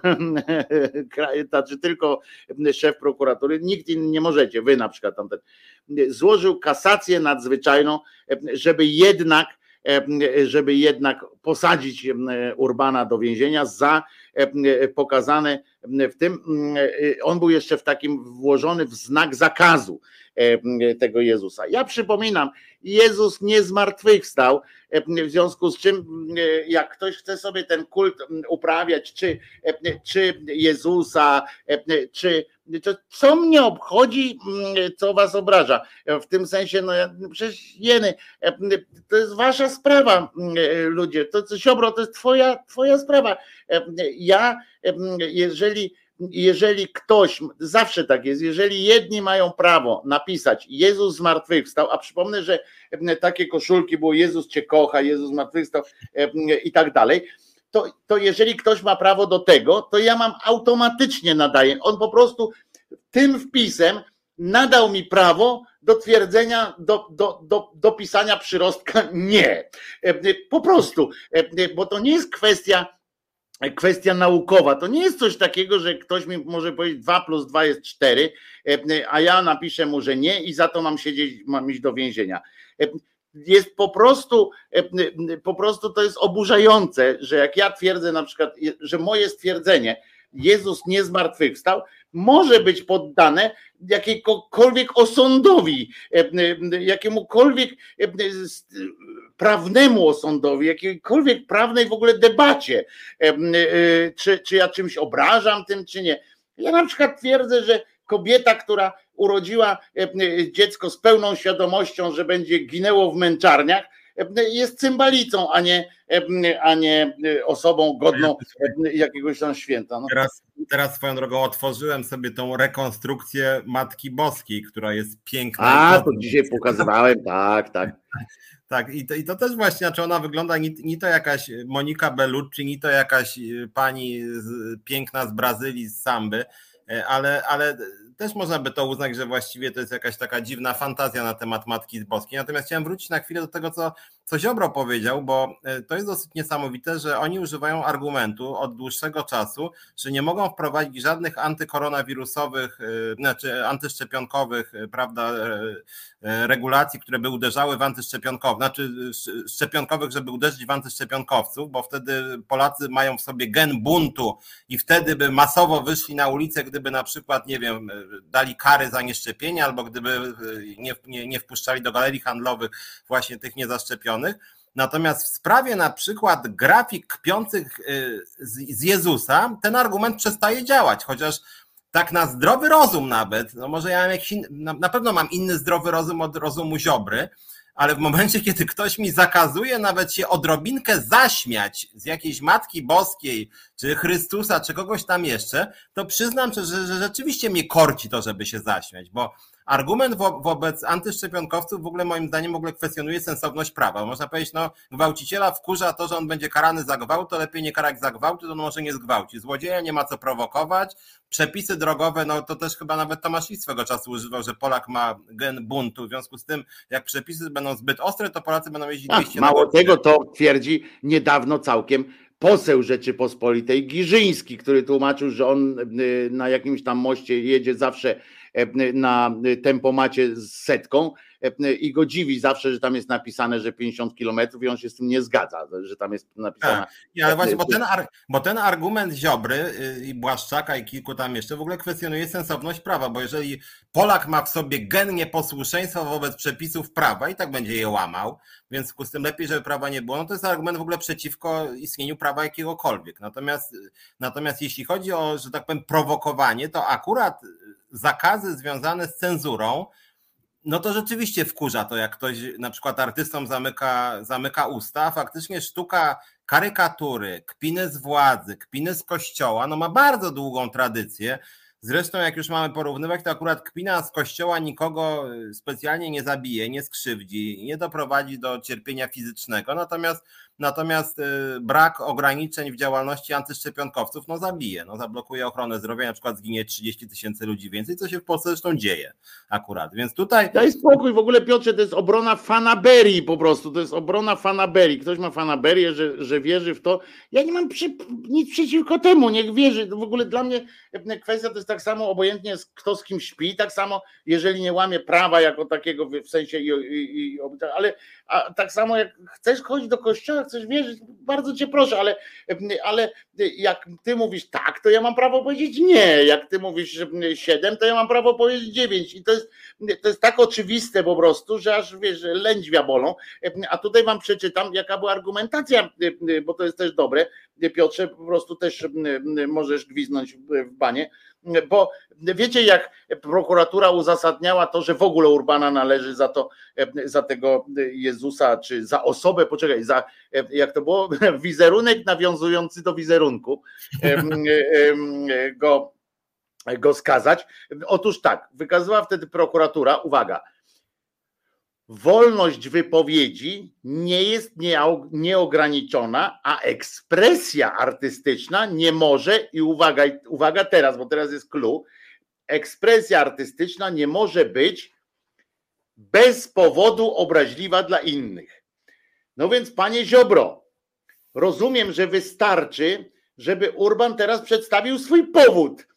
znaczy tylko szef prokuratury, nikt inny nie możecie, wy na przykład tamten. Złożył kasację nadzwyczajną, żeby jednak żeby jednak posadzić Urbana do więzienia za pokazane w tym, on był jeszcze w takim włożony w znak zakazu tego Jezusa. Ja przypominam, Jezus nie zmartwychwstał, w związku z czym jak ktoś chce sobie ten kult uprawiać, czy, czy Jezusa, czy to co mnie obchodzi, co was obraża, w tym sensie, no przecież jeny, to jest wasza sprawa, ludzie, to co Ziobro, to jest twoja, twoja sprawa. Ja, jeżeli Jeżeli ktoś, zawsze tak jest, jeżeli jedni mają prawo napisać Jezus zmartwychwstał, a przypomnę, że takie koszulki było Jezus cię kocha, Jezus zmartwychwstał i tak dalej, to, to jeżeli ktoś ma prawo do tego, to ja mam automatycznie nadaję. On po prostu tym wpisem nadał mi prawo do twierdzenia, do, do, do, do pisania przyrostka nie. Po prostu, bo to nie jest kwestia Kwestia naukowa, to nie jest coś takiego, że ktoś mi może powiedzieć dwa plus dwa jest cztery, a ja napiszę mu, że nie i za to mam siedzieć, mam iść do więzienia. Jest po prostu, po prostu to jest oburzające, że jak ja twierdzę na przykład, że moje stwierdzenie Jezus nie zmartwychwstał, może być poddane jakiemukolwiek osądowi, jakiemukolwiek prawnemu osądowi, jakiejkolwiek prawnej w ogóle debacie, czy, czy ja czymś obrażam tym, czy nie. Ja na przykład twierdzę, że kobieta, która urodziła dziecko z pełną świadomością, że będzie ginęło w męczarniach, jest cymbalicą, a nie, a nie osobą godną jakiegoś tam święta. No. Teraz, teraz swoją drogą otworzyłem sobie tą rekonstrukcję Matki Boskiej, która jest piękna. A, to dzisiaj pokazywałem, tak, tak. Tak, i to, i to też właśnie, znaczy ona wygląda ni, ni to jakaś Monika Bellucci, ni to jakaś pani z, piękna z Brazylii, z samby, ale, ale też można by to uznać, że właściwie to jest jakaś taka dziwna fantazja na temat Matki Boskiej. Natomiast chciałem wrócić na chwilę do tego, co, co Ziobro powiedział, bo to jest dosyć niesamowite, że oni używają argumentu od dłuższego czasu, że nie mogą wprowadzić żadnych antykoronawirusowych, znaczy antyszczepionkowych, prawda, regulacji, które by uderzały w antyszczepionkowych, znaczy szczepionkowych, żeby uderzyć w antyszczepionkowców, bo wtedy Polacy mają w sobie gen buntu i wtedy by masowo wyszli na ulicę, gdyby na przykład, nie wiem, dali kary za nieszczepienie albo gdyby nie, nie, nie wpuszczali do galerii handlowych właśnie tych niezaszczepionych. Natomiast w sprawie na przykład grafik kpiących z, z Jezusa ten argument przestaje działać, chociaż tak na zdrowy rozum nawet, no może ja mam jakiś inny, na, na pewno mam inny zdrowy rozum od rozumu Ziobry, ale w momencie, kiedy ktoś mi zakazuje nawet się odrobinkę zaśmiać z jakiejś Matki Boskiej, czy Chrystusa, czy kogoś tam jeszcze, to przyznam, że, że rzeczywiście mnie korci to, żeby się zaśmiać, bo argument wo, wobec antyszczepionkowców w ogóle moim zdaniem w ogóle kwestionuje sensowność prawa. Można powiedzieć, no gwałciciela wkurza to, że on będzie karany za gwałt, to lepiej nie karać za gwałt, to on może nie zgwałci. Złodzieja nie ma co prowokować, przepisy drogowe, no to też chyba nawet Tomasz Lis swego czasu używał, że Polak ma gen buntu, w związku z tym jak przepisy będą zbyt ostre, to Polacy będą jeździć dwieście. Mało tego, to twierdzi niedawno całkiem poseł Rzeczypospolitej Giżyński, który tłumaczył, że on na jakimś tam moście jedzie zawsze na tempomacie z setką i go dziwi zawsze, że tam jest napisane, że pięćdziesiąt kilometrów i on się z tym nie zgadza, że tam jest napisane. Tak, ale właśnie, bo ten, bo ten argument Ziobry i Błaszczaka i kilku tam jeszcze w ogóle kwestionuje sensowność prawa, bo jeżeli Polak ma w sobie gen nieposłuszeństwa wobec przepisów prawa i tak będzie je łamał, więc z tym lepiej, żeby prawa nie było, no to jest argument w ogóle przeciwko istnieniu prawa jakiegokolwiek. Natomiast, natomiast jeśli chodzi o, że tak powiem, prowokowanie, to akurat zakazy związane z cenzurą, no to rzeczywiście wkurza to, jak ktoś na przykład artystom zamyka, zamyka usta, a faktycznie sztuka karykatury, kpiny z władzy, kpiny z kościoła, no ma bardzo długą tradycję. Zresztą jak już mamy porównywać, to akurat kpina z kościoła nikogo specjalnie nie zabije, nie skrzywdzi, nie doprowadzi do cierpienia fizycznego, natomiast, natomiast brak ograniczeń w działalności antyszczepionkowców no zabije, no zablokuje ochronę zdrowia, na przykład zginie trzydzieści tysięcy ludzi więcej, co się w Polsce zresztą dzieje akurat, więc tutaj... Daj spokój, w ogóle Piotrze, to jest obrona fanaberii po prostu, to jest obrona fanaberii, ktoś ma fanaberię, że, że wierzy w to, ja nie mam przy, nic przeciwko temu, niech wierzy, w ogóle dla mnie kwestia to jest tak samo obojętnie kto z kim śpi, tak samo jeżeli nie łamie prawa jako takiego w sensie, i, i, i, ale a tak samo jak chcesz chodzić do kościoła, chcesz wierzyć, bardzo cię proszę, ale, ale jak ty mówisz tak, to ja mam prawo powiedzieć nie, jak ty mówisz siedem, to ja mam prawo powiedzieć dziewięć i to jest, to jest tak oczywiste po prostu, że aż wiesz, lędźwia bolą, a tutaj wam przeczytam jaka była argumentacja, bo to jest też dobre, Piotrze, po prostu też możesz gwiznąć w banie, bo wiecie jak prokuratura uzasadniała to, że w ogóle Urbana należy za to, za tego Jezusa, czy za osobę, poczekaj, za, jak to było, wizerunek nawiązujący do wizerunku go, go skazać. Otóż tak, wykazywała wtedy prokuratura, uwaga, wolność wypowiedzi nie jest nieograniczona, a ekspresja artystyczna nie może, i uwaga, uwaga teraz, bo teraz jest clue, ekspresja artystyczna nie może być bez powodu obraźliwa dla innych. No więc panie Ziobro, rozumiem, że wystarczy, żeby Urban teraz przedstawił swój powód.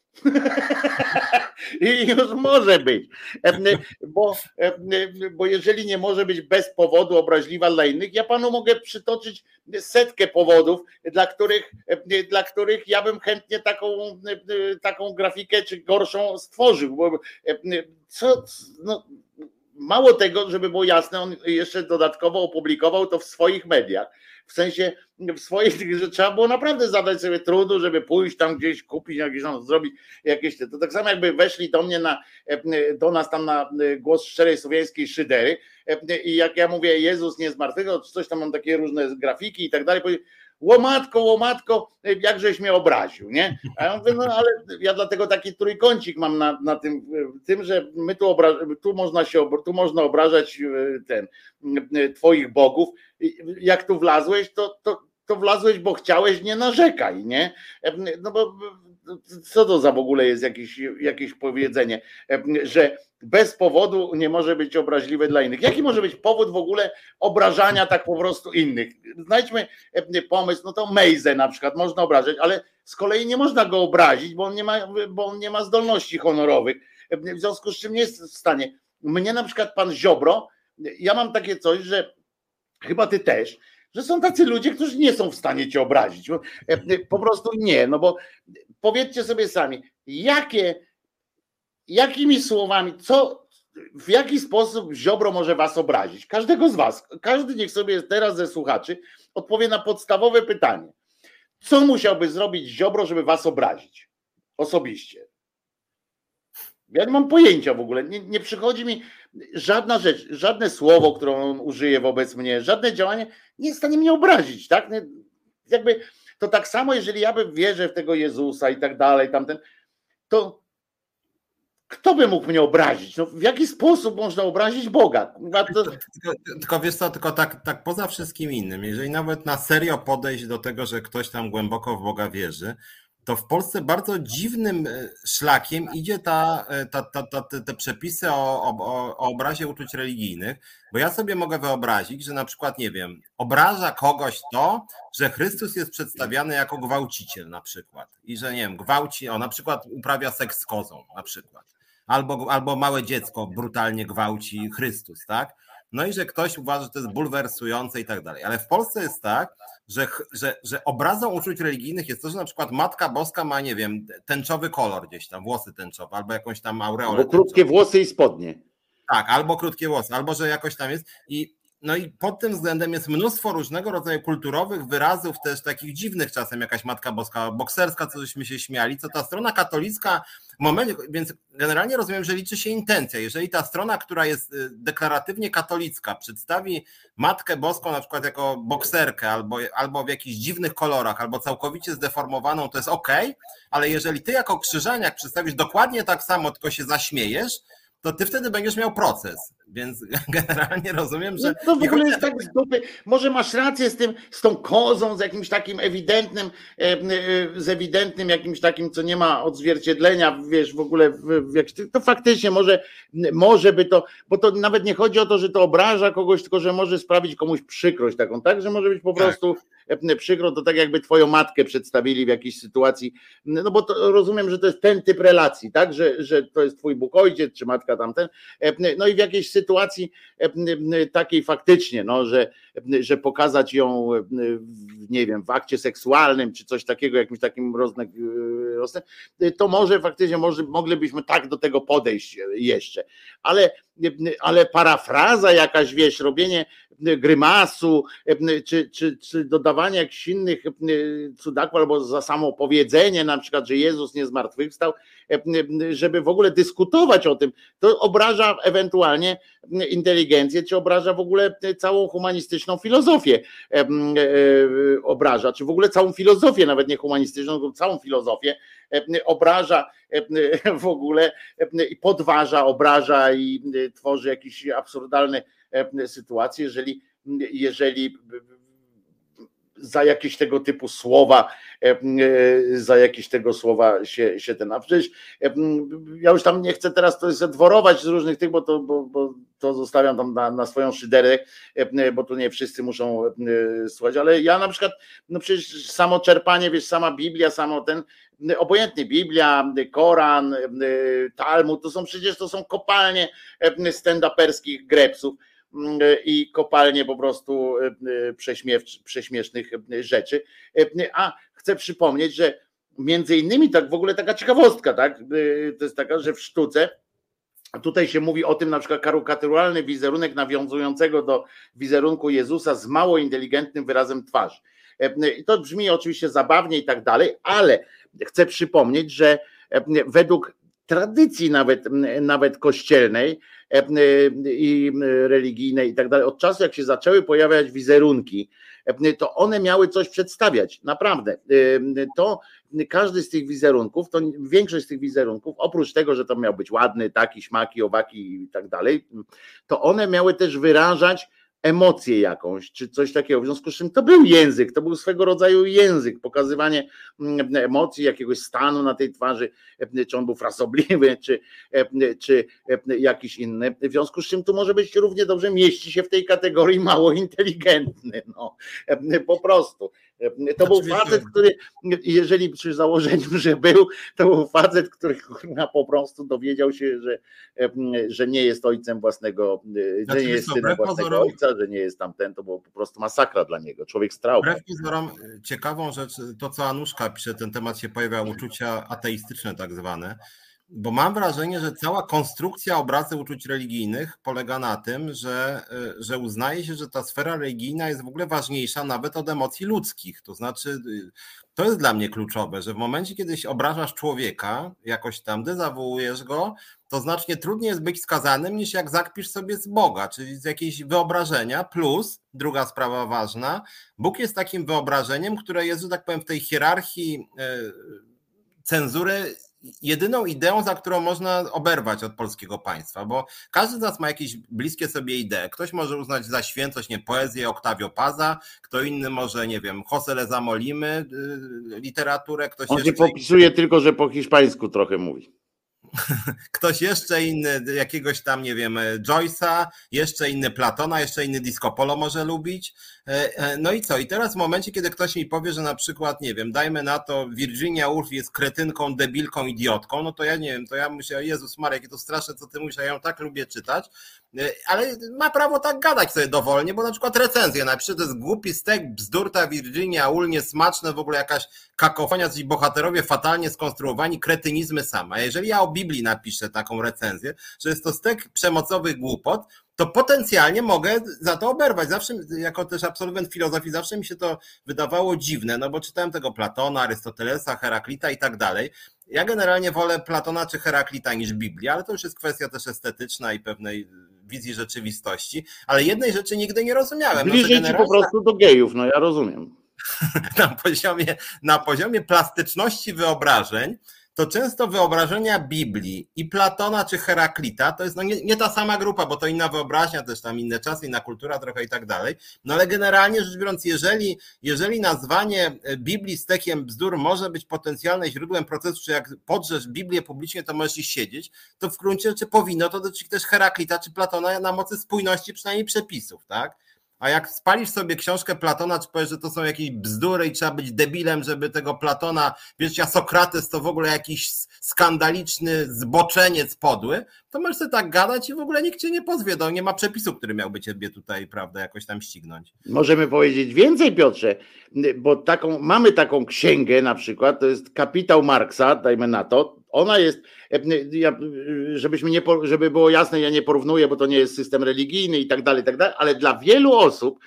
I już może być, bo, bo jeżeli nie może być bez powodu obraźliwa dla innych, ja panu mogę przytoczyć setkę powodów, dla których, dla których ja bym chętnie taką, taką grafikę czy gorszą stworzył. Bo co, no, mało tego, żeby było jasne, on jeszcze dodatkowo opublikował to w swoich mediach. W sensie w swoich, że trzeba było naprawdę zadać sobie trudu, żeby pójść tam gdzieś, kupić jakieś tam, zrobić jakieś te. To tak samo jakby weszli do mnie na, do nas tam na Głos Szczerej Słowiańskiej Szydery i jak ja mówię Jezus nie zmartwychwstał, coś tam mam takie różne grafiki i tak dalej, łomatko, łomatko, jakżeś mnie obraził, nie? A ja mówię, no ale ja dlatego taki trójkącik mam na, na tym, tym, że my tu, obra, tu można się, tu można obrażać ten, twoich bogów. Jak tu wlazłeś, to, to, to wlazłeś, bo chciałeś, nie narzekaj, nie? No bo co to za w ogóle jest jakieś, jakieś powiedzenie, że bez powodu nie może być obraźliwe dla innych. Jaki może być powód w ogóle obrażania tak po prostu innych? Znajdźmy pomysł, no to Mejzę na przykład można obrażać, ale z kolei nie można go obrazić, bo on nie ma, bo on nie ma zdolności honorowych, w związku z czym nie jest w stanie. Mnie na przykład pan Ziobro, ja mam takie coś, że chyba ty też, że są tacy ludzie, którzy nie są w stanie cię obrazić. Po prostu nie, no bo powiedzcie sobie sami, jakie, jakimi słowami, co, w jaki sposób Ziobro może was obrazić? Każdego z was, każdy niech sobie teraz ze słuchaczy odpowie na podstawowe pytanie. Co musiałby zrobić Ziobro, żeby was obrazić? Osobiście. Ja nie mam pojęcia w ogóle, nie, nie przychodzi mi żadna rzecz, żadne słowo, które on użyje wobec mnie, żadne działanie nie jest w stanie mnie obrazić, tak? Jakby to tak samo, jeżeli ja bym wierzę w tego Jezusa i tak dalej, tamten, to kto by mógł mnie obrazić? No, w jaki sposób można obrazić Boga? To... Tylko, tylko wiesz co, tylko tak, tak poza wszystkim innym, jeżeli nawet na serio podejść do tego, że ktoś tam głęboko w Boga wierzy, to w Polsce bardzo dziwnym szlakiem idzie ta, ta, ta, ta, te przepisy o, o, o obrazie uczuć religijnych, bo ja sobie mogę wyobrazić, że na przykład, nie wiem, obraża kogoś to, że Chrystus jest przedstawiany jako gwałciciel na przykład i że, nie wiem, gwałci, o na przykład uprawia seks z kozą na przykład, albo, albo małe dziecko brutalnie gwałci Chrystus, tak? No i że ktoś uważa, że to jest bulwersujące i tak dalej. Ale w Polsce jest tak, że, że, że obrazą uczuć religijnych jest to, że na przykład Matka Boska ma, nie wiem, tęczowy kolor gdzieś tam, włosy tęczowe, albo jakąś tam aureolę. Albo krótkie włosy i spodnie. Tak, albo krótkie włosy, albo że jakoś tam jest. I No i pod tym względem jest mnóstwo różnego rodzaju kulturowych wyrazów, też takich dziwnych czasem, jakaś Matka Boska bokserska, co żeśmy się śmiali, co ta strona katolicka w momencie, więc generalnie rozumiem, że liczy się intencja. Jeżeli ta strona, która jest deklaratywnie katolicka, przedstawi Matkę Boską na przykład jako bokserkę albo, albo w jakichś dziwnych kolorach, albo całkowicie zdeformowaną, to jest okej, ale jeżeli ty jako krzyżaniak przedstawisz dokładnie tak samo, tylko się zaśmiejesz, to ty wtedy będziesz miał proces, więc generalnie rozumiem, że... No to w ogóle jest tak z dupy. Może masz rację z tym, z tą kozą, z jakimś takim ewidentnym, z ewidentnym jakimś takim, co nie ma odzwierciedlenia, wiesz, w ogóle, w, jak, to faktycznie może, może by to, bo to nawet nie chodzi o to, że to obraża kogoś, tylko że może sprawić komuś przykrość taką, tak, że może być po prostu tak. Przykro, to tak jakby twoją matkę przedstawili w jakiejś sytuacji, no bo to rozumiem, że to jest ten typ relacji, tak, że, że to jest twój Bóg ojciec, czy matka tamten, no i w jakiejś sytuacji takiej faktycznie, no, że, że pokazać ją, nie wiem, w akcie seksualnym, czy coś takiego, jakimś takim roznek, to może faktycznie może, moglibyśmy tak do tego podejść jeszcze, ale, ale parafraza jakaś, wiesz, robienie grymasu, czy, czy, czy dodawanie jakichś innych cudaków, albo za samo powiedzenie na przykład, że Jezus nie zmartwychwstał, żeby w ogóle dyskutować o tym, to obraża ewentualnie inteligencję, czy obraża w ogóle całą humanistyczną filozofię, obraża, czy w ogóle całą filozofię, nawet nie humanistyczną, tylko całą filozofię obraża w ogóle i podważa, obraża i tworzy jakieś absurdalne sytuacje, jeżeli, jeżeli za jakieś tego typu słowa, za jakieś tego słowa się, się ten, a przecież ja już tam nie chcę teraz to zadworować z różnych tych, bo to, bo, bo to zostawiam tam na, na swoją szyderę, bo tu nie wszyscy muszą słuchać, ale ja na przykład, no przecież samo czerpanie, wiesz, sama Biblia, samo ten, obojętnie Biblia, Koran, Talmud, to są przecież to są kopalnie stand-uperskich grepsów i kopalnie po prostu prześmiesznych rzeczy. A chcę przypomnieć, że między innymi tak w ogóle taka ciekawostka, tak? To jest taka, że w sztuce tutaj się mówi o tym, na przykład karykaturalny wizerunek nawiązującego do wizerunku Jezusa z mało inteligentnym wyrazem twarzy. I to brzmi oczywiście zabawnie i tak dalej, ale chcę przypomnieć, że według tradycji nawet, nawet kościelnej i religijnej i tak dalej, od czasu jak się zaczęły pojawiać wizerunki, to one miały coś przedstawiać, naprawdę. To każdy z tych wizerunków, to większość z tych wizerunków, oprócz tego, że to miał być ładny, taki, śmaki, owaki i tak dalej, to one miały też wyrażać emocję jakąś, czy coś takiego, w związku z czym to był język, to był swego rodzaju język, pokazywanie emocji, jakiegoś stanu na tej twarzy, czy on był frasobliwy, czy, czy jakiś inny, w związku z czym tu może być równie dobrze, mieści się w tej kategorii mało inteligentny, no, po prostu. To był facet, który, jeżeli przy założeniu, że był, to był facet, który po prostu dowiedział się, że, że nie jest ojcem własnego, że nie jest synem własnego ojca, że nie jest tamten, to było po prostu masakra dla niego, człowiek z traumą. Wbrew pozorom, ciekawą rzecz, to co Anuszka pisze, ten temat się pojawia, uczucia ateistyczne tak zwane, bo mam wrażenie, że cała konstrukcja obrazy uczuć religijnych polega na tym, że, że uznaje się, że ta sfera religijna jest w ogóle ważniejsza nawet od emocji ludzkich. To znaczy, to jest dla mnie kluczowe, że w momencie, kiedy obrażasz człowieka, jakoś tam dezawuujesz go, to znacznie trudniej jest być skazanym, niż jak zakpisz sobie z Boga, czyli z jakiejś wyobrażenia, plus, druga sprawa ważna, Bóg jest takim wyobrażeniem, które jest, że tak powiem, w tej hierarchii cenzury jedyną ideą, za którą można oberwać od polskiego państwa, bo każdy z nas ma jakieś bliskie sobie idee. Ktoś może uznać za świętość, nie, poezję Octavio Paza, kto inny może, nie wiem, José Lezama Limy, literaturę. Ktoś On jeszcze... się popisuje tylko, że po hiszpańsku trochę mówi. Ktoś jeszcze inny, jakiegoś tam, nie wiem, Joyce'a, jeszcze inny Platona, jeszcze inny Disco Polo może lubić. No i co? I teraz w momencie, kiedy ktoś mi powie, że na przykład, nie wiem, dajmy na to, Virginia Woolf jest kretynką, debilką, idiotką, no to ja nie wiem, to ja myślę, Jezus Maria, jakie to straszne, co ty mówisz, a ja ją tak lubię czytać. ale ma prawo tak gadać sobie dowolnie, bo na przykład recenzje napisze, to jest głupi stek, bzdurta Virginia, ul niesmaczne, w ogóle jakaś kakofonia, ci bohaterowie fatalnie skonstruowani, kretynizmy same. A jeżeli ja o Biblii napiszę taką recenzję, że jest to stek przemocowych głupot, to potencjalnie mogę za to oberwać. Zawsze, jako też absolwent filozofii, zawsze mi się to wydawało dziwne, no bo czytałem tego Platona, Arystotelesa, Heraklita i tak dalej. Ja generalnie wolę Platona czy Heraklita niż Biblię, ale to już jest kwestia też estetyczna i pewnej wizji rzeczywistości, ale jednej rzeczy nigdy nie rozumiałem. Bliżej no, generalnie... ci po prostu do gejów, no ja rozumiem. Na poziomie, na poziomie plastyczności wyobrażeń, to często wyobrażenia Biblii i Platona czy Heraklita to jest no nie, nie ta sama grupa, bo to inna wyobraźnia, też tam inne czasy, inna kultura trochę i tak dalej, no ale generalnie rzecz biorąc, jeżeli, jeżeli nazwanie Biblii stekiem bzdur może być potencjalnym źródłem procesu, czy jak podrzesz Biblię publicznie, to możesz iść siedzieć, to w gruncie rzeczy powinno to dotyczyć też Heraklita czy Platona na mocy spójności przynajmniej przepisów, tak? A jak spalisz sobie książkę Platona, czy powiesz, że to są jakieś bzdury i trzeba być debilem, żeby tego Platona, wiesz, ja Sokrates to w ogóle jakiś skandaliczny zboczeniec podły, to możesz sobie tak gadać i w ogóle nikt cię nie pozwie, no nie ma przepisu, który miałby ciebie tutaj, prawda, jakoś tam ścignąć. Możemy powiedzieć więcej, Piotrze, bo taką, mamy taką księgę na przykład, to jest Kapitał Marksa, dajmy na to, ona jest, ja, żebyśmy nie, żeby było jasne, ja nie porównuję, bo to nie jest system religijny i tak dalej, i tak dalej, ale dla wielu osób,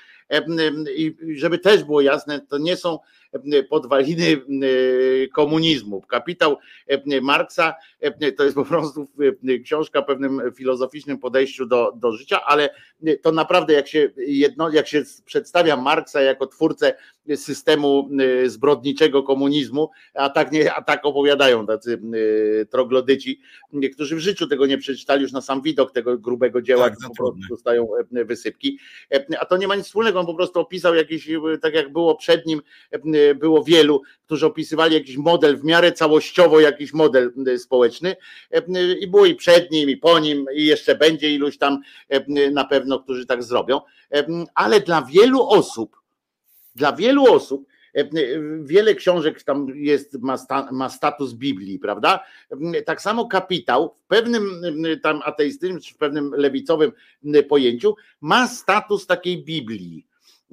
i żeby też było jasne, to nie są podwaliny komunizmu. Kapitał Marksa to jest po prostu książka o pewnym filozoficznym podejściu do, do życia, ale to naprawdę jak się, jedno, jak się przedstawia Marksa jako twórcę systemu zbrodniczego komunizmu, a tak, nie, a tak opowiadają tacy troglodyci, którzy w życiu tego nie przeczytali, już na sam widok tego grubego dzieła tak, po prostu dostają wysypki, a to nie ma nic wspólnego, on po prostu opisał jakiś, tak jak było przed nim, było wielu, którzy opisywali jakiś model w miarę całościowo, jakiś model społeczny i było i przed nim, i po nim, i jeszcze będzie iluś tam na pewno, którzy tak zrobią, ale dla wielu osób, dla wielu osób wiele książek tam jest, ma, sta, ma status Biblii, prawda? Tak samo Kapitał w pewnym tam ateistycznym, czy w pewnym lewicowym pojęciu ma status takiej Biblii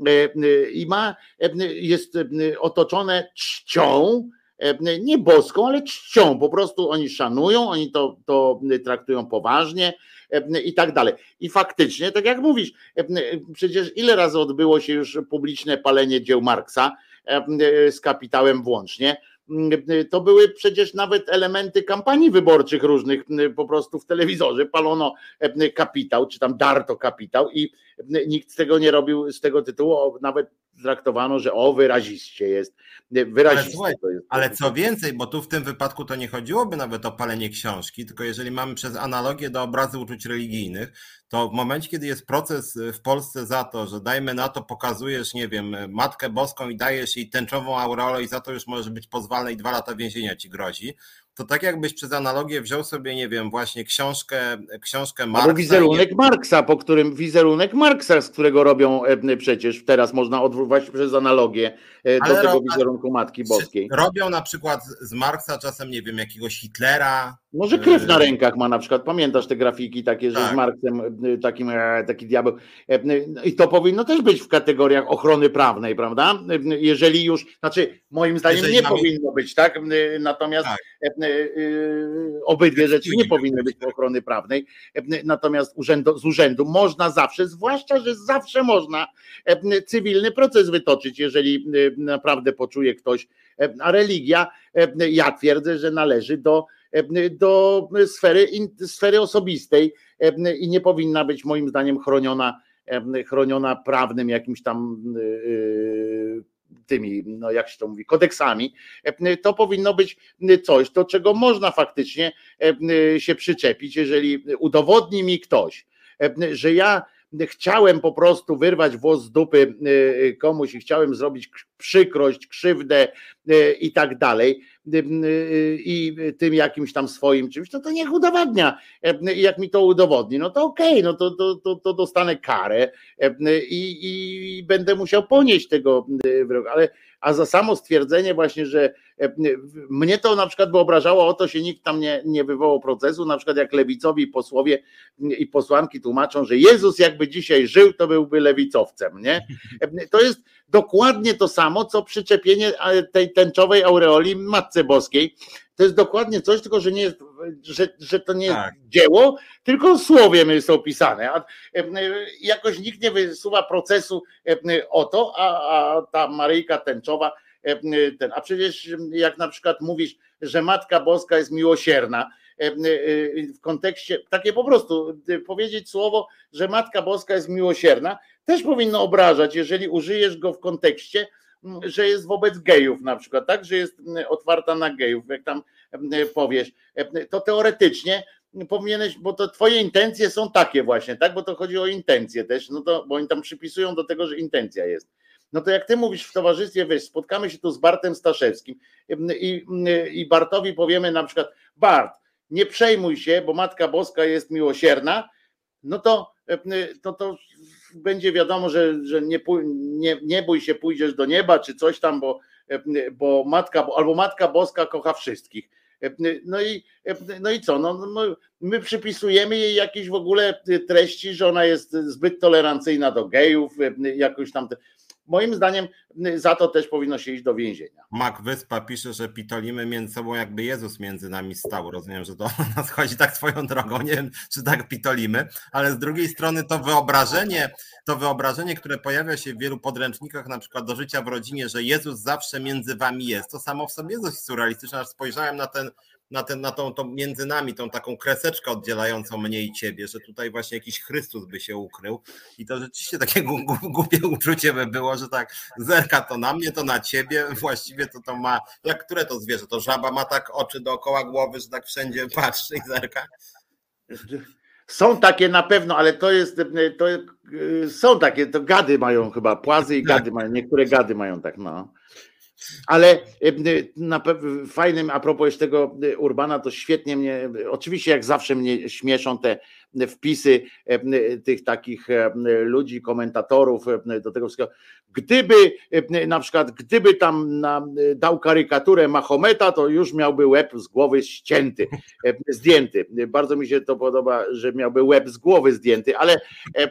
i ma, jest otoczone czcią, nie boską, ale czcią, po prostu oni szanują, oni to, to traktują poważnie i tak dalej. I faktycznie, tak jak mówisz, przecież ile razy odbyło się już publiczne palenie dzieł Marksa z Kapitałem włącznie, to były przecież nawet elementy kampanii wyborczych różnych, po prostu w telewizorze palono Kapitał, czy tam darto Kapitał i nikt z tego nie robił z tego tytułu, nawet traktowano, że o wyraziście jest. Ale, słuchaj, to jest ale co więcej, bo tu w tym wypadku to nie chodziłoby nawet o palenie książki, tylko jeżeli mamy przez analogię do obrazy uczuć religijnych, to w momencie, kiedy jest proces w Polsce za to, że dajmy na to, pokazujesz, nie wiem, Matkę Boską i dajesz jej tęczową aureolę i za to już możesz być pozwalny i dwa lata więzienia ci grozi, to tak jakbyś przez analogię wziął sobie, nie wiem, właśnie książkę, książkę Marksa. Albo wizerunek Marksa, po którym wizerunek Marksa, z którego robią przecież, teraz można odwoływać przez analogię do Ale tego ro... wizerunku Matki Boskiej. Robią na przykład z Marksa czasem, nie wiem, jakiegoś Hitlera. Może krew na rękach ma na przykład, pamiętasz te grafiki takie, że tak. Z Marksem takim, taki diabeł. I to powinno też być w kategoriach ochrony prawnej, prawda? Jeżeli już, znaczy moim zdaniem Jeżeli nie mamy... powinno być, tak? Natomiast tak. Obydwie rzeczy nie powinny być ochrony prawnej, natomiast urzędu, z urzędu można zawsze, zwłaszcza, że zawsze można cywilny proces wytoczyć, jeżeli naprawdę poczuje ktoś, a religia, ja twierdzę, że należy do do sfery, sfery osobistej i nie powinna być moim zdaniem chroniona, chroniona prawnym jakimś tam tymi, no jak się to mówi, kodeksami. To powinno być coś, do czego można faktycznie się przyczepić, jeżeli udowodni mi ktoś, że ja chciałem po prostu wyrwać włos z dupy komuś i chciałem zrobić przykrość, krzywdę i tak dalej, i tym jakimś tam swoim czymś, to to niech udowadnia. Jak mi to udowodni, no to okej, okay, no to, to, to, to dostanę karę i, i będę musiał ponieść tego wyroku, ale a za samo stwierdzenie właśnie, że mnie to na przykład by obrażało, o to się nikt tam nie, nie wywołał procesu, na przykład jak lewicowi posłowie i posłanki tłumaczą, że Jezus jakby dzisiaj żył, to byłby lewicowcem, nie? To jest dokładnie to samo, co przyczepienie tej tęczowej aureoli Matce Boskiej. To jest dokładnie coś, tylko że nie jest, że, że to nie jest tak. dzieło, tylko słowiem jest opisane. A jakoś nikt nie wysuwa procesu o to, a, a ta Maryjka tęczowa, ten, a przecież jak na przykład mówisz, że Matka Boska jest miłosierna, w kontekście, takie po prostu powiedzieć słowo, że Matka Boska jest miłosierna, też powinno obrażać, jeżeli użyjesz go w kontekście, że jest wobec gejów na przykład, tak, że jest otwarta na gejów, jak tam powiesz, to teoretycznie powinieneś, bo to twoje intencje są takie właśnie, tak, bo to chodzi o intencje też, no to, bo oni tam przypisują do tego, że intencja jest. No to jak ty mówisz w towarzystwie, wiesz, spotkamy się tu z Bartem Staszewskim i, i Bartowi powiemy na przykład, Bart, nie przejmuj się, bo Matka Boska jest miłosierna, no to to, to będzie wiadomo, że, że nie, nie, nie bój się, pójdziesz do nieba, czy coś tam, bo, bo Matka, albo Matka Boska kocha wszystkich. No i, no i co? No, my, my przypisujemy jej jakieś w ogóle treści, że ona jest zbyt tolerancyjna do gejów, jakoś tam. Moim zdaniem za to też powinno się iść do więzienia. Mak Wyspa pisze, że pitolimy między sobą, jakby Jezus między nami stał. Rozumiem, że to o nas chodzi tak swoją drogą, nie wiem, czy tak pitolimy, ale z drugiej strony to wyobrażenie, to wyobrażenie, które pojawia się w wielu podręcznikach, na przykład do życia w rodzinie, że Jezus zawsze między wami jest, to samo w sobie jest dość surrealistyczne, aż spojrzałem na ten na, ten, na tą, tą między nami, tą taką kreseczkę oddzielającą mnie i ciebie, że tutaj właśnie jakiś Chrystus by się ukrył i to rzeczywiście takie głupie uczucie by było, że tak zerka to na mnie, to na ciebie, właściwie to to ma, jak które to zwierzę, to żaba ma tak oczy dookoła głowy, że tak wszędzie patrzy i zerka? Są takie na pewno, ale to jest, to są takie, to gady mają chyba, płazy i gady mają, niektóre gady mają tak, no. Ale na pewno fajnym, a propos jeszcze tego Urbana, to świetnie mnie, oczywiście jak zawsze mnie śmieszą te wpisy tych takich ludzi, komentatorów do tego wszystkiego. Gdyby na przykład, gdyby tam dał karykaturę Mahometa, to już miałby łeb z głowy ścięty, zdjęty. Bardzo mi się to podoba, że miałby łeb z głowy zdjęty, ale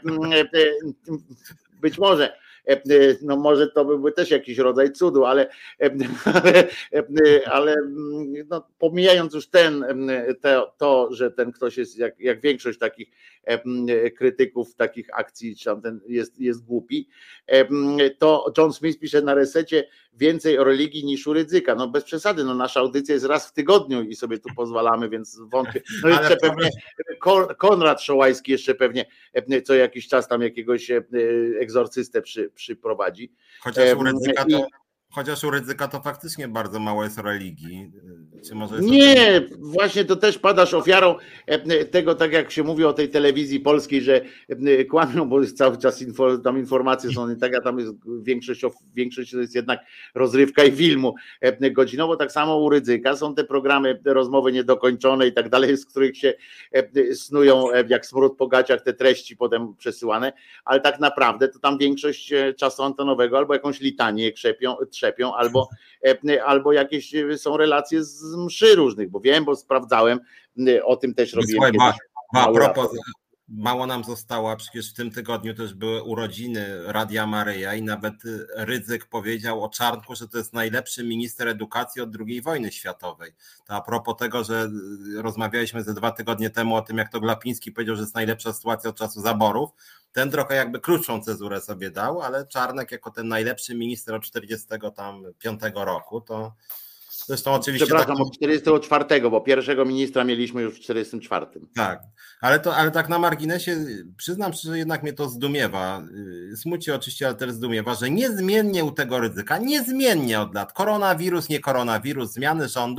być może no może to byłby też jakiś rodzaj cudu, ale, ale, ale no, pomijając już ten, to, to, że ten ktoś jest, jak, jak większość takich krytyków takich akcji, czy tam ten jest, jest głupi, to John Smith pisze na Resecie więcej o religii niż u Rydzyka. No bez przesady, no nasza audycja jest raz w tygodniu i sobie tu pozwalamy, więc wątpię. No jeszcze ale pewnie Konrad Szołajski jeszcze pewnie co jakiś czas tam jakiegoś egzorcystę przy, przyprowadzi. Chociaż u Rydzyka to... Chociaż u Rydzyka to faktycznie bardzo mało jest religii. Czy może jest nie, tym... właśnie to też padasz ofiarą tego, tak jak się mówi o tej telewizji polskiej, że kłamią, bo jest cały czas info, tam informacje są, tak, a tam jest większość, większość to jest jednak rozrywka i filmu godzinowo. Tak samo u Rydzyka są te programy, te rozmowy niedokończone i tak dalej, z których się snują jak smród po gaciach te treści potem przesyłane, ale tak naprawdę to tam większość czasu antenowego albo jakąś litanię krzepią, trzepią, albo, albo jakieś są relacje z mszy różnych, bo wiem, bo sprawdzałem, o tym też robiłem. Słuchaj, ma, a propos, mało nam zostało, a przecież w tym tygodniu też były urodziny Radia Maryja i nawet Rydzyk powiedział o Czarnku, że to jest najlepszy minister edukacji od drugiej wojny światowej. To a propos tego, że rozmawialiśmy ze dwa tygodnie temu o tym, jak to Glapiński powiedział, że jest najlepsza sytuacja od czasu zaborów, ten trochę jakby krótszą cezurę sobie dał, ale Czarnek jako ten najlepszy minister od czterdziestego piątego roku, to zresztą oczywiście... Przepraszam, tak... od czterdziestego czwartego, bo pierwszego ministra mieliśmy już w czterdziestym czwartym. Tak, ale, to, ale tak na marginesie przyznam szczerze, że jednak mnie to zdumiewa. Smuci oczywiście, ale też zdumiewa, że niezmiennie u tego Rydzyka, niezmiennie od lat, koronawirus, nie koronawirus, zmiany rządów,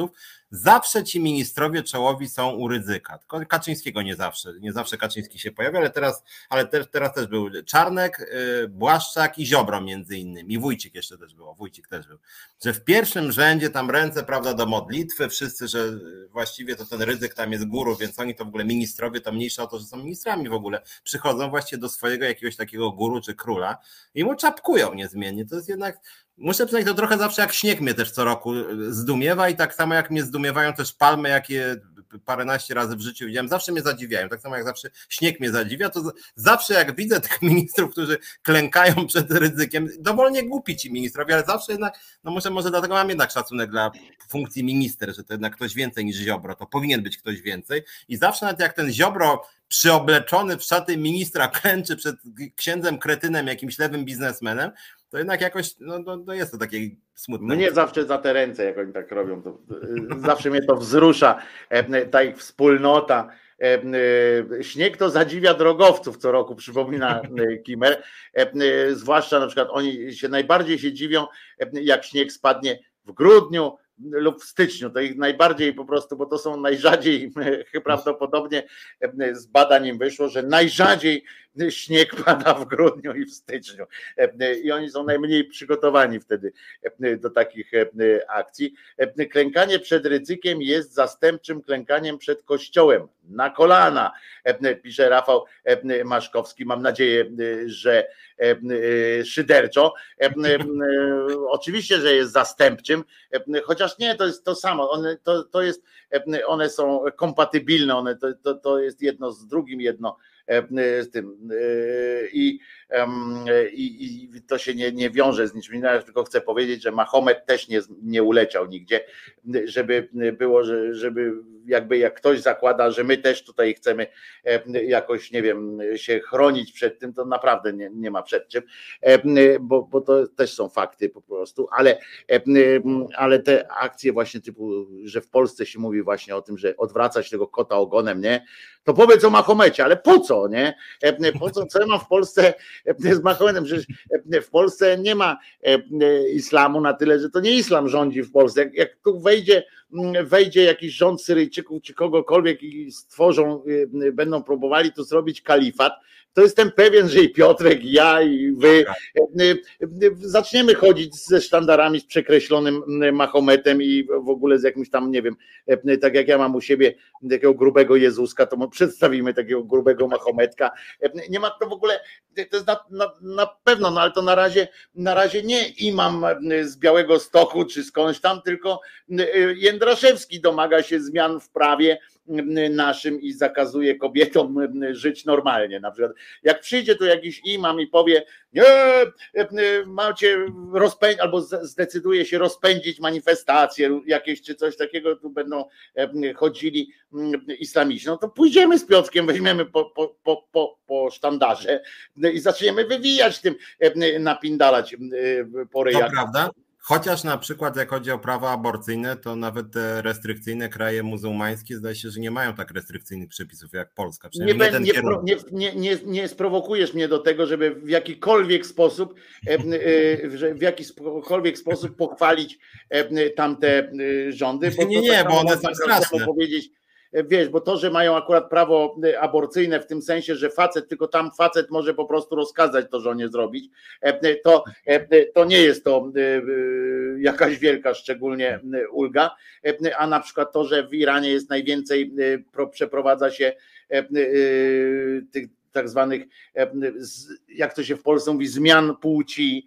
zawsze ci ministrowie czołowi są u Rydzyka, tylko Kaczyńskiego nie zawsze, nie zawsze Kaczyński się pojawia, ale teraz, ale te, teraz też był Czarnek, Błaszczak i Ziobro między innymi, i Wójcik jeszcze też było, Wójcik też był, że w pierwszym rzędzie tam ręce, prawda, do modlitwy, wszyscy, że właściwie to ten Rydzyk tam jest guru, więc oni to w ogóle ministrowie, to mniejsza o to, że są ministrami w ogóle, przychodzą właśnie do swojego jakiegoś takiego guru czy króla i mu czapkują niezmiennie, to jest jednak, muszę przyznać, to trochę zawsze jak śnieg mnie też co roku zdumiewa i tak samo jak mnie zdumiewają też palmy, jakie paręnaście razy w życiu widziałem, zawsze mnie zadziwiają, tak samo jak zawsze śnieg mnie zadziwia, to zawsze jak widzę tych ministrów, którzy klękają przed Rydzykiem, dowolnie głupi ci ministrowie, ale zawsze jednak, no muszę, może dlatego mam jednak szacunek dla funkcji minister, że to jednak ktoś więcej niż Ziobro, to powinien być ktoś więcej i zawsze nawet jak ten Ziobro przyobleczony w szaty ministra klęczy przed księdzem kretynem, jakimś lewym biznesmenem, to jednak jakoś, no, no, no jest to takie smutne. Mnie zawsze za te ręce, jak oni tak robią, to zawsze mnie to wzrusza, ta ich wspólnota. Śnieg to zadziwia drogowców co roku, przypomina Kimmer, zwłaszcza na przykład oni się najbardziej się dziwią, jak śnieg spadnie w grudniu lub w styczniu, to ich najbardziej po prostu, bo to są najrzadziej, prawdopodobnie z badań im wyszło, że najrzadziej śnieg pada w grudniu i w styczniu i oni są najmniej przygotowani wtedy do takich akcji. Klękanie przed Rydzykiem jest zastępczym klękaniem przed kościołem na kolana, pisze Rafał Maszkowski, mam nadzieję, że szyderczo. Oczywiście, że jest zastępczym, chociaż nie, to jest to samo, one, to, to jest, one są kompatybilne, one, to, to, to jest jedno z drugim, jedno z tym i, i, i to się nie, nie wiąże z niczym innym, tylko chcę powiedzieć, że Mahomet też nie, nie uleciał nigdzie, żeby było, że, żeby jakby jak ktoś zakłada, że my też tutaj chcemy jakoś, nie wiem, się chronić przed tym, to naprawdę nie, nie ma przed czym, bo, bo to też są fakty po prostu, ale, ale te akcje właśnie typu, że w Polsce się mówi właśnie o tym, że odwracać tego kota ogonem, nie? To powiedz o Mahomecie, ale po co, nie? Po co, co ja mam w Polsce z Mahometem? Przecież w Polsce nie ma islamu na tyle, że to nie islam rządzi w Polsce. Jak, jak tu wejdzie, wejdzie jakiś rząd Syryjczyków czy kogokolwiek i stworzą, będą próbowali tu zrobić kalifat, to jestem pewien, że i Piotrek, i ja, i wy zaczniemy chodzić ze sztandarami z przekreślonym Mahometem i w ogóle z jakimś tam, nie wiem, tak jak ja mam u siebie takiego grubego Jezuska, to mu przedstawimy takiego grubego Mahometka. Nie ma to w ogóle, to jest na, na, na pewno, no ale to na razie, na razie nie imam z Białegostoku czy skądś tam, tylko Jędraszewski domaga się zmian w prawie naszym i zakazuje kobietom żyć normalnie. Na przykład jak przyjdzie tu jakiś imam i powie, nie, macie rozpędzić, albo zdecyduje się rozpędzić manifestacje jakieś czy coś takiego, tu będą chodzili islamiści, no to pójdziemy z Piotrkiem, weźmiemy po, po, po, po, po sztandarze i zaczniemy wywijać tym, napindalać po ryjach. To prawda. Chociaż na przykład jak chodzi o prawa aborcyjne, to nawet te restrykcyjne kraje muzułmańskie zdaje się, że nie mają tak restrykcyjnych przepisów jak Polska. Nie, nie, ten nie, nie, nie, nie sprowokujesz mnie do tego, żeby w jakikolwiek sposób w jakikolwiek sposób pochwalić tamte rządy. Bo nie, nie, bo one są straszne. Powiedzieć, wiesz, bo to, że mają akurat prawo aborcyjne w tym sensie, że facet, tylko tam facet może po prostu rozkazać to żonie zrobić, to, to nie jest to jakaś wielka szczególnie ulga, a na przykład to, że w Iranie jest najwięcej, przeprowadza się tych tak zwanych, jak to się w Polsce mówi, zmian płci,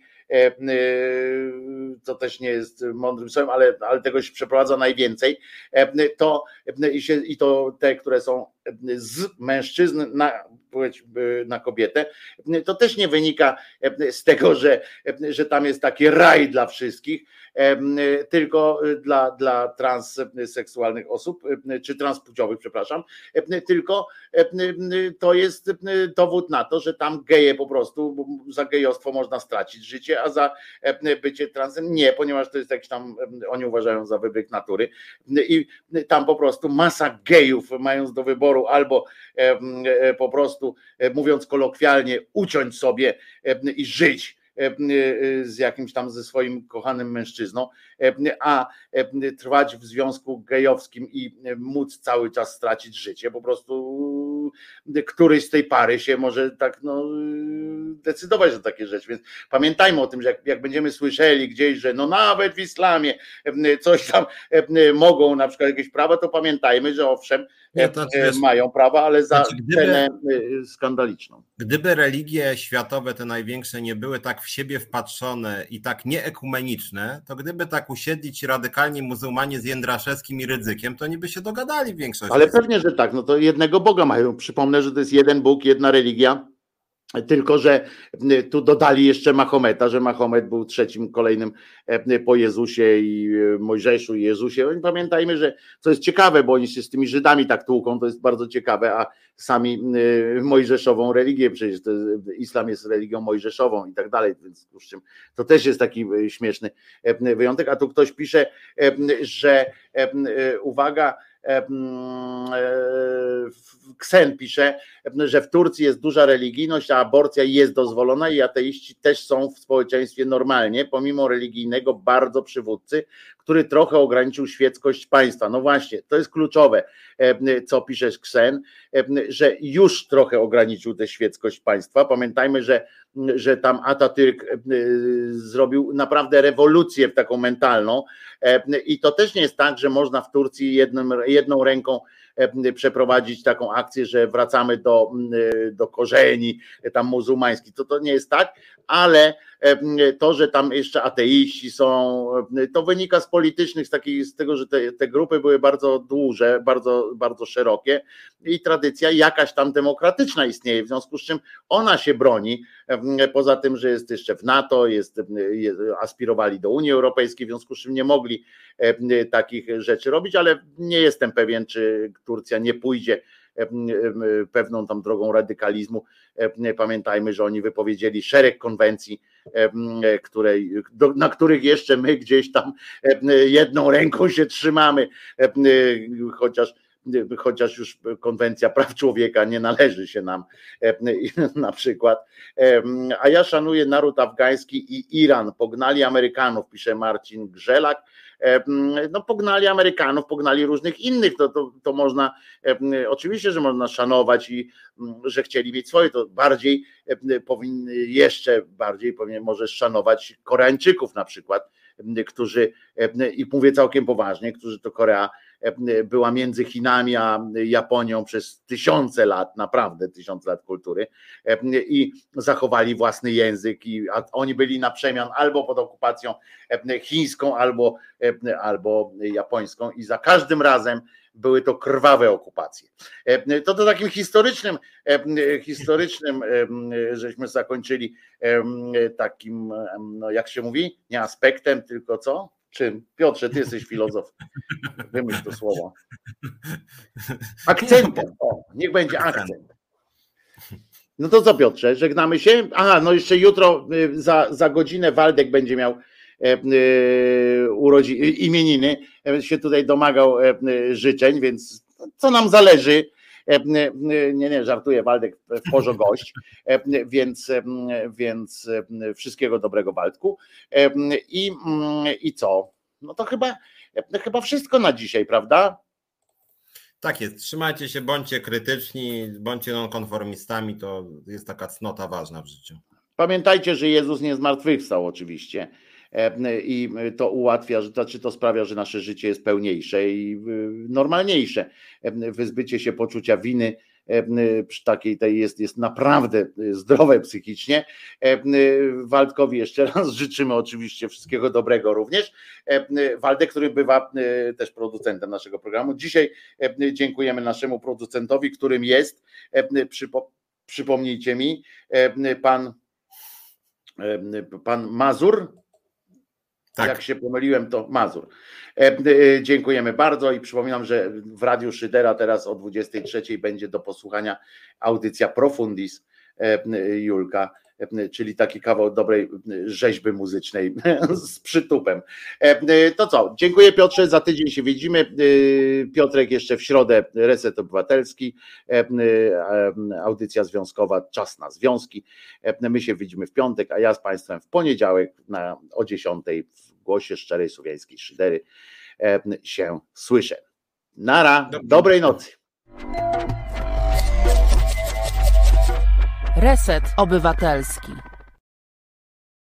to też nie jest mądrym słowem, ale, ale tego się przeprowadza najwięcej, to i, się, i to te, które są z mężczyzn na, na kobietę, to też nie wynika z tego, że, że tam jest taki raj dla wszystkich, tylko dla, dla transseksualnych osób, czy transpłciowych, przepraszam, tylko to jest dowód na to, że tam geje po prostu, za gejostwo można stracić życie, a za bycie transem nie, ponieważ to jest jakiś tam, oni uważają za wybieg natury i tam po prostu masa gejów, mając do wyboru albo po prostu, mówiąc kolokwialnie, uciąć sobie i żyć z jakimś tam ze swoim kochanym mężczyzną, a trwać w związku gejowskim i móc cały czas stracić życie, po prostu któryś z tej pary się może tak no decydować, że takie rzeczy, więc pamiętajmy o tym, że jak, jak będziemy słyszeli gdzieś, że no nawet w islamie coś tam mogą na przykład jakieś prawa, to pamiętajmy, że owszem, Nie, to znaczy, wiesz, mają prawa, ale za znaczy, gdyby, cenę skandaliczną. Gdyby religie światowe, te największe, nie były tak w siebie wpatrzone i tak nieekumeniczne, to gdyby tak usiedli ci radykalni muzułmanie z Jędraszewskim i Rydzykiem, to oni by się dogadali w większości. Ale pewnie, że tak, no to jednego Boga mają. Przypomnę, że to jest jeden Bóg, jedna religia. Tylko że tu dodali jeszcze Mahometa, że Mahomet był trzecim kolejnym po Jezusie i Mojżeszu i Jezusie. Pamiętajmy, że co jest ciekawe, bo oni się z tymi Żydami tak tłuką, to jest bardzo ciekawe, a sami mojżeszową religię, przecież to islam jest religią mojżeszową i tak dalej, więc to też jest taki śmieszny wyjątek. A tu ktoś pisze, że uwaga, Ksen pisze, że w Turcji jest duża religijność, a aborcja jest dozwolona i ateiści też są w społeczeństwie normalnie, pomimo religijnego bardzo przywódcy, który trochę ograniczył świeckość państwa. No właśnie, to jest kluczowe, co piszesz, Ksen, że już trochę ograniczył tę świeckość państwa. Pamiętajmy, że, że tam Atatürk zrobił naprawdę rewolucję w taką mentalną i to też nie jest tak, że można w Turcji jednym, jedną ręką przeprowadzić taką akcję, że wracamy do, do korzeni tam muzułmańskich. To, to nie jest tak, ale to, że tam jeszcze ateiści są, to wynika z politycznych, z, takiej, z tego, że te, te grupy były bardzo duże, bardzo, bardzo szerokie i tradycja jakaś tam demokratyczna istnieje, w związku z czym ona się broni, poza tym, że jest jeszcze w NATO, jest, jest, aspirowali do Unii Europejskiej, w związku z czym nie mogli takich rzeczy robić, ale nie jestem pewien, czy Turcja nie pójdzie pewną tam drogą radykalizmu. Pamiętajmy, że oni wypowiedzieli szereg konwencji, której, do, na których jeszcze my gdzieś tam jedną ręką się trzymamy, chociaż chociaż już konwencja praw człowieka nie należy się nam na przykład. A ja szanuję naród afgański i Iran. Pognali Amerykanów, pisze Marcin Grzelak. No pognali Amerykanów, pognali różnych innych, to, to, to można, oczywiście, że można szanować i że chcieli mieć swoje, to bardziej powinny, jeszcze bardziej powinien możesz szanować Koreańczyków na przykład, którzy, i mówię całkiem poważnie, którzy to Korea była między Chinami a Japonią przez tysiące lat, naprawdę tysiące lat kultury i zachowali własny język i oni byli na przemian albo pod okupacją chińską, albo, albo japońską i za każdym razem były to krwawe okupacje. To to takim historycznym, historycznym żeśmy zakończyli takim, no jak się mówi, nie aspektem, tylko co? Czym? Piotrze, ty jesteś filozof. Wymyśl to słowo. Akcentem. O, niech będzie akcent. No to co, Piotrze, żegnamy się? Aha, no jeszcze jutro za, za godzinę Waldek będzie miał urodziny, imieniny, się tutaj domagał życzeń, więc co nam zależy, nie, nie, żartuję, Waldek w porze gość, więc, więc wszystkiego dobrego, Waldku. I, i co? No to chyba, chyba wszystko na dzisiaj, prawda? Tak jest, trzymajcie się, bądźcie krytyczni, bądźcie nonkonformistami, to jest taka cnota ważna w życiu. Pamiętajcie, że Jezus nie zmartwychwstał oczywiście i to ułatwia, czy to sprawia, że nasze życie jest pełniejsze i normalniejsze. Wyzbycie się poczucia winy przy takiej tej jest, jest naprawdę zdrowe psychicznie. Waldkowi jeszcze raz życzymy oczywiście wszystkiego dobrego również. Waldek, który bywa też producentem naszego programu. Dzisiaj dziękujemy naszemu producentowi, którym jest, przypo, przypomnijcie mi, pan, pan Mazur. Tak. Jak się pomyliłem, to Mazur. Dziękujemy bardzo i przypominam, że w Radiu Szydera teraz o dwudziestej trzeciej będzie do posłuchania audycja Profundis Julka czyli taki kawał dobrej rzeźby muzycznej z przytupem. To co, dziękuję Piotrze, za tydzień się widzimy. Piotrek jeszcze w środę Reset Obywatelski, audycja związkowa, czas na związki. My się widzimy w piątek, a ja z Państwem w poniedziałek na, o dziesiątej w Głosie Szczerej Słowiańskiej Szydery się słyszę. Nara, Dobry. Dobrej nocy. Reset Obywatelski.